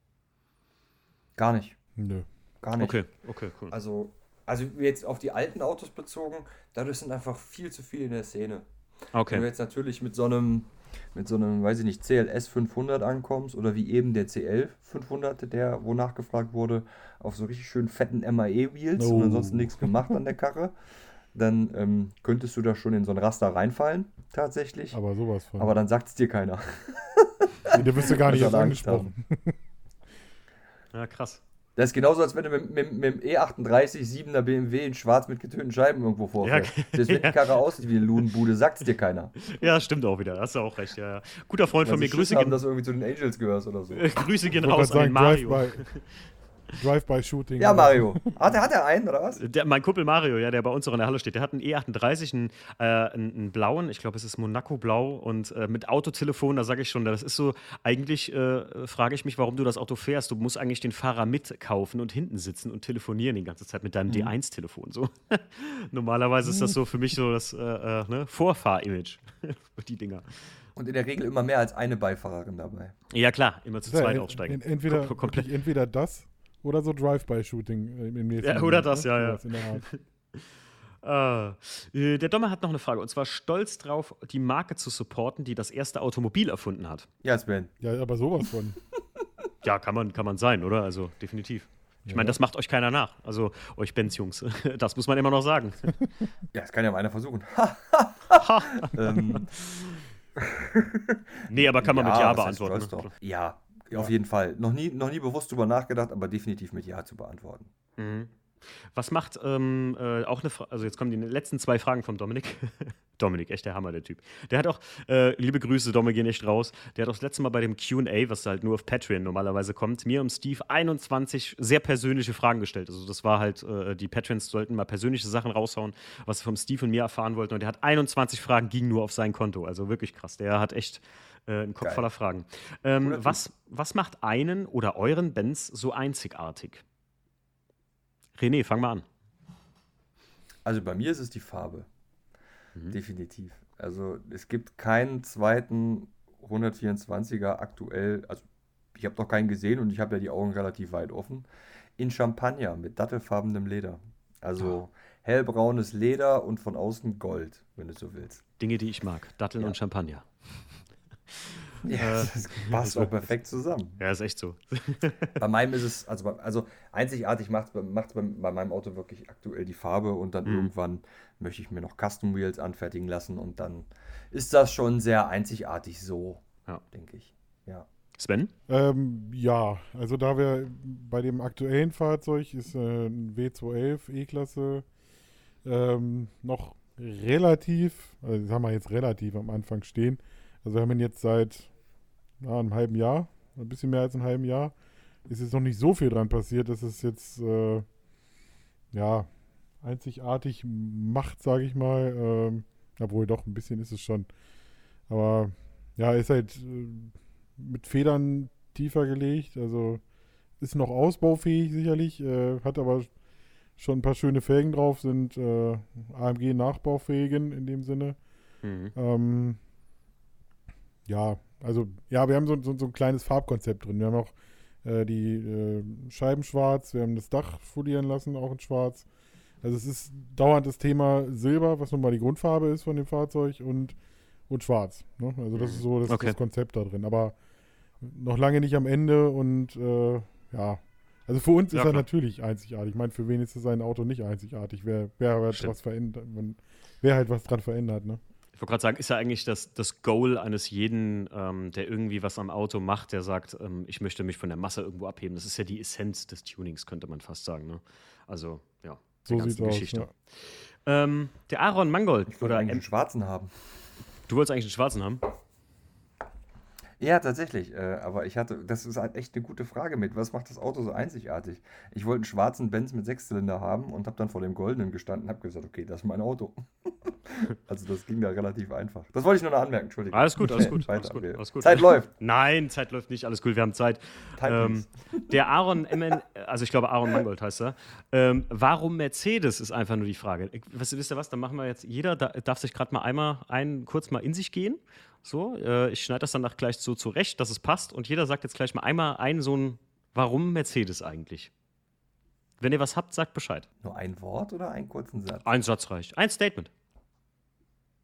Gar nicht. Nö. Gar nicht. Okay, okay, cool. Also, also jetzt auf die alten Autos bezogen, dadurch sind einfach viel zu viele in der Szene. Wenn du Okay. jetzt natürlich mit so einem, mit so einem, weiß ich nicht, C L S fünfhundert ankommst oder wie eben der C L fünfhundert, der, wo nachgefragt wurde, auf so richtig schön fetten M A E-Wheels Oh. und ansonsten nichts gemacht an der Karre, dann ähm, könntest du da schon in so ein Raster reinfallen, tatsächlich. Aber sowas von. Aber dann sagt es dir keiner. Nee, der wirst du gar nicht Dass erst alle Angst angesprochen. Ja, krass. Das ist genauso, als wenn du mit, mit, mit dem E achtunddreißig siebener B M W in schwarz mit getönten Scheiben irgendwo vorfährst. Ja, Selbst wenn die Karre aussieht wie eine Ludenbude, sagt es dir keiner. Ja, stimmt auch wieder. Da hast du auch recht. Ja, ja. Guter Freund von Weil mir, sie Schiss Grüße haben, gehen, dass du irgendwie zu den Angels gehörst oder so. äh, Grüße gehen Ich wollte raus an gerade den sagen, Mario. Drive-by Drive-by-Shooting. Ja, Mario. Hat er, hat er einen, oder was? Der, mein Kumpel Mario, ja, der bei uns auch in der Halle steht, der hat einen E achtunddreißig, einen, äh, einen, einen blauen, ich glaube, es ist Monaco-Blau und äh, mit Autotelefon, da sage ich schon, das ist so, eigentlich äh, frage ich mich, warum du das Auto fährst. Du musst eigentlich den Fahrer mitkaufen und hinten sitzen und telefonieren die ganze Zeit mit deinem D eins Telefon. So. Normalerweise ist das so für mich so das äh, äh, ne, Vorfahr-Image, die Dinger. Und in der Regel immer mehr als eine Beifahrerin dabei. Ja, klar, immer zu Ja, zweit en- aussteigen. en- Entweder, Kom- komplett. wirklich entweder das oder so Drive-by-Shooting äh, im nächsten Ja, oder Monat, das, ne? ja, ja. Sowas in der Art. Ah, äh, der Dommer hat noch eine Frage, und zwar stolz drauf, die Marke zu supporten, die das erste Automobil erfunden hat. Ja, Sven. Ja, aber sowas von. Ja, kann man, kann man sein, oder? Also definitiv. Ich Ja. meine, das macht euch keiner nach. Also euch Benz-Jungs. Das muss man immer noch sagen. Ja, das kann ja mal einer versuchen. ähm, Nee, aber kann man mit Ja was heißt beantworten. stolz Ne? drauf? Ja, auf jeden Fall. Noch nie, noch nie bewusst drüber nachgedacht, aber definitiv mit Ja zu beantworten. Mhm. Was macht ähm, äh, auch eine Frage, also jetzt kommen die letzten zwei Fragen vom Dominik. Dominik, echt der Hammer, der Typ. Der hat auch, äh, liebe Grüße, Dominik, gehen echt raus. Der hat auch das letzte Mal bei dem Q und A, was halt nur auf Patreon normalerweise kommt, mir und Steve einundzwanzig sehr persönliche Fragen gestellt. Also das war halt, äh, die Patrons sollten mal persönliche Sachen raushauen, was sie vom Steve und mir erfahren wollten. Und der hat einundzwanzig Fragen, ging nur auf sein Konto. Also wirklich krass. Der hat echt äh, einen Kopf Geil. voller Fragen. Ähm, Cooler Typ. was, was macht einen oder euren Benz so einzigartig? René, fang mal an. Also bei mir ist es die Farbe. Mhm. Definitiv. Also es gibt keinen zweiten hundertvierundzwanziger aktuell, also ich habe noch keinen gesehen und ich habe ja die Augen relativ weit offen, in Champagner mit dattelfarbenem Leder. Also hellbraunes Leder und von außen Gold, wenn du so willst. Dinge, die ich mag. Datteln Ja. und Champagner. Ja, Äh, das passt auch perfekt zusammen. Ja, ist echt so. Bei meinem ist es, also, bei- also einzigartig macht es bei, macht's bei, bei meinem Auto wirklich aktuell die Farbe und dann Mhm. irgendwann möchte ich mir noch Custom Wheels anfertigen lassen und dann ist das schon sehr einzigartig so, Ja. denke ich. Ja. Sven? Ähm, ja, also da wir bei dem aktuellen Fahrzeug ist äh, ein W zweihundertelf E-Klasse ähm, noch relativ, also sagen wir jetzt relativ am Anfang stehen. Also wir haben ihn jetzt seit ja, einem halben Jahr, ein bisschen mehr als einem halben Jahr. Ist jetzt noch nicht so viel dran passiert, dass es jetzt äh, ja einzigartig macht, sage ich mal. Ähm, obwohl doch ein bisschen ist es schon. Aber ja, ist halt äh, mit Federn tiefer gelegt, also ist noch ausbaufähig sicherlich, äh, hat aber schon ein paar schöne Felgen drauf, sind äh, A M G-Nachbaufelgen in dem Sinne. Mhm. Ähm, ja, also ja, wir haben so, so, so ein kleines Farbkonzept drin. Wir haben auch äh, die äh, Scheiben schwarz, wir haben das Dach folieren lassen, auch in schwarz. Also es ist dauernd das Thema Silber, was nun mal die Grundfarbe ist von dem Fahrzeug und, und schwarz. Ne? Also das ist so das, Okay. das Konzept da drin. Aber noch lange nicht am Ende und äh, ja, also für uns Ja, ist er klar. natürlich einzigartig. Ich meine, für wen ist sein Auto nicht einzigartig? Wer, wer halt Stimmt. was verändert, wenn- wer halt was dran verändert, ne? Ich wollte gerade sagen, ist ja eigentlich das, das Goal eines jeden, ähm, der irgendwie was am Auto macht, der sagt, ähm, ich möchte mich von der Masse irgendwo abheben. Das ist ja die Essenz des Tunings, könnte man fast sagen. Ne? Also, ja, So der sieht's ganzen aus. Geschichte. Ja. Ähm, der Aaron Mangold, Ich wollte oder eigentlich ähm, einen schwarzen haben. du wolltest eigentlich einen schwarzen haben? Ja, tatsächlich. Äh, aber ich hatte, das ist halt echt eine gute Frage mit. Was macht das Auto so einzigartig? Ich wollte einen schwarzen Benz mit Sechszylinder haben und habe dann vor dem goldenen gestanden und habe gesagt, okay, das ist mein Auto. Also das ging da relativ einfach. Das wollte ich nur noch anmerken, Entschuldigung. Alles gut, alles gut, Weiter. alles gut, alles gut. Zeit läuft. Nein, Zeit läuft nicht, alles gut, wir haben Zeit. Time Ähm, der Aaron M N, also ich glaube Aaron Mangold heißt er. Ähm, warum Mercedes ist einfach nur die Frage. Ich, was, wisst ihr was, dann machen wir jetzt, jeder da, darf sich gerade mal einmal ein, kurz mal in sich gehen. So, äh, ich schneide das dann nach gleich so zurecht, dass es passt und jeder sagt jetzt gleich mal einmal ein so ein, warum Mercedes eigentlich? Wenn ihr was habt, sagt Bescheid. Nur ein Wort oder einen kurzen Satz? Ein Satz reicht, ein Statement.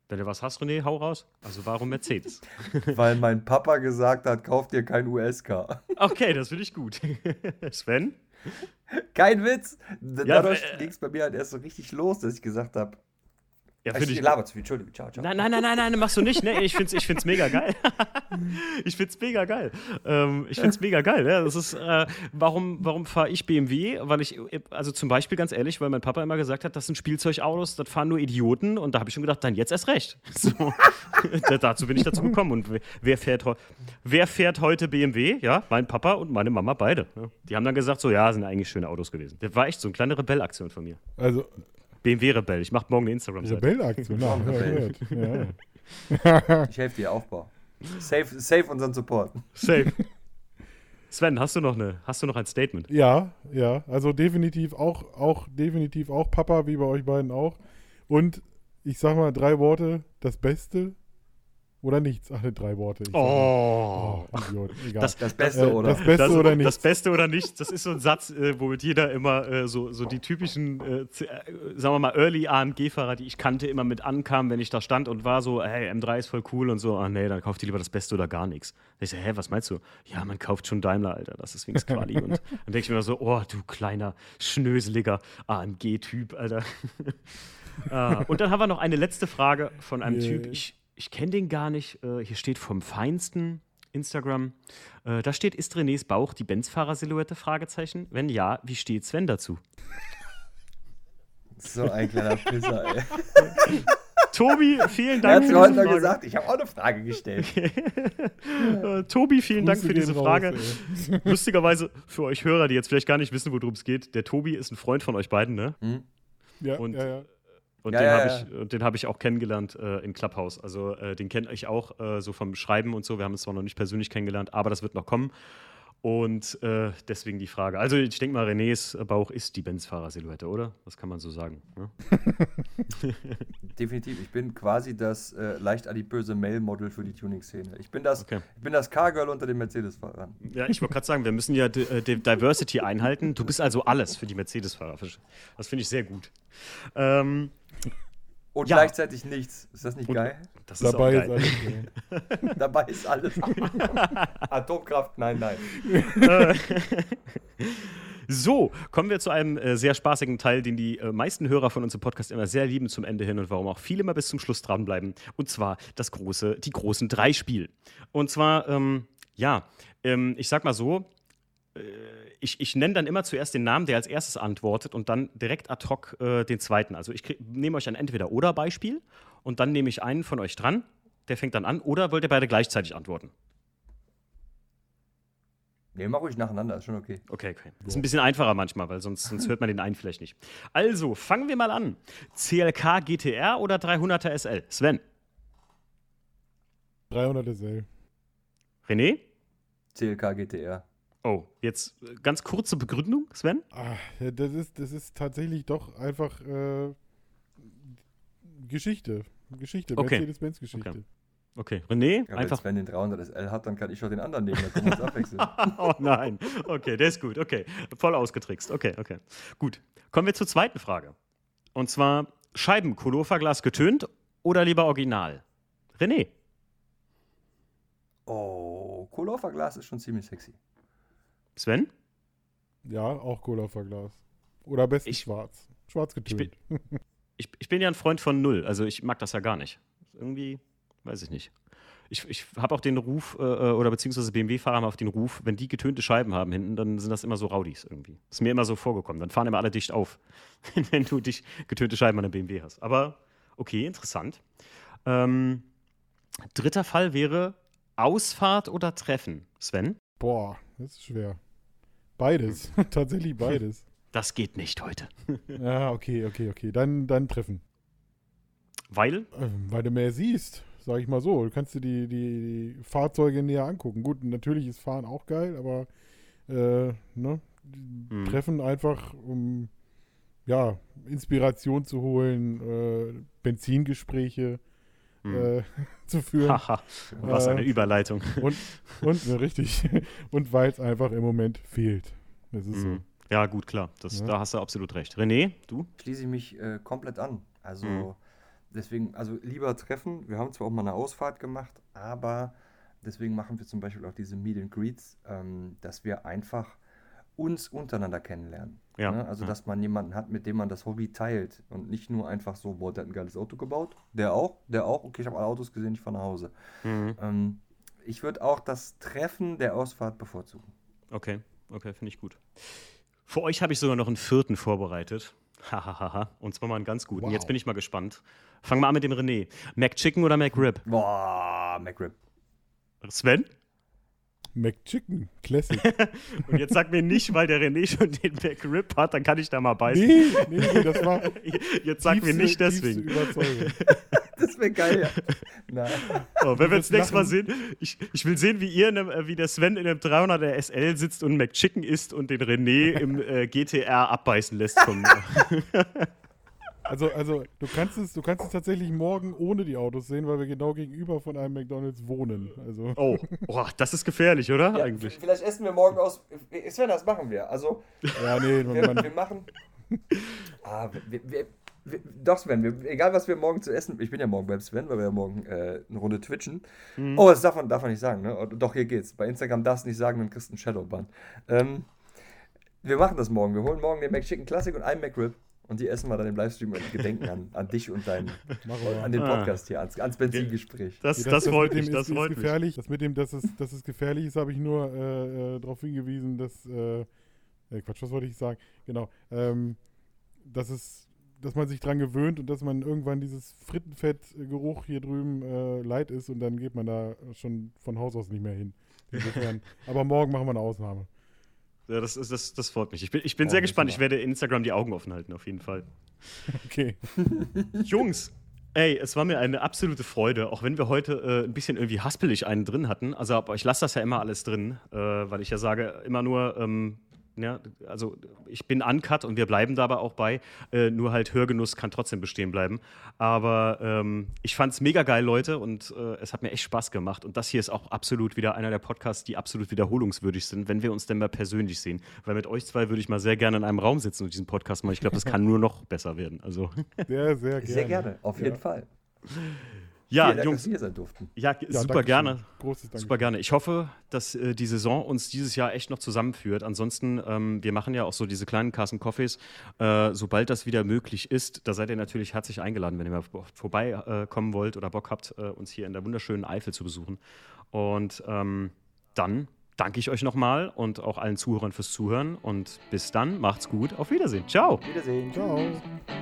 Wenn du was hast, René, hau raus. Also warum Mercedes? Weil mein Papa gesagt hat, kauf dir kein U S-Car. Okay, das finde ich gut. Sven? Kein Witz. Ja, Dadurch äh, ging es bei mir halt erst so richtig los, dass ich gesagt habe, Ja, ich, finde ich ich. laber zu viel, Entschuldigung, ciao, ciao. Nein, nein, nein, nein, nein, machst du nicht. Ne? Ich find's, ich find's mega geil. ich find's mega geil. Ähm, ich find's mega geil. Ja? Das ist, äh, warum, warum fahre ich B M W? Weil ich, also zum Beispiel ganz ehrlich, weil mein Papa immer gesagt hat, das sind Spielzeugautos, das fahren nur Idioten. Und da habe ich schon gedacht, dann jetzt erst recht. So. da, dazu bin ich dazu gekommen. Und wer fährt, wer fährt heute B M W? Ja, mein Papa und meine Mama beide. Ja? Die haben dann gesagt, so ja, sind eigentlich schöne Autos gewesen. Das war echt so eine kleine Rebellaktion von mir. Also, B M W-Rebell. Ich mache morgen eine Instagram-Seite. Rebellaktion, ja, Rebell. ja, ja. Ich helfe dir, Aufbau. Save, save unseren Support. Safe. Sven, hast du noch eine, hast du noch ein Statement? Ja, ja, also definitiv auch, auch, definitiv auch Papa, wie bei euch beiden auch. Und ich sag mal drei Worte, das Beste oder nichts. Ach, ne, drei Worte. Ich sag mal, Oh. oh Idiot, egal. Das, Das Beste, Äh, oder? das Beste das, oder nichts. Das Beste oder nichts, das ist so ein Satz, äh, womit jeder immer äh, so, so die typischen, äh, z- äh, sagen wir mal, Early A M G-Fahrer, die ich kannte, immer mit ankamen, wenn ich da stand und war so, hey, M drei ist voll cool und so, ah nee, dann kauft ihr lieber das Beste oder gar nichts. Ich so, hä, was meinst du? Ja, man kauft schon Daimler, Alter, das ist wenigstens Quali. Und dann denke ich mir so, oh, du kleiner, schnöseliger A M G-Typ, Alter. ah, und dann haben wir noch eine letzte Frage von einem Yeah. Typ, ich Ich kenne den gar nicht. Äh, hier steht vom Feinsten Instagram. Äh, da steht, ist Renés Bauch die Benz-Fahrer-Silhouette? Fragezeichen. Wenn ja, wie steht Sven dazu? So ein kleiner Pisser, ey. Tobi, vielen Er Dank hat für mir heute diese noch Frage. gesagt, ich habe auch eine Frage gestellt. Äh, Tobi, vielen Dank Grüße für diese gehen Frage. raus, ey. Lustigerweise für euch Hörer, die jetzt vielleicht gar nicht wissen, worum es geht, der Tobi ist ein Freund von euch beiden, ne? Hm? Ja, Und- ja, ja. Und Ja, den ja, habe ja. ich, und den hab ich auch kennengelernt äh, in Clubhouse. Also äh, den kenne ich auch äh, so vom Schreiben und so. Wir haben uns zwar noch nicht persönlich kennengelernt, aber das wird noch kommen. Und äh, deswegen die Frage. Also ich denke mal, Renés Bauch ist die Benz-Fahrer-Silhouette, oder? Das kann man so sagen. Ne? Definitiv, ich bin quasi das äh, leicht adipöse Male-Model für die Tuning-Szene. Ich bin das, Okay. ich bin das Car-Girl unter den Mercedes-Fahrern. Ja, ich wollte gerade sagen, wir müssen ja D- äh, D- Diversity einhalten. Du bist also alles für die Mercedes-Fahrer. Das finde ich sehr gut. Ähm, Und Ja. gleichzeitig nichts. Ist das nicht Und- geil? das ist Dabei auch ist geil. alles. Dabei ist alles. Atomkraft, nein, nein. So, kommen wir zu einem äh, sehr spaßigen Teil, den die äh, meisten Hörer von unserem Podcast immer sehr lieben zum Ende hin und warum auch viele immer bis zum Schluss dranbleiben. Und zwar das große, die großen drei Spiel. Und zwar, ähm, ja, ähm, ich sag mal so, äh, ich, ich nenne dann immer zuerst den Namen, der als erstes antwortet und dann direkt ad hoc äh, den zweiten. Also ich krieg- nehme euch ein Entweder-Oder-Beispiel und dann nehme ich einen von euch dran, der fängt dann an, oder wollt ihr beide gleichzeitig antworten? Nee, mach ruhig nacheinander, ist schon okay. Okay, okay. Ist ein bisschen einfacher manchmal, weil sonst, sonst hört man den einen vielleicht nicht. Also, fangen wir mal an. C L K G T R oder dreihunderter S L? Sven? dreihundert S L. René? C L K G T R. Oh, jetzt äh, ganz kurze Begründung, Sven? Ah, ja, das ist, das ist tatsächlich doch einfach äh, Geschichte. Geschichte, Okay. Mercedes-Benz-Geschichte. Okay. Okay, René? Ja, wenn Einfach. Sven den dreihundert S L hat, dann kann ich doch den anderen nehmen, dann können wir uns abwechseln. Oh nein. Okay, der ist gut. Okay, voll ausgetrickst. Okay, okay. Gut. Kommen wir zur zweiten Frage. Und zwar Scheiben, Colorverglas getönt oder lieber original? René? Oh, Kohleferglas ist schon ziemlich sexy. Sven? Ja, auch Cola-Verglas. Oder am besten Ich- schwarz. Schwarz getönt. Ich, ich bin ja ein Freund von Null, also ich mag das ja gar nicht. Irgendwie, weiß ich nicht. Ich, ich habe auch den Ruf, äh, oder beziehungsweise B M W-Fahrer haben auch den Ruf, wenn die getönte Scheiben haben hinten, dann sind das immer so Rowdies irgendwie. Ist mir immer so vorgekommen. Dann fahren immer alle dicht auf, wenn du dich getönte Scheiben an der B M W hast. Aber okay, interessant. Ähm, dritter Fall wäre Ausfahrt oder Treffen. Sven? Boah, das ist schwer. Beides. Tatsächlich beides. Das geht nicht heute. Ja, okay, okay, okay. Dann, dann treffen. Weil? Ähm, weil du mehr siehst, sag ich mal so. Du kannst dir die, die, die Fahrzeuge näher angucken. Gut, natürlich ist Fahren auch geil, aber äh, ne? Hm. Treffen einfach, um ja, Inspiration zu holen, äh, Benzingespräche Hm. äh, zu führen. Haha, was eine Äh, Überleitung. Und, und ne, richtig. Und weil es einfach im Moment fehlt. Das ist so. Mhm. Ja, gut, klar. Das, Ja. Da hast du absolut recht. René, du? Schließe ich mich äh, komplett an. Also Mhm. deswegen, also lieber treffen. Wir haben zwar auch mal eine Ausfahrt gemacht, aber deswegen machen wir zum Beispiel auch diese Meet and Greets, ähm, dass wir einfach uns untereinander kennenlernen. Ja. Ne? Also, ja. dass man jemanden hat, mit dem man das Hobby teilt und nicht nur einfach so, boah, der hat ein geiles Auto gebaut. Der auch, der auch. Okay, ich habe alle Autos gesehen, ich fahre nach Hause. Mhm. Ähm, ich würde auch das Treffen der Ausfahrt bevorzugen. Okay, okay, finde ich gut. Für euch habe ich sogar noch einen vierten vorbereitet. Hahaha. Und zwar mal einen ganz guten. Wow. Jetzt bin ich mal gespannt. Fangen wir an mit dem René. McChicken oder McRib? Boah, McRib. Sven? McChicken, Classic. Und jetzt sag mir nicht, weil der René schon den McRib hat, dann kann ich da mal beißen. nee, nee, nee, das war Jetzt sag mir tiefste- nicht deswegen. tiefste Überzeugung. Das wäre geil, ja. Na. Oh, wenn wir wirst das nächste Mal lachen. sehen, ich, ich will sehen, wie ihr, in einem, äh, wie der Sven in einem dreihunderter S L sitzt und McChicken isst und den René im äh, G T R abbeißen lässt vom. Also, also du kannst es, du kannst es tatsächlich morgen ohne die Autos sehen, weil wir genau gegenüber von einem McDonald's wohnen. Also Oh, oh, das ist gefährlich, oder? Ja, Eigentlich. v- Vielleicht essen wir morgen aus. Sven, das machen wir. Also, ja, nee, wir, man, wir machen. Ah, wir, wir, wir, doch, Sven, wir, egal was wir morgen zu essen. Ich bin ja morgen beim Sven, weil wir ja morgen äh, eine Runde twitchen. Mhm. Oh, das darf man, darf man nicht sagen, ne? Doch, hier geht's. Bei Instagram darfst du nicht sagen, dann kriegst du einen Shadowban. Ähm, wir machen das morgen. Wir holen morgen den McChicken Classic und einen McRib. Und die essen wir dann im Livestream und gedenken an, an dich und dein, machen wir. an den Ah. Podcast hier, ans, ans Benzingespräch. Das, Nee, das, freut mit mich, dem das ist, freut ist mich. gefährlich. Das mit dem, dass es, dass es gefährlich ist, habe ich nur äh, äh, darauf hingewiesen, dass äh, äh, Quatsch, was wollte ich sagen? Genau, ähm, dass es, dass man sich dran gewöhnt und dass man irgendwann dieses Frittenfettgeruch hier drüben äh, leid ist und dann geht man da schon von Haus aus nicht mehr hin. Insofern. Aber morgen machen wir eine Ausnahme. Ja, das, ist, das, das freut mich. Ich bin, ich bin Oh, sehr das gespannt. ist Ich werde Instagram die Augen offen halten, auf jeden Fall. Okay. Jungs, ey, es war mir eine absolute Freude, auch wenn wir heute äh, ein bisschen irgendwie haspelig einen drin hatten. Also, aber ich lasse das ja immer alles drin, äh, weil ich ja sage, immer nur, ähm, ja, also ich bin uncut und wir bleiben dabei auch bei. Äh, nur halt Hörgenuss kann trotzdem bestehen bleiben. Aber ähm, ich fand es mega geil, Leute, und äh, es hat mir echt Spaß gemacht. Und das hier ist auch absolut wieder einer der Podcasts, die absolut wiederholungswürdig sind, wenn wir uns denn mal persönlich sehen. Weil mit euch zwei würde ich mal sehr gerne in einem Raum sitzen und diesen Podcast machen. Ich glaube, das kann nur noch besser werden. Also, Sehr, sehr gerne. Sehr gerne, auf jeden Ja. Fall. ja, Vielen Dank, Jungs, dass wir hier sein durften. ja, Ja, super Dankeschön. gerne. Großes Dank. Super gerne. Ich hoffe, dass äh, die Saison uns dieses Jahr echt noch zusammenführt. Ansonsten, ähm, wir machen ja auch so diese kleinen Carsten Coffees. Äh, sobald das wieder möglich ist, da seid ihr natürlich herzlich eingeladen, wenn ihr mal vorbeikommen äh, kommen wollt oder Bock habt, äh, uns hier in der wunderschönen Eifel zu besuchen. Und ähm, dann danke ich euch nochmal und auch allen Zuhörern fürs Zuhören. Und bis dann, macht's gut. Auf Wiedersehen. Ciao. Wiedersehen. Ciao. Tschüss.